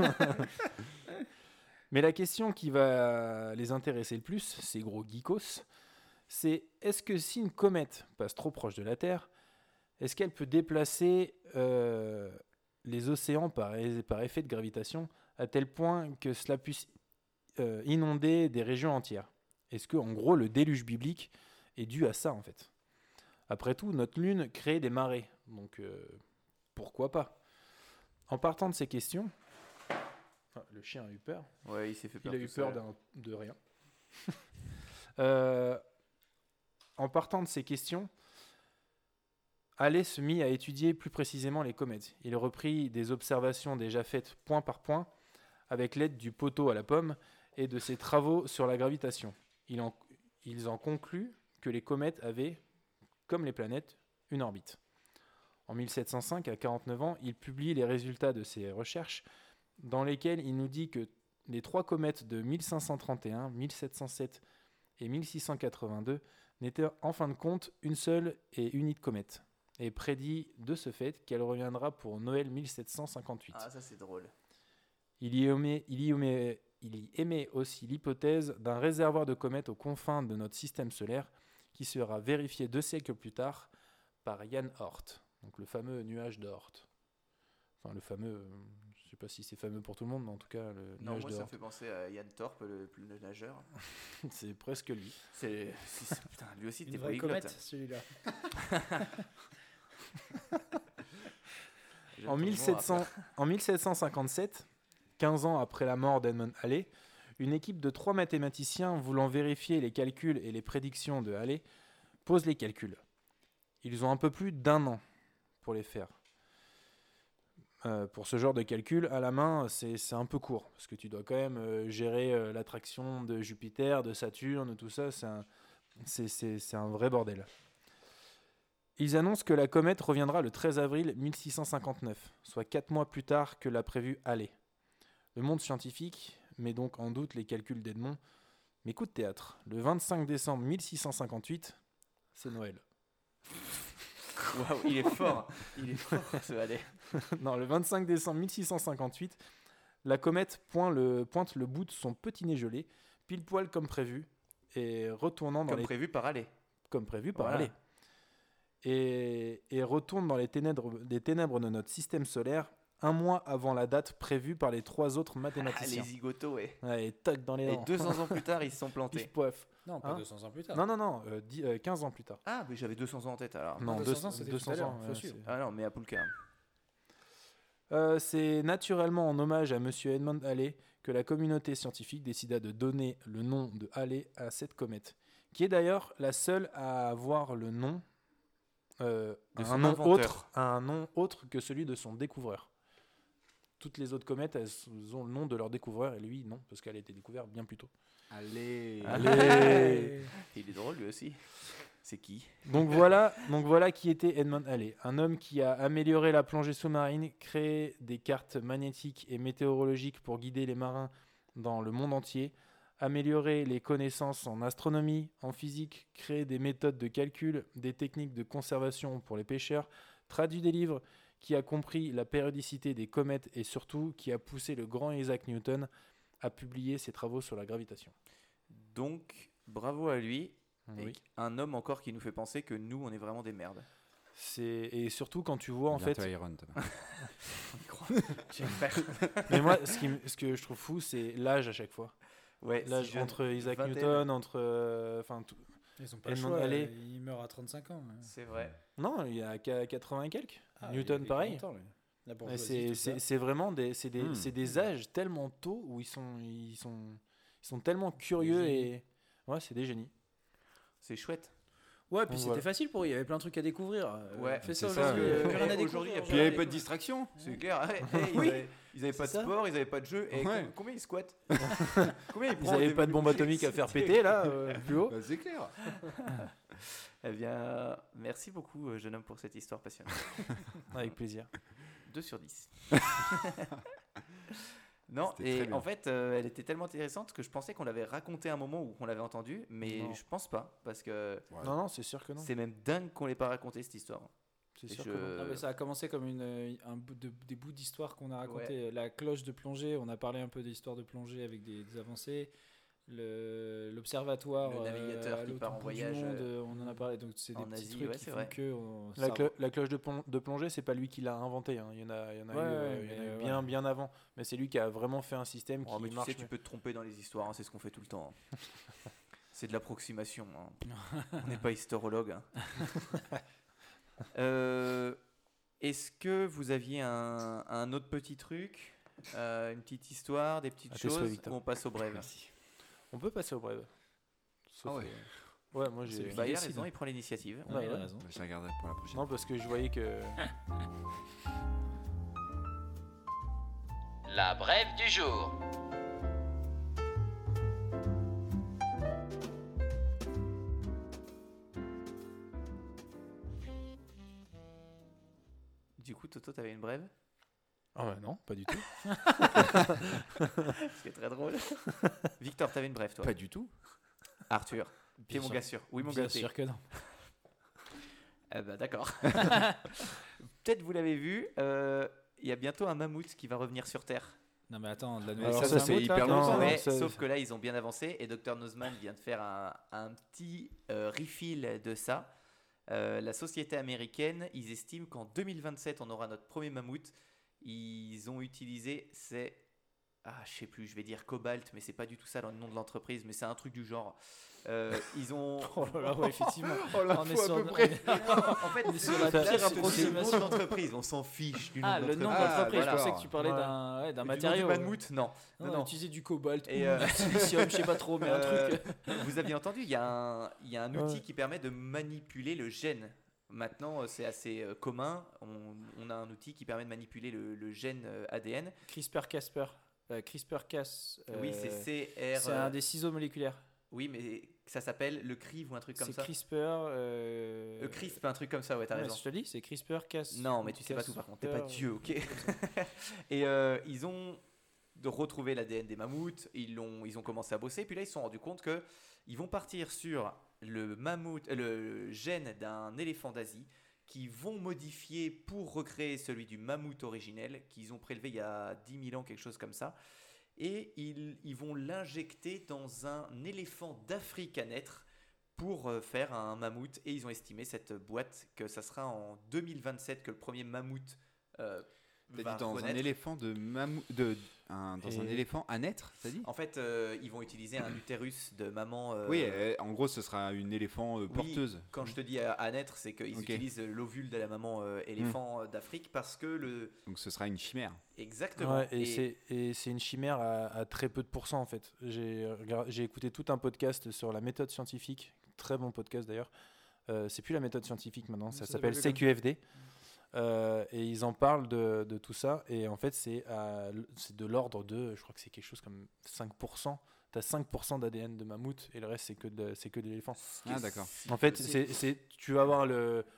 Mais la question qui va les intéresser le plus, ces gros geekos, c'est est-ce que si une comète passe trop proche de la Terre, est-ce qu'elle peut déplacer les océans par effet de gravitation à tel point que cela puisse inonder des régions entières? Est-ce que, en gros, le déluge biblique est dû à ça, en fait? Après tout, notre Lune crée des marées, donc pourquoi pas? En partant de ces questions... Ah, le chien a eu peur. Ouais, il s'est fait peur. Il a eu tout peur seul. de rien. En partant de ces questions, Halley se mit à étudier plus précisément les comètes. Il reprit des observations déjà faites point par point avec l'aide du poteau à la pomme et de ses travaux sur la gravitation. Ils en concluent que les comètes avaient, comme les planètes, une orbite. En 1705, à 49 ans, il publie les résultats de ses recherches dans lesquels il nous dit que les 3 comètes de 1531, 1707 et 1682 n'étaient en fin de compte une seule et unique comète, et prédit de ce fait qu'elle reviendra pour Noël 1758. Ah, ça c'est drôle. Il y émet aussi l'hypothèse d'un réservoir de comètes aux confins de notre système solaire qui sera vérifié 2 siècles plus tard par Jan Oort, donc le fameux nuage d'Oort. Enfin, le fameux... je ne sais pas si c'est fameux pour tout le monde, mais en tout cas, le Non, nuage moi de ça me Oort. fait penser à Yann Thorpe, le nageur. C'est presque lui. Putain, lui aussi Une t'es vraie polyglotte. comète, celui-là. En 1757, 15 ans après la mort d'Edmond Halley, une équipe de 3 mathématiciens voulant vérifier les calculs et les prédictions de Halley pose les calculs. Ils ont un peu plus d'1 an pour les faire. Pour ce genre de calcul, à la main, c'est un peu court, parce que tu dois quand même gérer l'attraction de Jupiter, de Saturne, tout ça, c'est un vrai bordel. Ils annoncent que la comète reviendra le 13 avril 1659, soit 4 mois plus tard que l'a prévu Halley. Le monde scientifique met donc en doute les calculs d'Edmond, mais coup de théâtre, le 25 décembre 1658, c'est Noël. Waouh, il est fort ce Halley. Non, le 25 décembre 1658, la comète pointe le bout de son petit nez gelé, pile poil comme prévu, et retournant dans Comme prévu par Halley. comme prévu par Voilà. Halley. Et retourne dans les ténèbres de notre système solaire 1 mois avant la date prévue par les 3 autres Ah, mathématiciens. les zigotos, ouais. Ouais, et toc dans les Et dents. 200 ans plus tard, ils se sont plantés. Pif poif. Non, pas Hein 200 ans plus tard. Non, 15 ans plus tard. Ah, mais j'avais 200 ans en tête alors. Non, 200 ans, c'était tout à l'heure, faut suivre. Ah non, mais à Poulka. C'est naturellement en hommage à Monsieur Edmond Halley que la communauté scientifique décida de donner le nom de Halley à cette comète, qui est d'ailleurs la seule à avoir le nom, son un nom inventeur. autre que celui de son découvreur. Toutes les autres comètes, elles ont le nom de leur découvreur, et lui, non, parce qu'elle a été découverte bien plus tôt. Allez. Allez. Il est drôle lui aussi. C'est qui? Donc voilà qui était Edmond Halley, un homme qui a amélioré la plongée sous-marine, créé des cartes magnétiques et météorologiques pour guider les marins dans le monde entier, amélioré les connaissances en astronomie, en physique, créé des méthodes de calcul, des techniques de conservation pour les pêcheurs, traduit des livres, qui a compris la périodicité des comètes et surtout qui a poussé le grand Isaac Newton à publier ses travaux sur la gravitation. Donc, bravo à lui. Oui. Et un homme encore qui nous fait penser que nous, on est vraiment des merdes. Et surtout quand tu vois en fait. Bientôt Iron, Thomas. Mais moi, ce que je trouve fou, c'est l'âge à chaque fois. Ouais, L'âge si jeune. entre Isaac Vingtaine. Newton, entre. Enfin, Ils ont pas le Edmond choix. Halley. Il meurt à 35 ans. C'est vrai. non, il y a 80 et quelques. Ah, il a Newton, vécu pareil. longtemps, lui. La Et bourgeoisie, tout ça. c'est vraiment c'est des âges tellement tôt où ils sont tellement curieux et ouais, c'est des génies. C'est chouette. Ouais, puis Donc, c'était voilà. facile pour eux. Il y avait plein de trucs à découvrir. Ouais, fais c'est ça ça, aujourd'hui. ouais. Plus rien à Aujourd'hui, découvrir. Puis il n'y avait pas de distraction. C'est clair. Ouais. Ils avaient pas de C'est ça. sport, ils avaient pas de jeu. Et Ouais. combien ils squattent? Combien Ils prennent n'avaient des pas de bombe mammouths? atomique à faire C'était- péter là, plus haut. Bah, c'est clair. Eh bien, merci beaucoup, jeune homme, pour cette histoire passionnante. Avec plaisir. 2 sur 10. Non, C'était très et bien. en fait, elle était tellement intéressante que je pensais qu'on l'avait raconté à un moment où on l'avait entendu, mais Non. je pense pas, parce que Ouais. Non, c'est sûr que non. c'est même dingue qu'on l'ait pas raconté cette histoire. C'est Et sûr je- que non. Non, mais ça a commencé comme des bouts d'histoire qu'on a raconté. La cloche de plongée, on a parlé un peu d'histoire de plongée avec des avancées. L'observatoire, Le navigateur à qui l'autre part en bout du voyage, monde, on en a parlé. Donc c'est des en petits Asie, trucs ouais, qui c'est font vrai. que La cloche de plongée, c'est pas lui qui l'a inventé. Hein. Il y en a, il y en a Ouais, eu, ouais, il y en a mais eu voilà. bien avant. Mais c'est lui qui a vraiment fait un système Oh, qui mais tu marche. sais, tu peux te tromper dans les histoires, hein, c'est ce qu'on fait tout le temps. hein. C'est de l'approximation. hein. On n'est pas historiologue. hein. Est-ce que vous aviez un autre petit truc, une petite histoire, des petites À tes choses, souhaits, Victor. ou on passe au brève? On peut passer au brève. Sauf, Ah ouais. ouais, moi C'est j'ai. lui. Bah, il a décide. raison, il prend l'initiative. Ouais, Ouais, il a ouais. raison. Bah, je regarderai pour la prochaine. Non, parce que je voyais que. La brève du jour. Du coup, Toto, t'avais une brève? Ah bah non, pas du tout. C'est très drôle. Victor, t'avais une brève, toi? Pas du tout. Arthur, t'es Bien mon sûr. gars sûr. Oui, mon Bien gars t'es. sûr que non. Eh ben, d'accord. Peut-être vous l'avez vu, il y a bientôt un mammouth qui va revenir sur Terre. Non, mais attends, de la Mais nouvelle ça, c'est hyper longtemps, non, Ouais, ça- sauf que là, ils ont bien avancé et Dr Nozman vient de faire un petit refill de ça. La société américaine, ils estiment qu'en 2027, on aura notre premier mammouth. Ils ont utilisé, je sais plus, je vais dire cobalt, mais c'est pas du tout ça le nom de l'entreprise, mais c'est un truc du genre. Ils ont. Oh là là, ouais, effectivement. Oh, On est sur- en fait, on est sur c'est la pire le nom approximation. de l'entreprise. On s'en fiche du nom Ah, de le nom de l'entreprise. l'entreprise, je d'accord. pensais que tu parlais Ouais. d'un Et du nom matériau. du mammouth, non. Non, Non, non. utiliser du cobalt Et, ou du silicium, je sais pas trop, mais un truc. Vous aviez entendu, il y a un outil Ouais. qui permet de manipuler le gène. Maintenant, c'est assez commun. On a un outil qui permet de manipuler le gène ADN. CRISPR-Cas. CRISPR-Cas. Oui, c'est CR. C'est un des ciseaux moléculaires. Oui, mais ça s'appelle le CRIV ou un truc comme C'est ça. CRISPR. CRISP, un truc comme ça, ouais, t'as Ouais, raison. je te dis, c'est CRISPR-Cas. Non, mais tu sais pas tout par contre, t'es pas Dieu, ok. Et ils ont retrouvé l'ADN des mammouths, ils ont commencé à bosser, puis là ils se sont rendus compte que ils vont partir sur le gène d'un éléphant d'Asie qui vont modifier pour recréer celui du mammouth originel qu'ils ont prélevé il y a 10 000 ans, quelque chose comme ça. Et ils vont l'injecter dans un éléphant d'Afrique à naître pour faire un mammouth. Et ils ont estimé cette boîte que ça sera en 2027 que le premier mammouth T'as va dit dans un renaître. éléphant dans un Et- éléphant à naître, t'as dit? En fait, ils vont utiliser un utérus de maman. Oui, en gros, ce sera une éléphant porteuse. Quand je te dis à naître, c'est qu'ils Ok. utilisent l'ovule de la maman éléphant d'Afrique parce que Donc ce sera une chimère. Exactement. Ouais, et c'est une chimère à très peu de pourcents en fait. J'ai écouté tout un podcast sur la méthode scientifique, très bon podcast d'ailleurs. C'est plus la méthode scientifique maintenant, ça Ça s'appelle s'appelle CQFD. Et ils en parlent de tout ça. Et en fait, c'est de l'ordre de, je crois que c'est quelque chose comme 5%. Tu as 5% d'ADN de mammouth et le reste, c'est que de l'éléphant. Ah, d'accord. En fait, tu vas avoir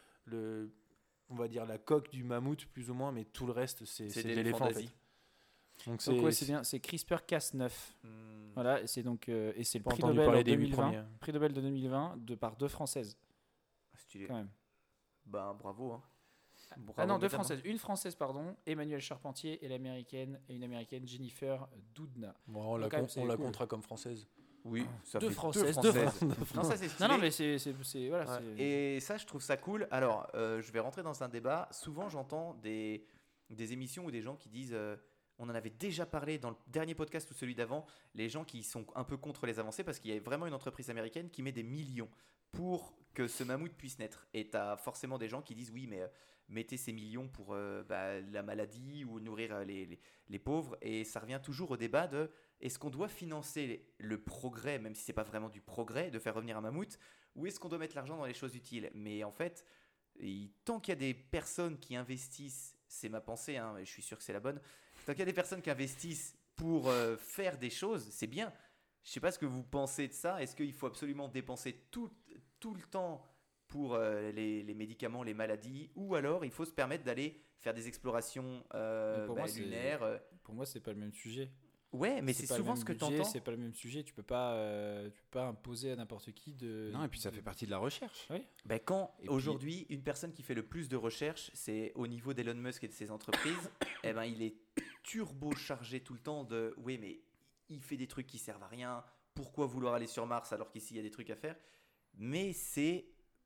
on va dire la coque du mammouth plus ou moins, mais tout le reste, c'est C'est de des l'éléphant. éléphants En fait. d'Asie. Donc Donc ouais, c'est bien, c'est CRISPR-Cas9. Hmm. Voilà, et c'est donc et c'est le Pas prix entendu Nobel parler en des 8 2020. premiers. Prix Nobel de 2020 par deux françaises Stylé. quand même. Ben bravo. Hein. Ah non, deux madame. françaises. Une française, pardon, Emmanuelle Charpentier, et une américaine Jennifer Doudna. Bon, on Donc, quand même, c'est la cool. comptera comme française. Oui, ça Deux fait Françaises, deux deux Françaises. Françaises. Non, ça c'est stylé. Non, mais c'est voilà. Ouais. c'est- Et ça, je trouve ça cool. Alors, je vais rentrer dans un débat. Souvent, j'entends des émissions où des gens qui disent on en avait déjà parlé dans le dernier podcast ou celui d'avant, les gens qui sont un peu contre les avancées parce qu'il y a vraiment une entreprise américaine qui met des millions pour que ce mammouth puisse naître. Et tu as forcément des gens qui disent oui, mais mettez ces millions pour la maladie ou nourrir les pauvres. Et ça revient toujours au débat de est-ce qu'on doit financer le progrès, même si c'est pas vraiment du progrès, de faire revenir un mammouth, ou est-ce qu'on doit mettre l'argent dans les choses utiles? Mais en fait, tant qu'il y a des personnes qui investissent, c'est ma pensée, hein, et je suis sûr que c'est la bonne, tant qu'il y a des personnes qui investissent pour faire des choses, c'est bien. Je sais pas ce que vous pensez de ça. Est-ce qu'il faut absolument dépenser tout le temps pour les médicaments, les maladies, ou alors il faut se permettre d'aller faire des explorations pour moi, c'est- lunaires Pour moi, c'est pas le même sujet. Ouais, mais c'est pas le souvent même ce que tu budget, entends. C'est pas le même sujet. Tu peux pas imposer à n'importe qui de. Non, et puis ça fait partie de la recherche. Oui. Ben, quand Et aujourd'hui, une personne qui fait le plus de recherches, c'est au niveau d'Elon Musk et de ses entreprises, eh ben, il est turbo chargé tout le temps de oui, mais il fait des trucs qui servent à rien. Pourquoi vouloir aller sur Mars alors qu'ici il y a des trucs à faire? Mais c'est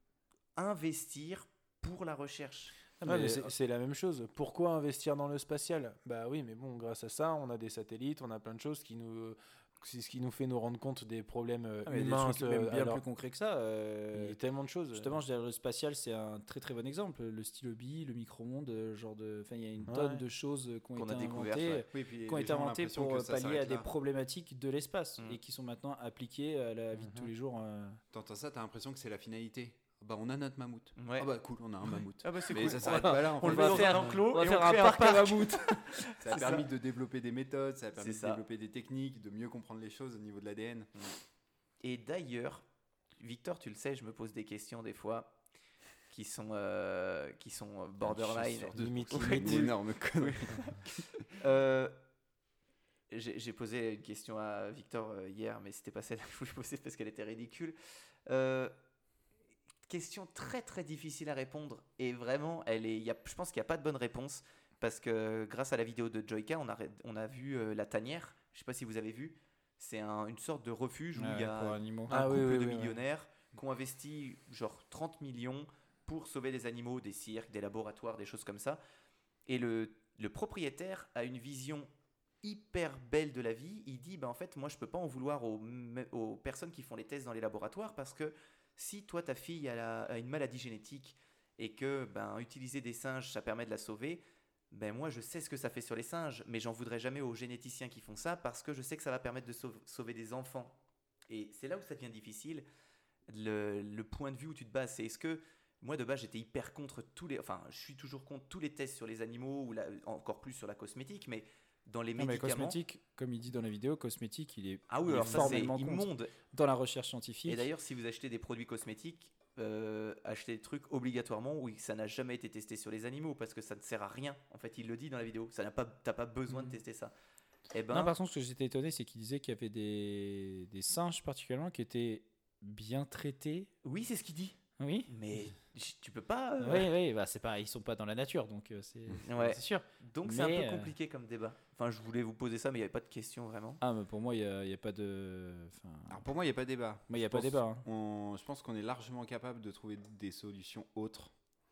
investir pour la recherche. Ah, Ouais, mais- mais c'est la même chose. Pourquoi investir dans le spatial? Bah oui, mais bon, grâce à ça, on a des satellites, on a plein de choses c'est ce qui nous fait nous rendre compte des problèmes Ah, mais il y a humains. des trucs même bien alors, plus concrets que ça. il y a tellement de choses. Justement, je dirais le spatial, c'est un très très bon exemple. Le stylo bille, le micro-ondes, enfin, il y a une tonne Ouais. de choses qui ont Qu'on été a découvertes, inventées, ouais. Oui, puis qui ont été inventées pour pallier à des problématiques de l'espace Mm. et qui sont maintenant appliquées à la vie de tous les jours. T'entends ça, t'as l'impression que c'est la finalité. Bah, on a notre mammouth. Ouais. Ah bah cool, on a un mammouth. Ah bah c'est Mais cool. ça s'arrête pas là. En On le fait. met va dans faire- un enclos On va et faire on un crée parc à parc. mammouth. Ça a permis de développer des méthodes, ça a permis C'est de ça. développer des techniques, de mieux comprendre les choses au niveau de l'ADN. Et d'ailleurs, Victor, tu le sais, je me pose des questions des fois qui sont borderline. Limite, Ouais, Une énorme connerie. Euh, j'ai posé une question à Victor hier, mais c'était pas celle que je voulais poser parce qu'elle était ridicule. Question très très difficile à répondre et vraiment, je pense qu'il n'y a pas de bonne réponse parce que grâce à la vidéo de Joyka, on a vu la tanière. Je sais pas si vous avez vu. C'est une sorte de refuge où il y a pour animaux. un Ah oui, couple oui, de oui, ouais. millionnaires qui ont investi genre 30 millions pour sauver des animaux, des cirques, des laboratoires, des choses comme ça. Et le propriétaire a une vision hyper belle de la vie. Il dit, en fait, moi, je peux pas en vouloir aux personnes qui font les tests dans les laboratoires parce que si toi, ta fille a une maladie génétique et que utiliser des singes, ça permet de la sauver, moi, je sais ce que ça fait sur les singes, mais j'en voudrais jamais aux généticiens qui font ça parce que je sais que ça va permettre de sauver des enfants. Et c'est là où ça devient difficile. Le point de vue où tu te bases, c'est est-ce que moi de base j'étais hyper contre je suis toujours contre tous les tests sur les animaux ou encore plus sur la cosmétique, mais dans les Non, mais médicaments. cosmétique, comme il dit dans la vidéo, cosmétique, il est Ah oui, il est alors ça c'est formellement contre. immonde. Dans la recherche scientifique. Et d'ailleurs, si vous achetez des produits cosmétiques, achetez des trucs obligatoirement où ça n'a jamais été testé sur les animaux parce que ça ne sert à rien. En fait, il le dit dans la vidéo. T'as pas besoin de tester ça. Et Non, par contre, ce que j'étais étonné, c'est qu'il disait qu'il y avait des singes particulièrement qui étaient bien traités. oui, c'est ce qu'il dit. Oui. Mais tu peux pas. Oui, c'est pas, ils sont pas dans la nature, donc Ouais. c'est sûr. Donc c'est un Mais, peu compliqué comme débat. Enfin, je voulais vous poser ça, mais il n'y avait pas de question vraiment. Ah, mais pour moi, il y a pas de. Alors pour moi, il n'y a pas de débat. Moi, il y a Je pas pense- débat. Hein. Je pense qu'on est largement capable de trouver des solutions autres.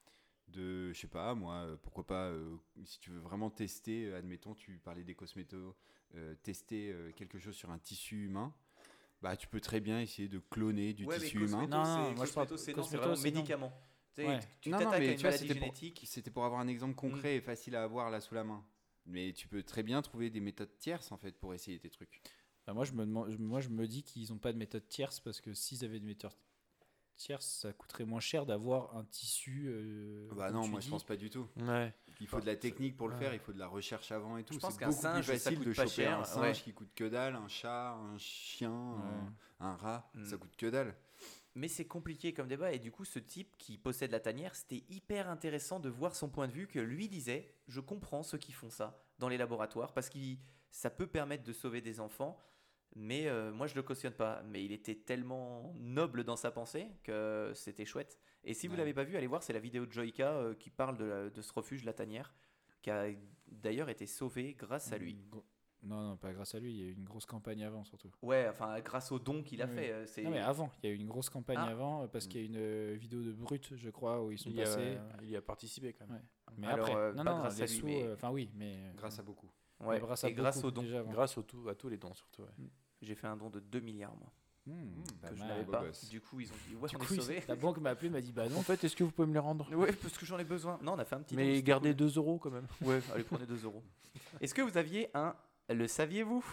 Je sais pas, moi, pourquoi pas, si tu veux vraiment tester, admettons, tu parlais des cosmétos, tester quelque chose sur un tissu humain, bah tu peux très bien essayer de cloner du tissu humain. Non, moi, je parle- c'est cosméto, vraiment c'est non. médicament. Tu sais, Ouais. tu Non, non, t'attaques mais à une tu vois, maladie c'était pour- génétique. C'était pour avoir un exemple concret et facile à avoir là sous la main. Mais tu peux très bien trouver des méthodes tierces en fait pour essayer tes trucs. Bah, moi, je me dis qu'ils n'ont pas de méthode tierce parce que s'ils avaient une méthode tierce, ça coûterait moins cher d'avoir un tissu. Bah comme non, tu moi dis. je pense pas du tout. Ouais. Il faut de la technique pour le faire, il faut de la recherche avant et tout. Je pense C'est qu'un beaucoup singe, plus ça facile coûte de pas choper cher, un singe ouais. qui coûte que dalle, un chat, un chien, un rat, Mm. ça coûte que dalle. Mais c'est compliqué comme débat et du coup ce type qui possède la tanière, c'était hyper intéressant de voir son point de vue que lui disait je comprends ceux qui font ça dans les laboratoires parce que ça peut permettre de sauver des enfants mais moi je le cautionne pas mais il était tellement noble dans sa pensée que c'était chouette et si vous Ouais. l'avez pas vu allez voir c'est la vidéo de Joyka qui parle de ce refuge la tanière qui a d'ailleurs été sauvé grâce à lui. Non, pas grâce à lui. Il y a eu une grosse campagne avant, surtout. Ouais, enfin, grâce au don qu'il a Oui. fait. C'est... Non, mais avant. Il y a eu une grosse campagne Ah. avant parce qu'il y a une vidéo de Brut, je crois, où ils sont Il y passés. a participé quand même. Ouais. Mais Alors, après, pas grâce à les lui, sous, mais- enfin oui, mais Grâce à beaucoup. Ouais, grâce à et grâce beaucoup, au don. déjà avant. Grâce à tous les dons surtout. Ouais. J'ai fait un don de 2 milliards, moi, Pas que je mal. n'avais beau pas. gosse. Du coup, ils ont dit, ouais, Du on coup, est sauvés. la banque m'a appelé, m'a dit bah non. En fait, est-ce que vous pouvez me les rendre? Ouais, parce que j'en ai besoin. Non, on a fait un petit don. Mais c'était gardez cool. 2 euros quand même. Ouais, allez, prenez 2 euros. Est-ce que vous aviez un le saviez-vous?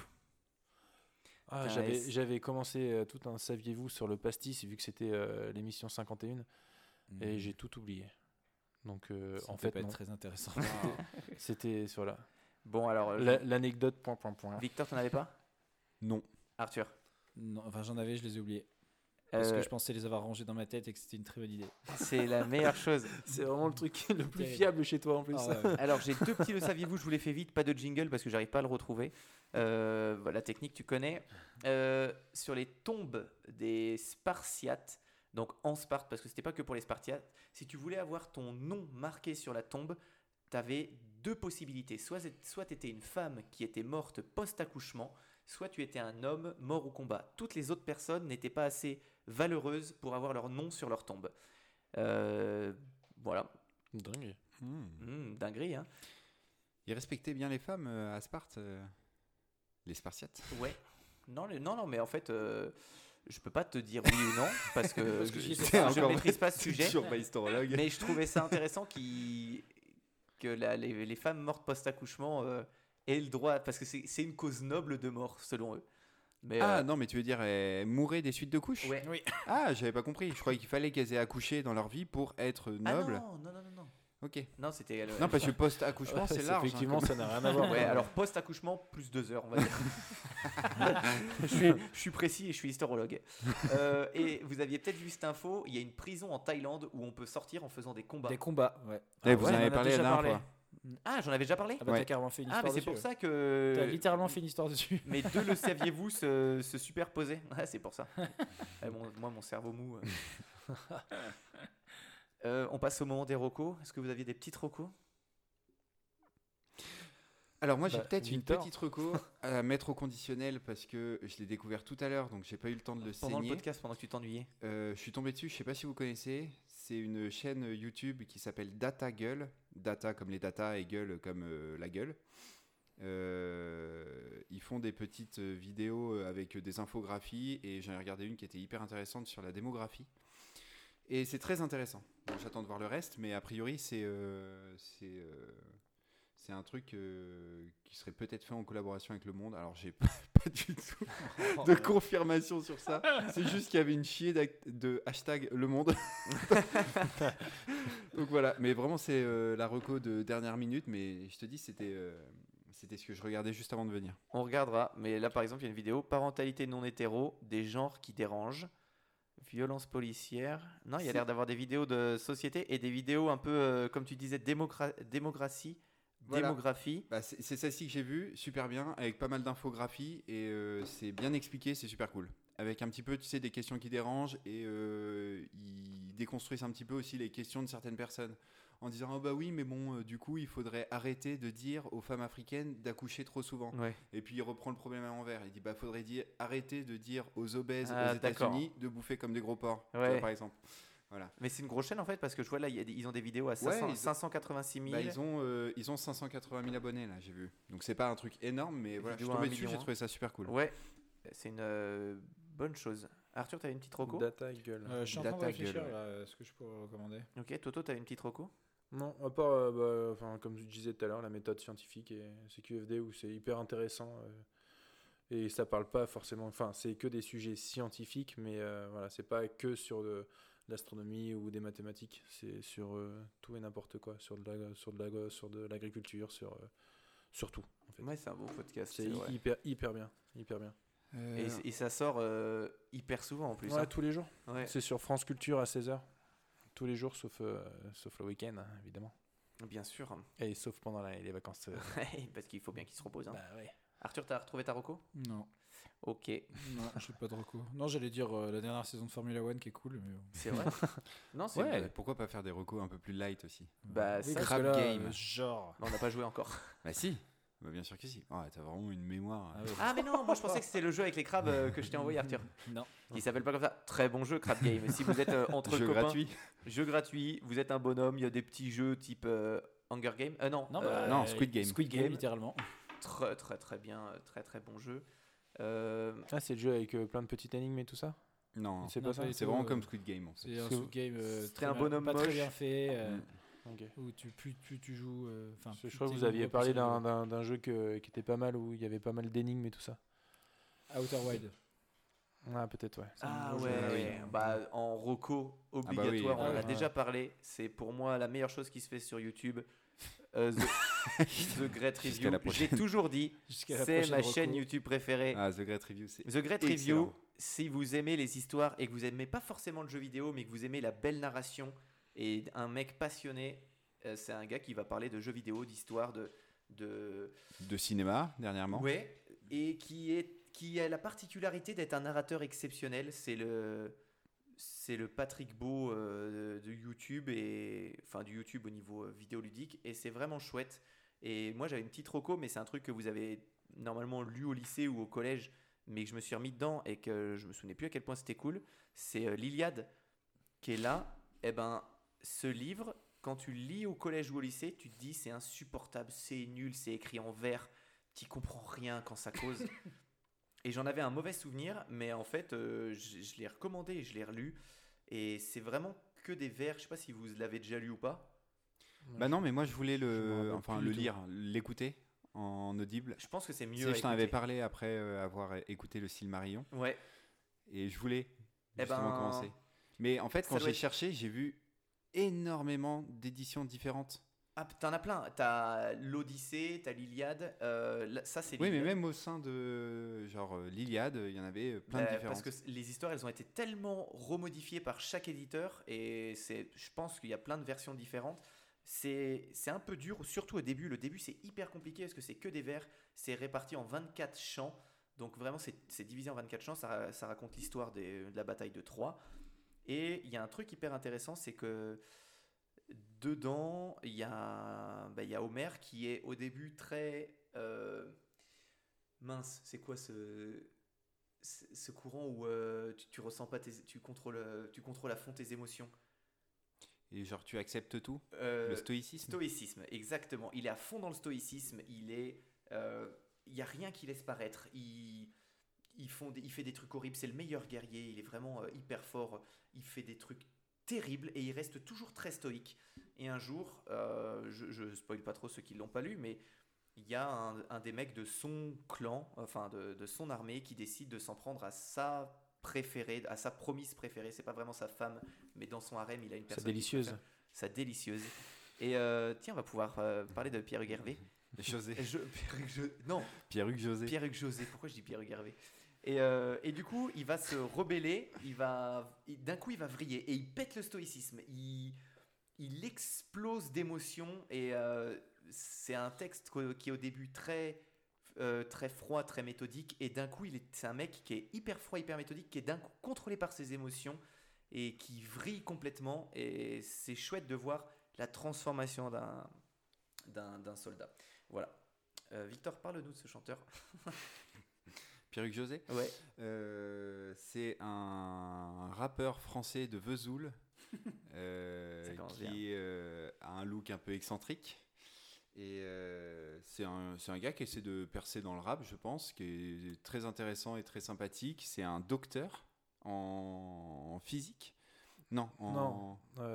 Ah, Putain, j'avais commencé tout un saviez-vous sur le pastis vu que c'était l'émission 51 et j'ai tout oublié. Donc Ça en peut fait pas non. être très intéressant. C'était voilà. Bon, alors, L'anecdote point. Victor, t'en avais pas? Non. Arthur? Non, enfin j'en avais, je les ai oubliés. Parce Euh, que je pensais les avoir rangés dans ma tête et que c'était une très bonne idée. C'est la meilleure chose. C'est vraiment le truc le plus Terrible. fiable chez toi en plus. Ah ouais. Alors, j'ai 2 petits le saviez-vous, je vous les fais vite, pas de jingle parce que j'arrive pas à le retrouver. La technique, tu connais. Sur les tombes des Spartiates, donc en Sparte, parce que c'était pas que pour les Spartiates, si tu voulais avoir ton nom marqué sur la tombe, tu avais 2 possibilités. Soit tu étais une femme qui était morte post-accouchement, soit tu étais un homme mort au combat. Toutes les autres personnes n'étaient pas assez valeureuses pour avoir leur nom sur leur tombe. Voilà. Dingue. Dinguerie, hein. Ils respectaient bien les femmes à Sparte, les Spartiates. Ouais. Non, mais en fait, je peux pas te dire oui ou non parce que, Parce que j'y étais je pas. ne maîtrise pas ce sujet. Sur My Storologue. Mais je trouvais ça intéressant que les femmes mortes post-accouchement aient le droit, parce que c'est une cause noble de mort selon eux. Mais, Ah non, mais tu veux dire mouraient des suites de couches? ouais. Oui. Ah, j'avais pas compris. Je croyais qu'il fallait qu'elles aient accouché dans leur vie pour être Ah nobles. non. Ok. Non, c'était. Non, parce que post-accouchement, c'est large. Effectivement, ça n'a rien à voir. Ouais, alors post-accouchement, plus 2 heures, on va dire. je suis précis et je suis historiologue. Et vous aviez peut-être vu cette info, il y a une prison en Thaïlande où on peut sortir en faisant des combats. Des combats, ouais. Eh, vous en on avez a parlé la déjà dernière parlé. fois. Ah, j'en avais déjà parlé? Ah bah Ouais. t'as carrément fait une Ah, histoire mais c'est dessus, pour ouais. ça que. T'as littéralement fait une histoire dessus. Mais 2 le saviez-vous se superposer. Ah, c'est pour ça. Moi, mon cerveau mou. On passe au moment des recos. Est-ce que vous aviez des petites recos? Alors moi j'ai Bah, peut-être une Victor. petite reco à mettre au conditionnel parce que je l'ai découvert tout à l'heure donc j'ai pas eu le temps de le Pendant le saigner. podcast, pendant que tu t'ennuyais. Je suis tombé dessus, je sais pas si vous connaissez, c'est une chaîne YouTube qui s'appelle Data Gueule, data comme les data et gueule comme la gueule. Ils font des petites vidéos avec des infographies et j'en ai regardé une qui était hyper intéressante sur la démographie. Et c'est très intéressant. Donc, j'attends de voir le reste, mais a priori c'est un truc qui serait peut-être fait en collaboration avec Le Monde. Alors j'ai pas du tout de confirmation sur ça. C'est juste qu'il y avait une chier de hashtag Le Monde. Donc voilà. Mais vraiment c'est la reco de dernière minute. Mais je te dis c'était ce que je regardais juste avant de venir. On regardera. Mais là, par exemple, il y a une vidéo parentalité non hétéro, des genres qui dérangent, violence policière. Non, il y a l'air d'avoir des vidéos de société et des vidéos un peu, comme tu disais, démographie. Voilà. Démographie. Bah, c'est celle-ci que j'ai vue, super bien, avec pas mal d'infographies et c'est bien expliqué, c'est super cool. Avec un petit peu, tu sais, des questions qui dérangent et ils déconstruisent un petit peu aussi les questions de certaines personnes en disant oh bah oui mais bon du coup il faudrait arrêter de dire aux femmes africaines d'accoucher trop souvent. Ouais. Et puis il reprend le problème à l'envers, il dit bah faudrait dire arrêter de dire aux obèses Ah, aux d'accord. États-Unis de bouffer comme des gros porcs, tu Ouais. vois, par exemple. Voilà. Mais c'est une grosse chaîne en fait, parce que je vois là, ils ont des vidéos à 500 ils- 586 000. Bah, ils ont 580 000 abonnés là, j'ai vu. Donc c'est pas un truc énorme, mais voilà, je suis vidéos à tombé 1 dessus, million. j'ai trouvé ça super cool. Ouais, c'est une bonne chose. Arthur, t'avais une petite reco? Data gueule. Je suis en train de Data réfléchir gueule, ouais. là, à ce que je pourrais recommander. Ok, Toto, t'avais une petite reco? Non, à part, comme je disais tout à l'heure, la méthode scientifique et CQFD où c'est hyper intéressant et ça parle pas forcément, enfin c'est que des sujets scientifiques, mais voilà, c'est pas que sur de l'astronomie ou des mathématiques, c'est sur tout et n'importe quoi, sur de l'agriculture, sur tout. En fait. Ouais, c'est un beau podcast. C'est c'est vrai. hyper bien. Et ça sort hyper souvent en plus. Ouais, hein. tous les jours. Ouais. C'est sur France Culture à 16h. Tous les jours, sauf le week-end, hein, évidemment. Bien sûr. Et sauf pendant les vacances. Parce qu'il faut bien qu'il se repose. Hein. Bah ouais. Arthur, t'as retrouvé ta reco? Non, Ok, non, j'ai pas de recours. Non, j'allais dire la dernière saison de Formula One qui est cool, mais bon. c'est vrai. Non, c'est Ouais, vrai. pourquoi pas faire des recos un peu plus light aussi? Bah, Oui, ça, parce Crap que là, game. genre. on n'a pas joué encore. Bah si. Bah, bien sûr que si. Ah, t'as vraiment une mémoire. Ah ouais. Ah mais non, moi je pensais que c'était le jeu avec les crabes que je t'ai envoyé, Arthur. Non. Qui s'appelle pas comme ça. Très bon jeu, Crab Game. Si vous êtes entre Jeu copains, gratuit. jeu gratuit, vous êtes un bonhomme, il y a des petits jeux type Hunger Game. Non, non, Squid Game. Squid Game, Game. littéralement. très très très bien, très très bon jeu. Ah, c'est le jeu avec plein de petites énigmes et tout ça. Non, C'est Non, pas ça. pas du c'est tout, vraiment comme Squid Game en fait. C'est un C'est- Squid Game C'était un bonhomme pas moche. très bien fait. Mm. Où plus tu joues. Je crois que vous aviez parlé d'un jeu qui était pas mal où il y avait pas mal d'énigmes et tout ça. Outer Wild. Ah, peut-être, ouais. C'est un Ah gros ouais, jeu. bah en Rocco obligatoire, oui, on en a ouais. déjà parlé. C'est pour moi la meilleure chose qui se fait sur YouTube. The Great Jusqu'à Review. la J'ai prochaine. toujours dit, Jusqu'à la c'est prochaine ma reco. chaîne YouTube préférée. Ah, The Great Review, c'est. The Great excellent. Review, si vous aimez les histoires et que vous aimez pas forcément le jeu vidéo, mais que vous aimez la belle narration et un mec passionné, c'est un gars qui va parler de jeux vidéo, d'histoire, De cinéma, dernièrement. ouais, et qui a la particularité d'être un narrateur exceptionnel. C'est le Patrick Beau de YouTube enfin du YouTube au niveau vidéoludique, et c'est vraiment chouette. Et moi j'avais une petite reco, mais c'est un truc que vous avez normalement lu au lycée ou au collège, mais que je me suis remis dedans et que je me souvenais plus à quel point c'était cool. C'est l'Iliade qui est là. Et ben ce livre, quand tu le lis au collège ou au lycée, tu te dis c'est insupportable, c'est nul, c'est écrit en vers, tu comprends rien quand ça cause. Et j'en avais un mauvais souvenir, mais en fait, je l'ai recommandé et je l'ai relu. Et c'est vraiment que des vers. Je sais pas si vous l'avez déjà lu ou pas. Bah non, mais moi je voulais Je m'en rappelle plus le du tout. lire, l'écouter en audible. Je pense que c'est Tu mieux. sais, à je t'en avais écouter. parlé après avoir écouté le Silmarillion. Ouais. Et je voulais Eh justement ben, commencer. Mais en fait, ça quand doit j'ai être- cherché, j'ai vu énormément d'éditions différentes. Ah, t'en as plein. T'as l'Odyssée, t'as l'Iliade. Ça, c'est Oui, mais l'Iliade. même au sein de genre l'Iliade, il y en avait plein de différentes. Parce que les histoires, elles ont été tellement remodifiées par chaque éditeur, et je pense qu'il y a plein de versions différentes. C'est un peu dur, surtout au début. Le début, c'est hyper compliqué parce que c'est que des vers. C'est réparti en 24 chants. Donc vraiment, c'est divisé en 24 chants. Ça raconte l'histoire de la bataille de Troie. Et il y a un truc hyper intéressant, c'est que dedans, il y a Homère qui est au début très... mince, c'est quoi ce courant où tu ressens pas tu contrôles à fond tes émotions. Et genre, tu acceptes tout. Euh, Le stoïcisme. Stoïcisme, exactement. Il est à fond dans le stoïcisme. Il y a rien qui laisse paraître. Il fait des trucs horribles. C'est le meilleur guerrier. Il est vraiment hyper fort. Il fait des trucs terribles et il reste toujours très stoïque. Et un jour, je spoil pas trop ceux qui l'ont pas lu, mais il y a un des mecs de son clan, enfin de son armée, qui décide de s'en prendre à sa préférée, à sa promise préférée. C'est pas vraiment sa femme, mais dans son harem, il a une personne. qu'il délicieuse. préfère. Sa délicieuse. Et tiens, on va pouvoir parler de Pierre-Hugues Hervé. José. Non, Pierre-Hugues José. Pierre-Hugues José. Pourquoi je dis Pierre-Hugues Hervé? Et du coup, il va se rebeller. D'un coup, il va vriller et il pète le stoïcisme. Il explose d'émotions et c'est un texte qui est au début très froid, très méthodique, et d'un coup c'est un mec qui est hyper froid, hyper méthodique, qui est d'un coup contrôlé par ses émotions et qui vrille complètement, et c'est chouette de voir la transformation d'un soldat. Voilà. Victor, parle-nous de ce chanteur. Pierre-Hugues José. Ouais. C'est un rappeur français de Vesoul Ça commence bien. qui a un look un peu excentrique. Et c'est un gars qui essaie de percer dans le rap, je pense, qui est très intéressant et très sympathique. C'est un docteur en physique. Non, Non.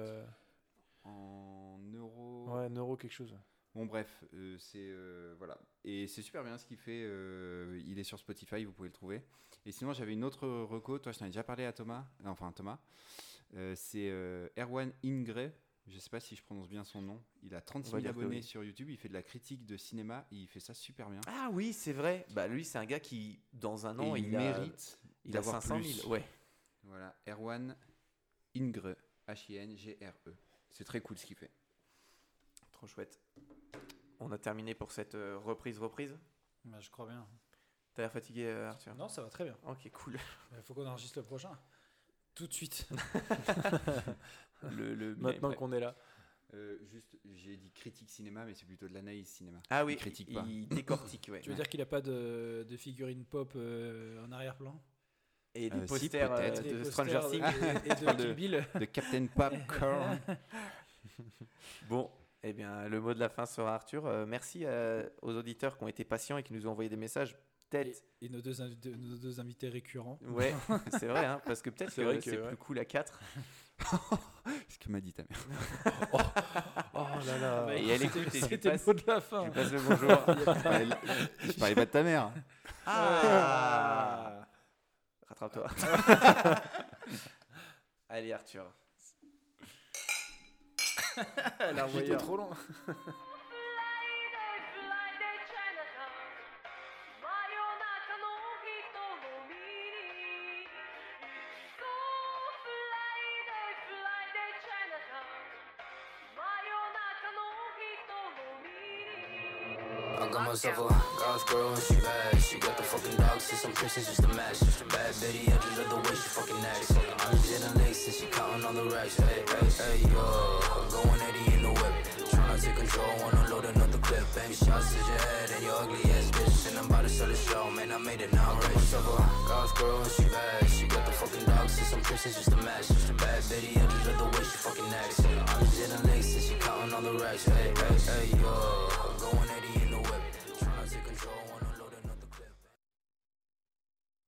en neuro. Ouais, neuro quelque chose. Bon, bref, voilà. Et c'est super bien ce qu'il fait. Il est sur Spotify, vous pouvez le trouver. Et sinon, j'avais une autre reco. Toi, je t'en ai déjà parlé à Thomas. C'est Erwan Ingre. Je sais pas si je prononce bien son nom. Il a 36 On va 000 dire que abonnés oui. sur YouTube. Il fait de la critique de cinéma et il fait ça super bien. Ah oui, c'est vrai. Bah lui, c'est un gars qui, dans un an, et il mérite il a d'avoir 500 plus. 000. Ouais. Voilà, Erwan Ingre, H-I-N-G-R-E. C'est très cool ce qu'il fait. Trop chouette. On a terminé pour cette reprise. Bah, je crois bien. T'as l'air fatigué, Arthur? Non, ça va très bien. Ok, cool. Il faut qu'on enregistre le prochain. Tout de suite. Le Maintenant qu'on est là. Juste, j'ai dit critique cinéma, mais c'est plutôt de l'analyse cinéma. Ah oui, Il critique pas. il décortique, ouais. Tu veux dire qu'il a pas de figurines pop en arrière-plan? Et des Si, posters peut-être. Des de posters Stranger Things. et de Kill Bill. De Captain Popcorn. Bon, eh bien, le mot de la fin sera Arthur. Merci aux auditeurs qui ont été patients et qui nous ont envoyé des messages. Peut-être. Et nos deux invités récurrents. Ouais, c'est vrai, hein, parce que peut-être C'est que vrai que, c'est ouais. plus cool à 4. Ce que m'a dit ta mère. Oh là là. Et elle écoute et je lui C'était le passe, mot de la je fin. lui passe le bonjour. Je parlais pas de ta mère. Ah Rattrape-toi. Allez, Arthur. J'étais trop long. I got myself a goth girl and she bad. She got the fucking dog, see some princess just a match. Bad Betty, I just love the way she fucking acts. I'm just in the lakes and she counting all the racks. Hey, hey, hey, yo, I'm going 80 in the whip. Tryna take control, wanna load another clip. Bang shots to your head and your ugly ass bitch. And I'm about to sell the show, man, I made it now. I got myself a goth girl and she bad. She got the fucking dog, see some princess just a match. Bad Betty, I just love the way she fucking acts. I'm just in the lakes and she counting all the racks. Hey, hey, hey, yo.